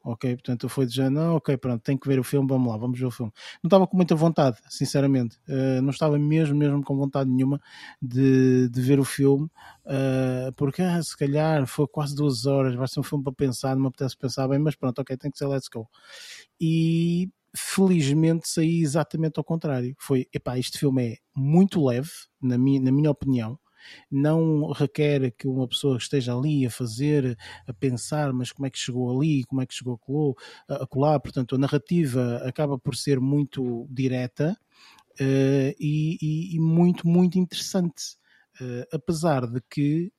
Speaker 1: ok? Portanto, eu fui dizendo, não, ok, pronto, tenho que ver o filme, vamos lá, vamos ver o filme. Não estava com muita vontade, sinceramente, não estava mesmo com vontade nenhuma de ver o filme, porque se calhar foi quase 2 horas, vai ser um filme para pensar, não me apetece pensar bem, mas pronto, ok, tem que ser, let's go. E felizmente saí exatamente ao contrário. Foi, epá, este filme é muito leve, na minha opinião, não requer que uma pessoa esteja ali a pensar, mas como é que chegou ali, como é que chegou a colar, portanto a narrativa acaba por ser muito direta e muito interessante, apesar de que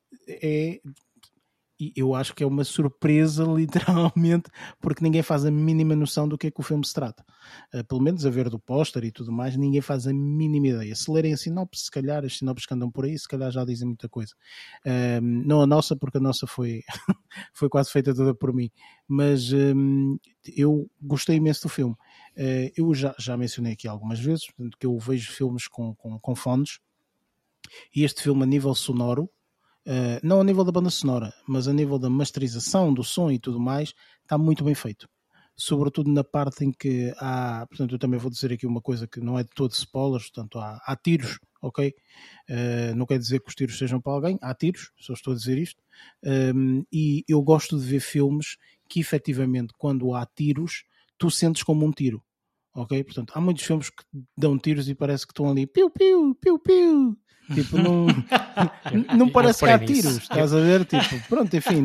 Speaker 1: eu acho que é uma surpresa literalmente, porque ninguém faz a mínima noção do que é que o filme se trata, pelo menos a ver do póster e tudo mais, ninguém faz a mínima ideia. Se lerem a sinopse, se calhar as sinopses que andam por aí, se calhar já dizem muita coisa, não a nossa, porque a nossa foi quase feita toda por mim, mas eu gostei imenso do filme. Eu já mencionei aqui algumas vezes, portanto, que eu vejo filmes com fones, e este filme a nível sonoro, não a nível da banda sonora, mas a nível da masterização do som e tudo mais, está muito bem feito. Sobretudo na parte em que há, portanto, eu também vou dizer aqui uma coisa que não é de todo spoilers, portanto, há tiros, ok? Não quer dizer que os tiros sejam para alguém, há tiros, só estou a dizer isto. E eu gosto de ver filmes que efetivamente, quando há tiros, tu sentes como um tiro, ok? Portanto, há muitos filmes que dão tiros e parece que estão ali, piu, piu, piu, piu. Tipo, não parece que há tiros, estás a ver? Tipo, pronto, enfim,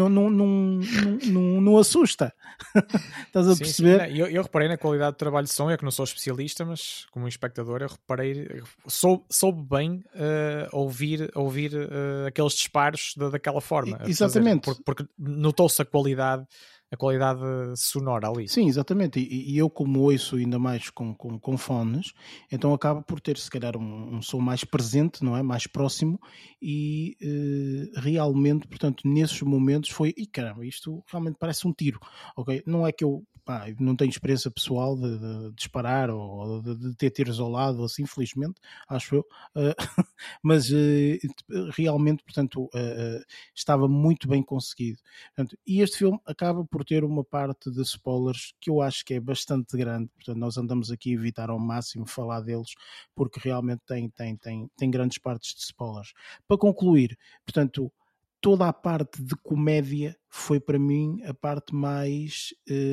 Speaker 1: não assusta. Estás a perceber?
Speaker 4: Sim. Eu reparei na qualidade de trabalho de som, é que não sou especialista, mas como espectador eu reparei, soube bem ouvir aqueles disparos daquela forma.
Speaker 1: Exatamente.
Speaker 4: Porque notou-se a qualidade sonora ali.
Speaker 1: Sim, exatamente. E eu, como ouço ainda mais com fones, então acaba por ter se calhar um som mais presente, não é? Mais próximo, e realmente, portanto, nesses momentos foi, e caramba, isto realmente parece um tiro, ok? Não é que eu não tenho experiência pessoal de disparar ou de ter tiros ao lado, assim, felizmente, acho eu, mas realmente, portanto, estava muito bem conseguido. Portanto, e este filme acaba por ter uma parte de spoilers que eu acho que é bastante grande, portanto nós andamos aqui a evitar ao máximo falar deles, porque realmente tem grandes partes de spoilers. Para concluir, portanto, toda a parte de comédia foi para mim a parte mais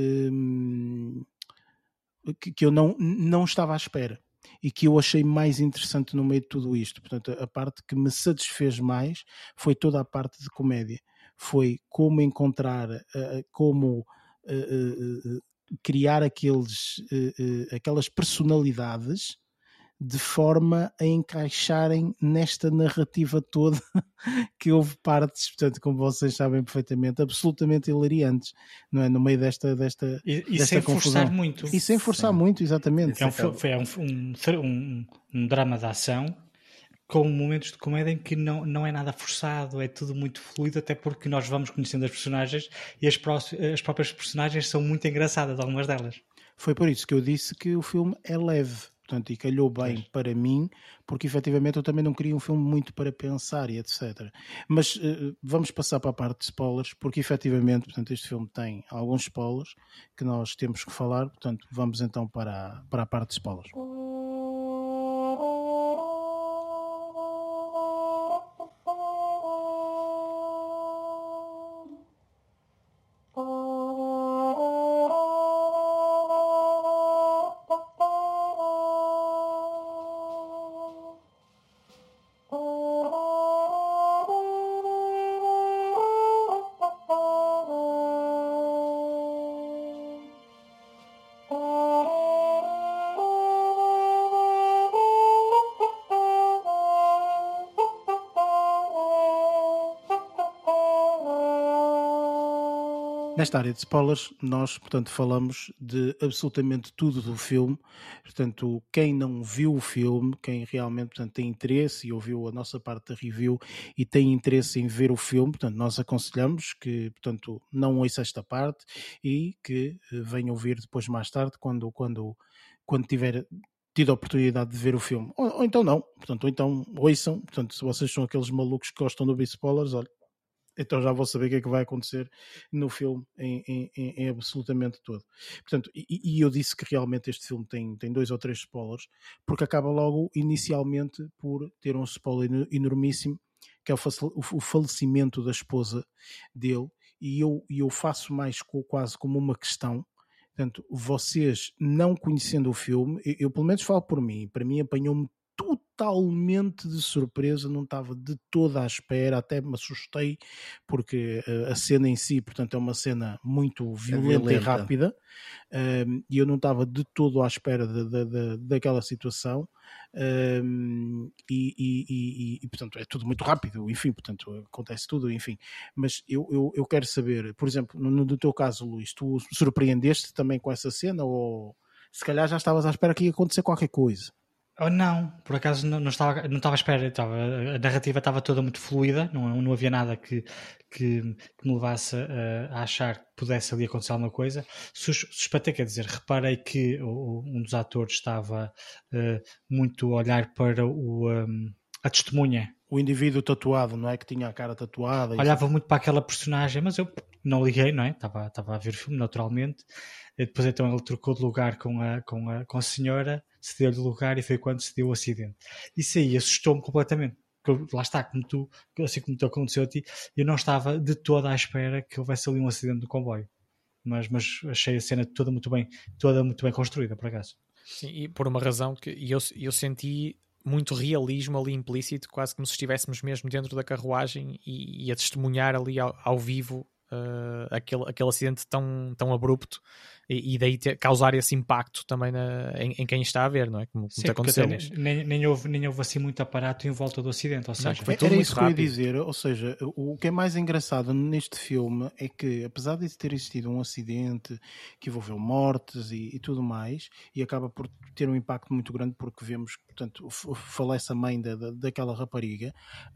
Speaker 1: que eu não estava à espera e que eu achei mais interessante no meio de tudo isto. Portanto, a parte que me satisfez mais foi toda a parte de comédia. Foi como encontrar, como criar aquelas personalidades de forma a encaixarem nesta narrativa toda, que houve partes, portanto, como vocês sabem perfeitamente, absolutamente hilariantes, não é? No meio desta
Speaker 2: sem
Speaker 1: confusão.
Speaker 2: Forçar muito.
Speaker 1: E sem forçar muito, exatamente.
Speaker 2: Foi um drama de ação com momentos de comédia em que não é nada forçado, é tudo muito fluido, até porque nós vamos conhecendo as personagens e as próprias personagens são muito engraçadas, algumas delas.
Speaker 1: Foi por isso que eu disse que o filme é leve, portanto, e calhou bem para mim, porque efetivamente eu também não queria um filme muito para pensar e etc. Mas vamos passar para a parte de spoilers, porque efetivamente, portanto, este filme tem alguns spoilers que nós temos que falar, portanto, vamos então para a parte de spoilers. Nesta área de spoilers, nós, portanto, falamos de absolutamente tudo do filme. Portanto, quem não viu o filme, quem realmente, portanto, tem interesse e ouviu a nossa parte da review e tem interesse em ver o filme, portanto, nós aconselhamos que, portanto, não ouça esta parte e que venha ouvir depois mais tarde, quando tiver tido a oportunidade de ver o filme. Ou então não, portanto, ou então ouçam, portanto, se vocês são aqueles malucos que gostam de ouvir spoilers, olha, então já vou saber o que é que vai acontecer no filme em absolutamente todo. Portanto, e eu disse que realmente este filme tem 2 ou 3 spoilers, porque acaba logo inicialmente por ter um spoiler enormíssimo, que é o falecimento da esposa dele, e eu faço mais quase como uma questão. Portanto, vocês não conhecendo o filme, eu pelo menos falo por mim, para mim apanhou-me totalmente de surpresa, não estava de toda à espera, até me assustei, porque a cena em si, portanto, é uma cena muito violenta. E rápida, e eu não estava de todo à espera daquela situação, e portanto é tudo muito rápido, enfim, portanto acontece tudo, enfim, mas eu quero saber, por exemplo, no teu caso, Luís, tu surpreendeste também com essa cena, ou se calhar já estavas à espera que ia acontecer qualquer coisa?
Speaker 2: Oh, não, por acaso não estava à espera, a narrativa estava toda muito fluida, não havia nada que me levasse a achar que pudesse ali acontecer alguma coisa. Suspeitei, quer dizer, reparei que um dos atores estava muito a olhar para a testemunha.
Speaker 1: O indivíduo tatuado, não é? Que tinha a cara tatuada.
Speaker 2: Olhava muito para aquela personagem, mas eu não liguei, não é? Estava a ver o filme naturalmente. E depois então ele trocou de lugar com a senhora, cedeu-lhe lugar, e foi quando se deu o acidente. Isso aí assustou-me completamente. Lá está, assim como te aconteceu a ti, eu não estava de toda à espera que houvesse ali um acidente no comboio. Mas achei a cena toda muito bem construída, por acaso.
Speaker 4: Sim, e por uma razão que eu senti muito realismo ali implícito, quase como se estivéssemos mesmo dentro da carruagem e a testemunhar ali ao vivo aquele acidente tão abrupto, e daí causar esse impacto também em quem está a ver, não é? Como te aconteceu.
Speaker 2: Nem houve assim muito aparato em volta do acidente, ou seja...
Speaker 1: Não, era isso que eu ia dizer, ou seja, o que é mais engraçado neste filme é que, apesar de ter existido um acidente que envolveu mortes e tudo mais, e acaba por ter um impacto muito grande, porque vemos, portanto, falece a mãe daquela rapariga,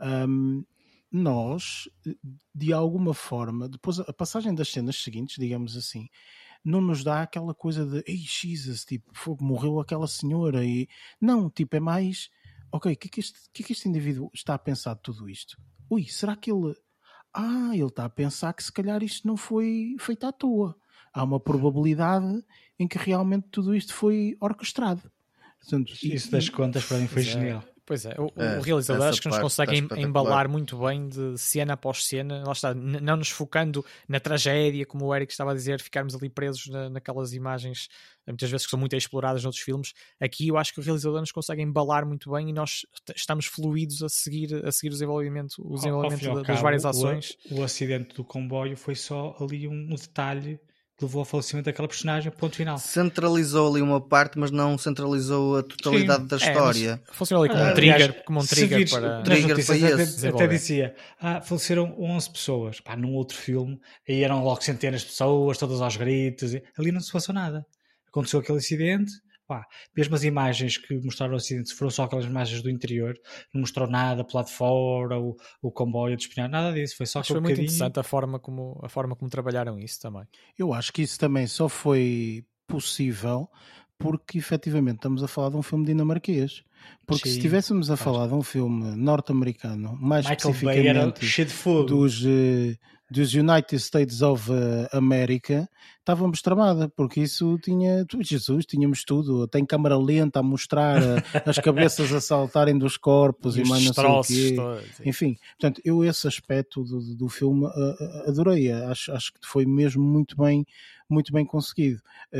Speaker 1: nós, de alguma forma, depois a passagem das cenas seguintes, digamos assim, não nos dá aquela coisa de ei, Jesus, tipo, morreu aquela senhora, e não, tipo, é mais ok, o que é que este indivíduo está a pensar de tudo isto? Ui, será que ele está a pensar que se calhar isto não foi feito à toa, há uma probabilidade em que realmente tudo isto foi orquestrado. Portanto,
Speaker 2: isso das contas para mim foi genial.
Speaker 4: Pois é, o realizador acho que nos consegue embalar muito bem de cena após cena, lá está, não nos focando na tragédia, como o Eric estava a dizer, ficarmos ali presos naquelas imagens, muitas vezes que são muito exploradas noutros filmes. Aqui eu acho que o realizador nos consegue embalar muito bem e nós estamos fluidos a seguir o desenvolvimento das várias ações.
Speaker 2: O acidente do comboio foi só ali um detalhe que levou ao falecimento daquela personagem, ponto final.
Speaker 3: Centralizou ali uma parte, mas não centralizou a totalidade da história.
Speaker 4: Funcionou ali como um trigger para...
Speaker 3: Trigger foi esse.
Speaker 2: Até dizia, faleceram 11 pessoas. Num outro filme, aí eram logo centenas de pessoas, todas aos gritos. Ali não se passou nada. Aconteceu aquele acidente, mesmo as imagens que mostraram o acidente foram só aquelas imagens do interior, não mostrou nada para lá de fora, o comboio a despenhar, nada disso, foi só
Speaker 4: foi muito interessante a forma como trabalharam isso também.
Speaker 1: Eu acho que isso também só foi possível porque efetivamente estamos a falar de um filme dinamarquês, porque se estivéssemos a falar de um filme norte-americano, mais especificamente dos United States of America, estávamos tramada, porque isso tínhamos tudo, tem câmara lenta a mostrar as cabeças a saltarem dos corpos e mais não sei o quê. Enfim, portanto, eu esse aspecto do filme adorei, acho que foi mesmo muito bem conseguido.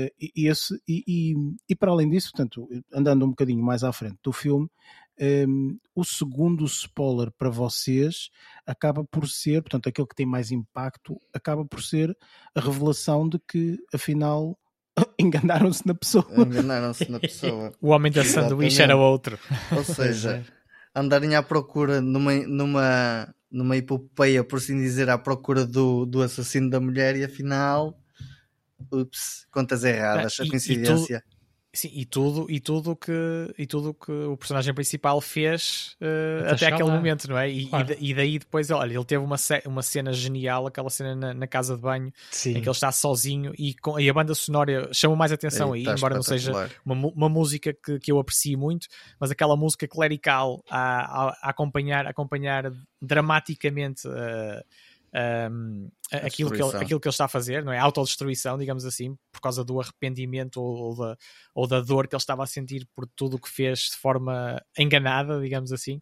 Speaker 1: E para além disso, portanto, andando um bocadinho mais à frente do filme, o segundo spoiler para vocês acaba por ser, portanto, aquele que tem mais impacto, acaba por ser a revelação de que, afinal, enganaram-se na pessoa.
Speaker 4: O homem da sanduíche era outro.
Speaker 3: Ou seja, andarem à procura numa epopeia, por assim dizer, à procura do assassino da mulher, e afinal, contas erradas, a coincidência.
Speaker 4: Sim, e tudo que o personagem principal fez até aquele momento, não é? E daí depois, olha, ele teve uma cena genial, aquela cena na casa de banho, em que ele está sozinho, e a banda sonora chama mais atenção aí, embora não seja uma música que eu aprecio muito, mas aquela música clerical a acompanhar dramaticamente aquilo que ele está a fazer, não é? A autodestruição, digamos assim, por causa do arrependimento ou da dor que ele estava a sentir por tudo o que fez de forma enganada, digamos assim.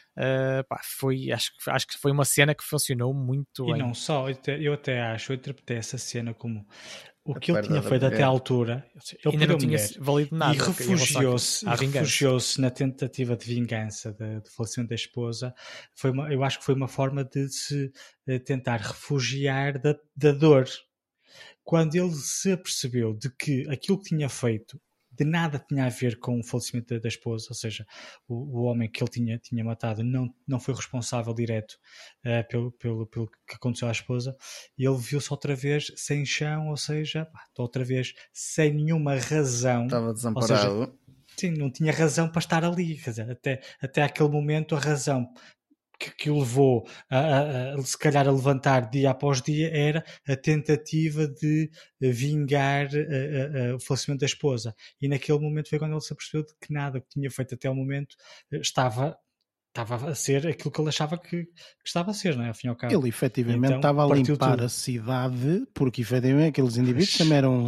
Speaker 4: Acho que foi uma cena que funcionou muito bem.
Speaker 2: E não só, eu até acho, eu interpretei essa cena como o que ele tinha feito até à altura. Ele
Speaker 4: ainda não tinha valido nada.
Speaker 2: E refugiou-se na tentativa de vingança do falecimento da esposa. Eu acho que foi uma forma de se tentar refugiar da dor. Quando ele se apercebeu de que aquilo que tinha feito de nada tinha a ver com o falecimento da esposa, ou seja, o homem que ele tinha matado não foi responsável direto pelo que aconteceu à esposa, e ele viu-se outra vez sem chão, ou seja, outra vez sem nenhuma razão.
Speaker 3: Estava desamparado.
Speaker 2: Ou seja, sim, não tinha razão para estar ali, quer dizer, até aquele momento a razão que o levou se calhar a levantar dia após dia era a tentativa de vingar o falecimento da esposa, e naquele momento foi quando ele se apercebeu de que nada que tinha feito até o momento estava a ser aquilo que ele achava que estava a ser, não é? Ao fim e ao cabo.
Speaker 1: Ele efetivamente então, estava a limpar a cidade, porque efetivamente aqueles indivíduos também eram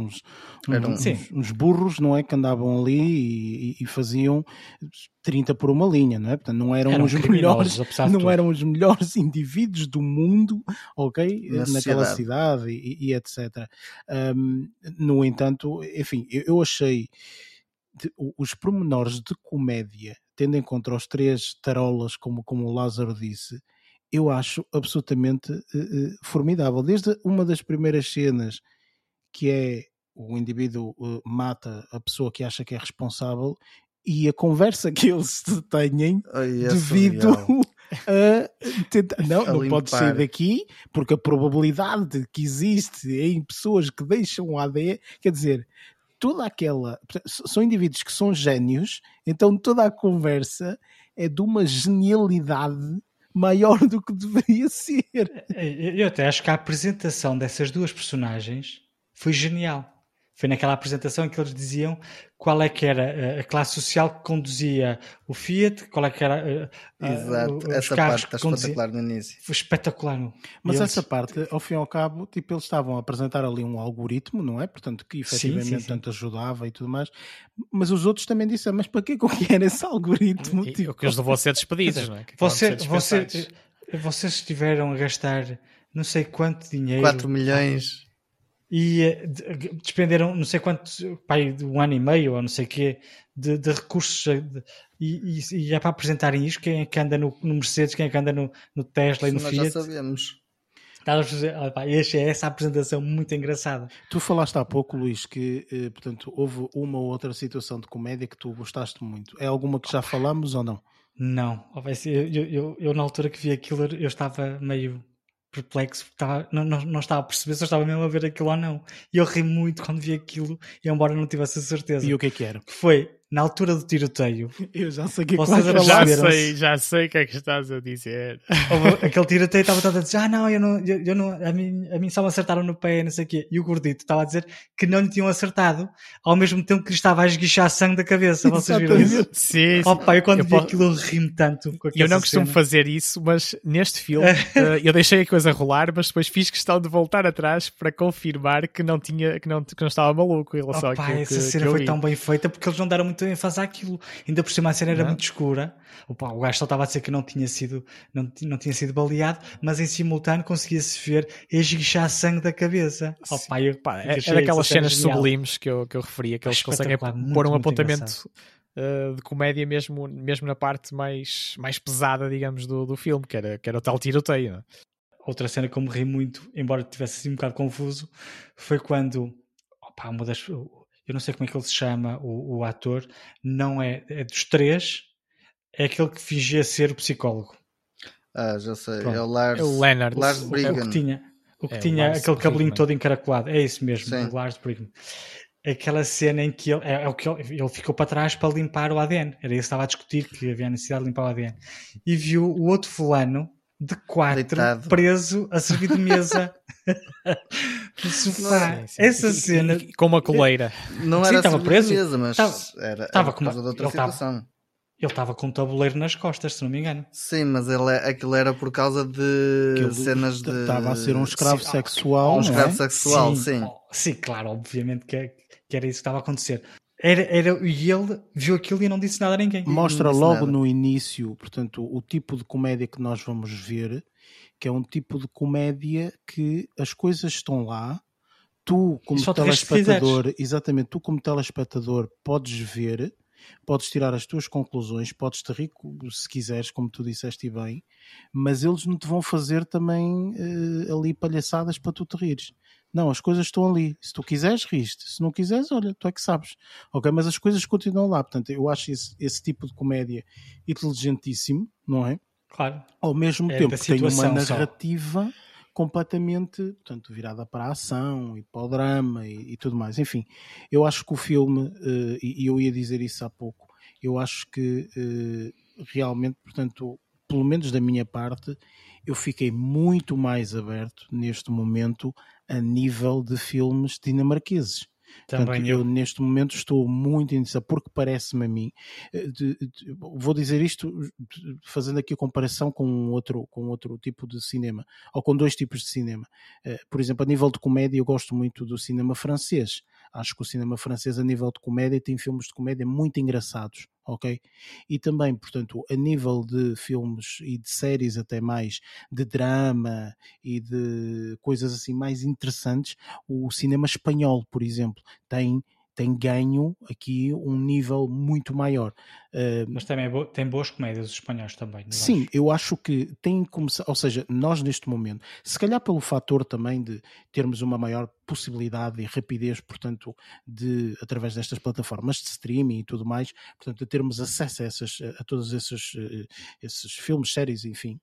Speaker 1: uns burros, não é? Que andavam ali e faziam 30 por uma linha, não é? Portanto, não eram os melhores indivíduos do mundo, ok? Naquela cidade e etc. No entanto, enfim, eu achei os pormenores de comédia, tendo em conta os 3 tarolas, como o Lázaro disse, eu acho absolutamente formidável. Desde uma das primeiras cenas, que é o indivíduo mata a pessoa que acha que é responsável, e a conversa que eles têm devido a tentar, não pode sair daqui, porque a probabilidade que existe em pessoas que deixam a ADN, quer dizer, toda aquela... São indivíduos que são génios, então toda a conversa é de uma genialidade maior do que deveria ser.
Speaker 2: Eu até acho que a apresentação dessas 2 personagens foi genial. Foi naquela apresentação em que eles diziam qual é que era a classe social que conduzia o Fiat, qual é que era
Speaker 3: Exato,
Speaker 2: essa parte
Speaker 3: está espetacular no início.
Speaker 2: Foi espetacular.
Speaker 1: Mas essa parte, ao fim e ao cabo, tipo, eles estavam a apresentar ali um algoritmo, não é? Portanto, que efetivamente tanto ajudava e tudo mais. Mas os outros também disseram, mas para que eu quero esse algoritmo?
Speaker 4: O que eles vão ser despedidos, não é?
Speaker 2: Vocês estiveram a gastar não sei quanto dinheiro.
Speaker 3: 4 milhões...
Speaker 2: E despenderam não sei quanto, pai, de 1 ano e meio ou não sei o quê, de recursos, e é para apresentarem isto. Quem é que anda no Mercedes, quem é que anda no Tesla e no Fiat?
Speaker 3: Nós já sabemos.
Speaker 2: É essa apresentação muito engraçada.
Speaker 1: Tu falaste há pouco, Luís, que portanto, houve uma ou outra situação de comédia que tu gostaste muito. É alguma que já falamos ou não?
Speaker 2: Não. Eu na altura que vi aquilo, eu estava meio perplexo, não estava a perceber se eu estava mesmo a ver aquilo ou não. E eu ri muito quando vi aquilo, embora não tivesse a certeza.
Speaker 1: E o que era?
Speaker 2: Que foi na altura do tiroteio.
Speaker 1: Eu já sei que
Speaker 4: já sei o que é que estás a dizer.
Speaker 2: Aquele tiroteio estava todo a dizer, não, eu não, a mim só me acertaram no pé, não sei o quê. E o gordito estava a dizer que não lhe tinham acertado, ao mesmo tempo que lhe estava a esguichar sangue da cabeça. Vocês viram isso?
Speaker 4: Sim.
Speaker 2: Eu quando vi aquilo eu ri-me tanto.
Speaker 4: Eu não costumo fazer isso, mas neste filme eu deixei a coisa rolar, mas depois fiz questão de voltar atrás para confirmar que não estava maluco em relação àquilo
Speaker 2: essa cena foi tão bem feita, porque eles não deram muito ênfase àquilo. Ainda por cima a cena era muito escura. O gajo só estava a dizer que não tinha sido baleado, mas em simultâneo conseguia-se ver esguichar sangue da cabeça.
Speaker 4: É daquelas cenas sublimes que eu referia, que eles conseguem pôr um apontamento de comédia mesmo na parte mais pesada, digamos, do filme, que era o tal tiroteio, não é?
Speaker 2: Outra cena que eu me ri muito, embora tivesse sido um bocado confuso, foi quando eu não sei como é que ele se chama, o ator, não é dos 3, é aquele que fingia ser o psicólogo.
Speaker 3: Já sei.
Speaker 2: Pronto.
Speaker 3: É o
Speaker 4: Leonard.
Speaker 3: Lars Brigman.
Speaker 2: O que tinha aquele cabelinho todo encaracolado. É isso mesmo,
Speaker 3: Sim.
Speaker 2: o Lars Brigman. Aquela cena em que ele ficou para trás para limpar o ADN. Era isso que estava a discutir, que havia a necessidade de limpar o ADN. E viu o outro fulano de 4
Speaker 3: deitado,
Speaker 2: preso a servir de mesa no sofá.
Speaker 4: Sim.
Speaker 2: Essa cena
Speaker 4: com uma coleira.
Speaker 3: Não era
Speaker 2: estava preso,
Speaker 3: de mesa, mas estava por causa de outra situação.
Speaker 2: Ele estava com um tabuleiro nas costas, se não me engano.
Speaker 3: Sim, mas aquilo era por causa de cenas de...
Speaker 1: Estava a ser um escravo sexual,
Speaker 3: Um
Speaker 1: não
Speaker 3: escravo
Speaker 1: é?
Speaker 3: sexual, sim.
Speaker 2: Sim, claro, obviamente que era isso que estava a acontecer. E ele viu aquilo e não disse nada a ninguém.
Speaker 1: Mostra logo no início, portanto, o tipo de comédia que nós vamos ver, que é um tipo de comédia que as coisas estão lá, tu como telespectador, exatamente, tu como telespectador podes ver, podes tirar as tuas conclusões, podes te rir se quiseres, como tu disseste bem, mas eles não te vão fazer também ali palhaçadas para tu te rires. Não, as coisas estão ali. Se tu quiseres, riste. Se não quiseres, olha, tu é que sabes. Ok, mas as coisas continuam lá. Portanto, eu acho esse tipo de comédia inteligentíssimo, não é?
Speaker 2: Claro.
Speaker 1: Ao mesmo tempo que tem uma narrativa completamente, portanto, virada para a ação e para o drama e tudo mais. Enfim, eu acho que o filme, e eu ia dizer isso há pouco, eu acho que realmente, portanto, pelo menos da minha parte, eu fiquei muito mais aberto neste momento a nível de filmes dinamarqueses. Portanto, eu neste momento estou muito interessado, porque parece-me a mim, vou dizer isto fazendo aqui a comparação com outro tipo de cinema, ou com dois tipos de cinema. Por exemplo, a nível de comédia, eu gosto muito do cinema francês. Acho que o cinema francês, a nível de comédia, tem filmes de comédia muito engraçados, ok? E também, portanto, a nível de filmes e de séries até mais de drama e de coisas assim mais interessantes, o cinema espanhol, por exemplo, tem ganho aqui um nível muito maior.
Speaker 2: Mas também tem boas comédias os espanhóis também.
Speaker 1: Sim, eu acho que tem começado, ou seja, nós neste momento, se calhar pelo fator também de termos uma maior possibilidade e rapidez, portanto, através destas plataformas de streaming e tudo mais, portanto, de termos acesso a todos esses filmes, séries, enfim,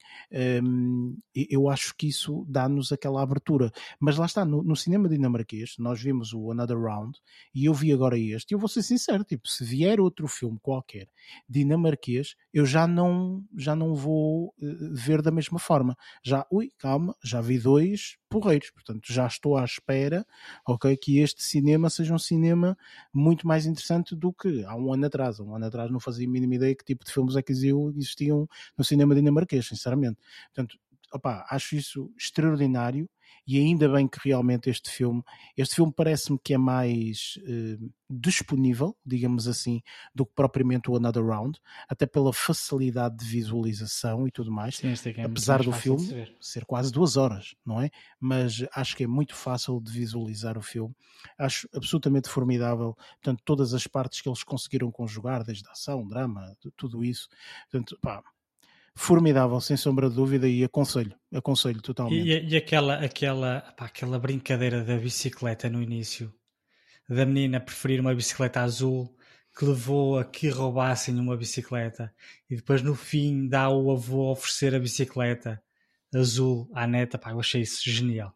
Speaker 1: eu acho que isso dá-nos aquela abertura. Mas lá está, no cinema dinamarquês, nós vimos o Another Round e eu vi agora este, e eu vou ser sincero, tipo, se vier outro filme qualquer dinamarquês, eu já não vou ver da mesma forma. Calma, já vi 2 porreiros, portanto já estou à espera, ok, que este cinema seja um cinema muito mais interessante do que há um ano atrás. Há um ano atrás não fazia a mínima ideia que tipo de filmes é que existiam no cinema dinamarquês, sinceramente. Portanto, acho isso extraordinário. E ainda bem que realmente este filme parece-me que é mais disponível, digamos assim, do que propriamente o Another Round, até pela facilidade de visualização e tudo mais.
Speaker 2: Sim,
Speaker 1: apesar do filme ser quase 2 horas, não é? Mas acho que é muito fácil de visualizar o filme. Acho absolutamente formidável, portanto, todas as partes que eles conseguiram conjugar, desde a ação, drama, tudo isso. Portanto, formidável, sem sombra de dúvida, e aconselho totalmente.
Speaker 2: E aquela brincadeira da bicicleta no início, da menina preferir uma bicicleta azul, que levou a que roubassem uma bicicleta, e depois no fim dá o avô a oferecer a bicicleta azul à neta, eu achei isso genial.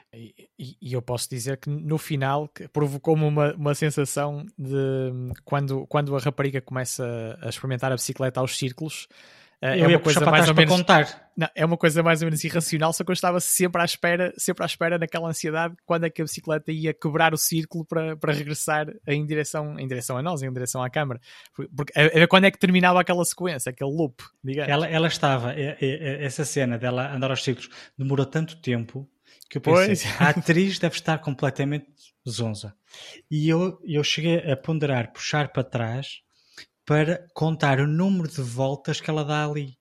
Speaker 4: E eu posso dizer que no final provocou-me uma sensação de quando a rapariga começa a experimentar a bicicleta aos círculos. É uma coisa mais ou menos
Speaker 2: contar.
Speaker 4: Não, é uma coisa mais ou menos irracional, só que eu estava sempre à espera naquela ansiedade quando é que a bicicleta ia quebrar o círculo para regressar em direção a nós, em direção à câmara, porque quando é que terminava aquela sequência, aquele loop, digamos.
Speaker 2: Ela estava, essa cena dela andar aos círculos demorou tanto tempo que eu pensei, a atriz deve estar completamente zonza, e eu cheguei a ponderar, puxar para trás para contar o número de voltas que ela dá ali.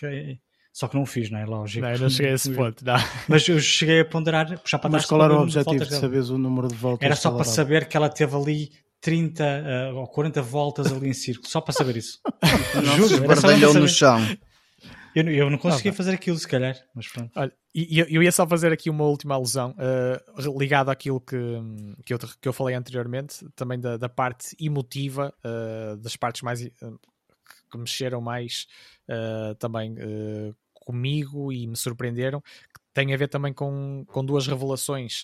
Speaker 2: Só que não o fiz, não é? Lógico.
Speaker 4: Não cheguei a esse ponto, não.
Speaker 2: Mas eu cheguei a ponderar, puxar para trás.
Speaker 1: Mas qual era o objetivo de saberes o número de voltas?
Speaker 2: Era só para saber que ela teve ali 30 ou 40 voltas ali em círculo, só para saber isso.
Speaker 3: Juro, bardalhão no chão.
Speaker 2: Eu não conseguia fazer aquilo, se calhar, mas pronto.
Speaker 4: Olha, eu ia só fazer aqui uma última alusão, ligado àquilo que eu falei anteriormente, também da parte emotiva, das partes mais que mexeram mais também comigo e me surpreenderam, que tem a ver também com 2 revelações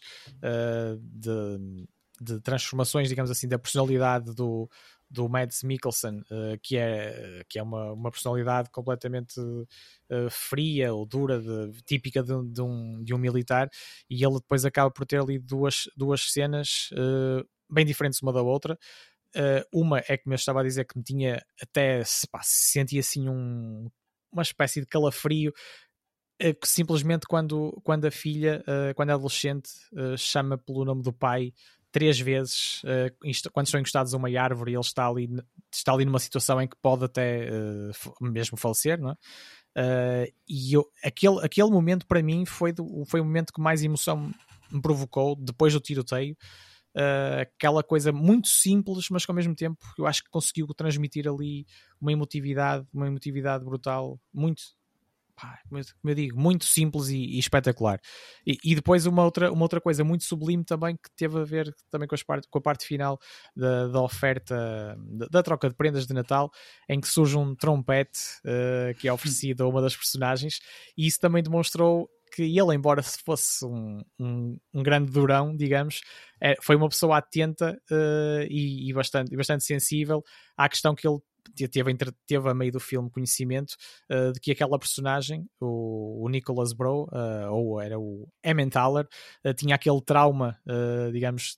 Speaker 4: de transformações, digamos assim, da personalidade do Mads Mikkelsen, que é uma personalidade completamente fria ou dura, típica de um militar, e ele depois acaba por ter ali duas cenas bem diferentes uma da outra, Uma é que me estava a dizer que me tinha até, sentia assim uma espécie de calafrio, que simplesmente quando a filha, quando é adolescente, chama pelo nome do pai 3 vezes, quando estão encostados a uma árvore, ele está ali numa situação em que pode até mesmo falecer, não é? E aquele momento para mim foi o momento que mais emoção me provocou depois do tiroteio. Aquela coisa muito simples, mas que ao mesmo tempo eu acho que conseguiu transmitir ali uma emotividade brutal, muito, como eu digo, muito simples e espetacular. E depois uma outra coisa muito sublime também, que teve a ver também com a parte final da oferta, da troca de prendas de Natal, em que surge um trompete que é oferecido a uma das personagens, e isso também demonstrou que ele, embora fosse um grande durão, digamos, foi uma pessoa atenta e bastante sensível à questão que ele teve a meio do filme conhecimento de que aquela personagem, o Nicholas Braun, ou era o Emmentaler, tinha aquele trauma, digamos,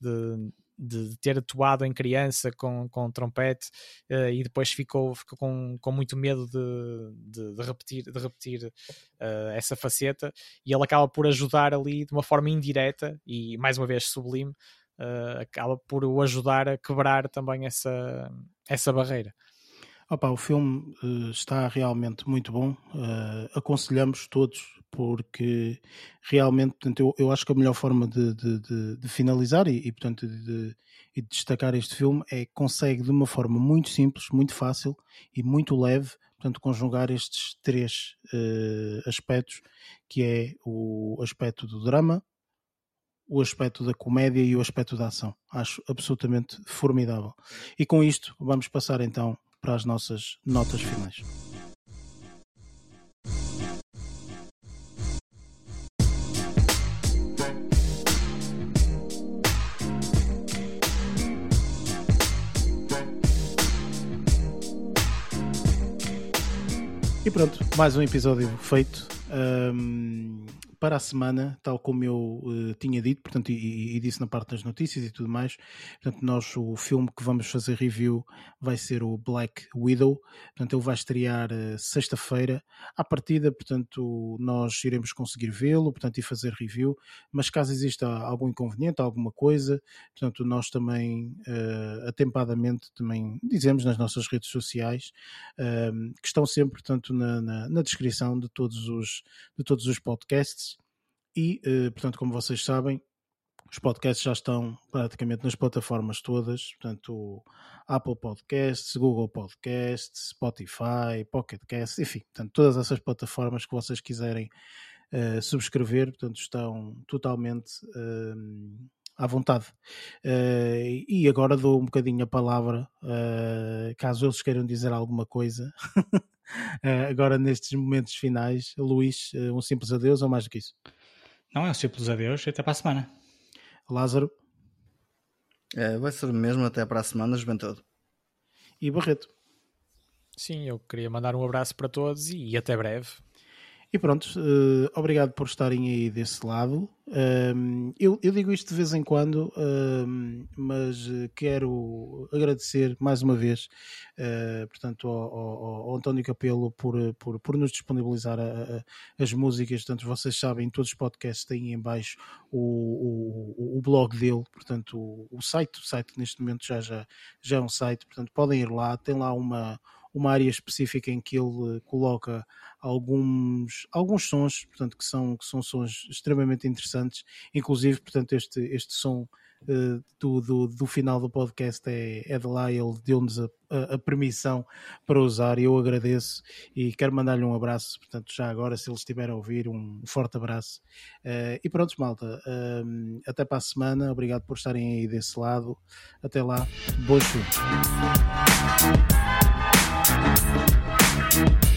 Speaker 4: de ter atuado em criança com trompete, e depois ficou com muito medo de repetir essa faceta, e ele acaba por ajudar ali de uma forma indireta e mais uma vez sublime, acaba por o ajudar a quebrar também essa barreira.
Speaker 1: O filme está realmente muito bom, aconselhamos todos, porque realmente, portanto, eu acho que a melhor forma de finalizar e portanto, de destacar este filme é que consegue de uma forma muito simples, muito fácil e muito leve, portanto, conjugar estes 3 aspectos, que é o aspecto do drama, o aspecto da comédia e o aspecto da ação. Acho absolutamente formidável. E com isto vamos passar então para as nossas notas finais. E pronto, mais um episódio feito. Para a semana, tal como eu tinha dito, portanto, e disse na parte das notícias e tudo mais, portanto, o filme que vamos fazer review vai ser o Black Widow, portanto, ele vai estrear sexta-feira. À partida, portanto, nós iremos conseguir vê-lo, portanto, e fazer review, mas caso exista algum inconveniente, alguma coisa, portanto, nós também, atempadamente, também dizemos nas nossas redes sociais, que estão sempre, portanto, na descrição de todos os podcasts. E, portanto, como vocês sabem, os podcasts já estão praticamente nas plataformas todas, portanto, Apple Podcasts, Google Podcasts, Spotify, Pocket Casts, enfim, portanto, todas essas plataformas que vocês quiserem subscrever, portanto, estão totalmente à vontade. E agora dou um bocadinho a palavra, caso eles queiram dizer alguma coisa, agora nestes momentos finais. Luís, um simples adeus ou mais do que isso?
Speaker 2: Não, é um simples adeus, até para a semana.
Speaker 1: Lázaro?
Speaker 3: Vai ser o mesmo, até para a semana, juventude.
Speaker 1: E Barreto?
Speaker 4: Sim, eu queria mandar um abraço para todos e até breve.
Speaker 1: E pronto, obrigado por estarem aí desse lado. Eu digo isto de vez em quando, mas quero agradecer mais uma vez, portanto, ao António Capelo por nos disponibilizar as músicas. Portanto, vocês sabem, todos os podcasts têm em baixo o blog dele, portanto, o site neste momento já é um site, portanto, podem ir lá, tem lá uma área específica em que ele coloca alguns sons, portanto, que são sons extremamente interessantes, inclusive, portanto, este som do final do podcast é de lá, ele deu-nos a permissão para usar, e eu agradeço e quero mandar-lhe um abraço, portanto, já agora, se ele estiver a ouvir, um forte abraço. E pronto, malta, até para a semana, obrigado por estarem aí desse lado, até lá, bons filmes.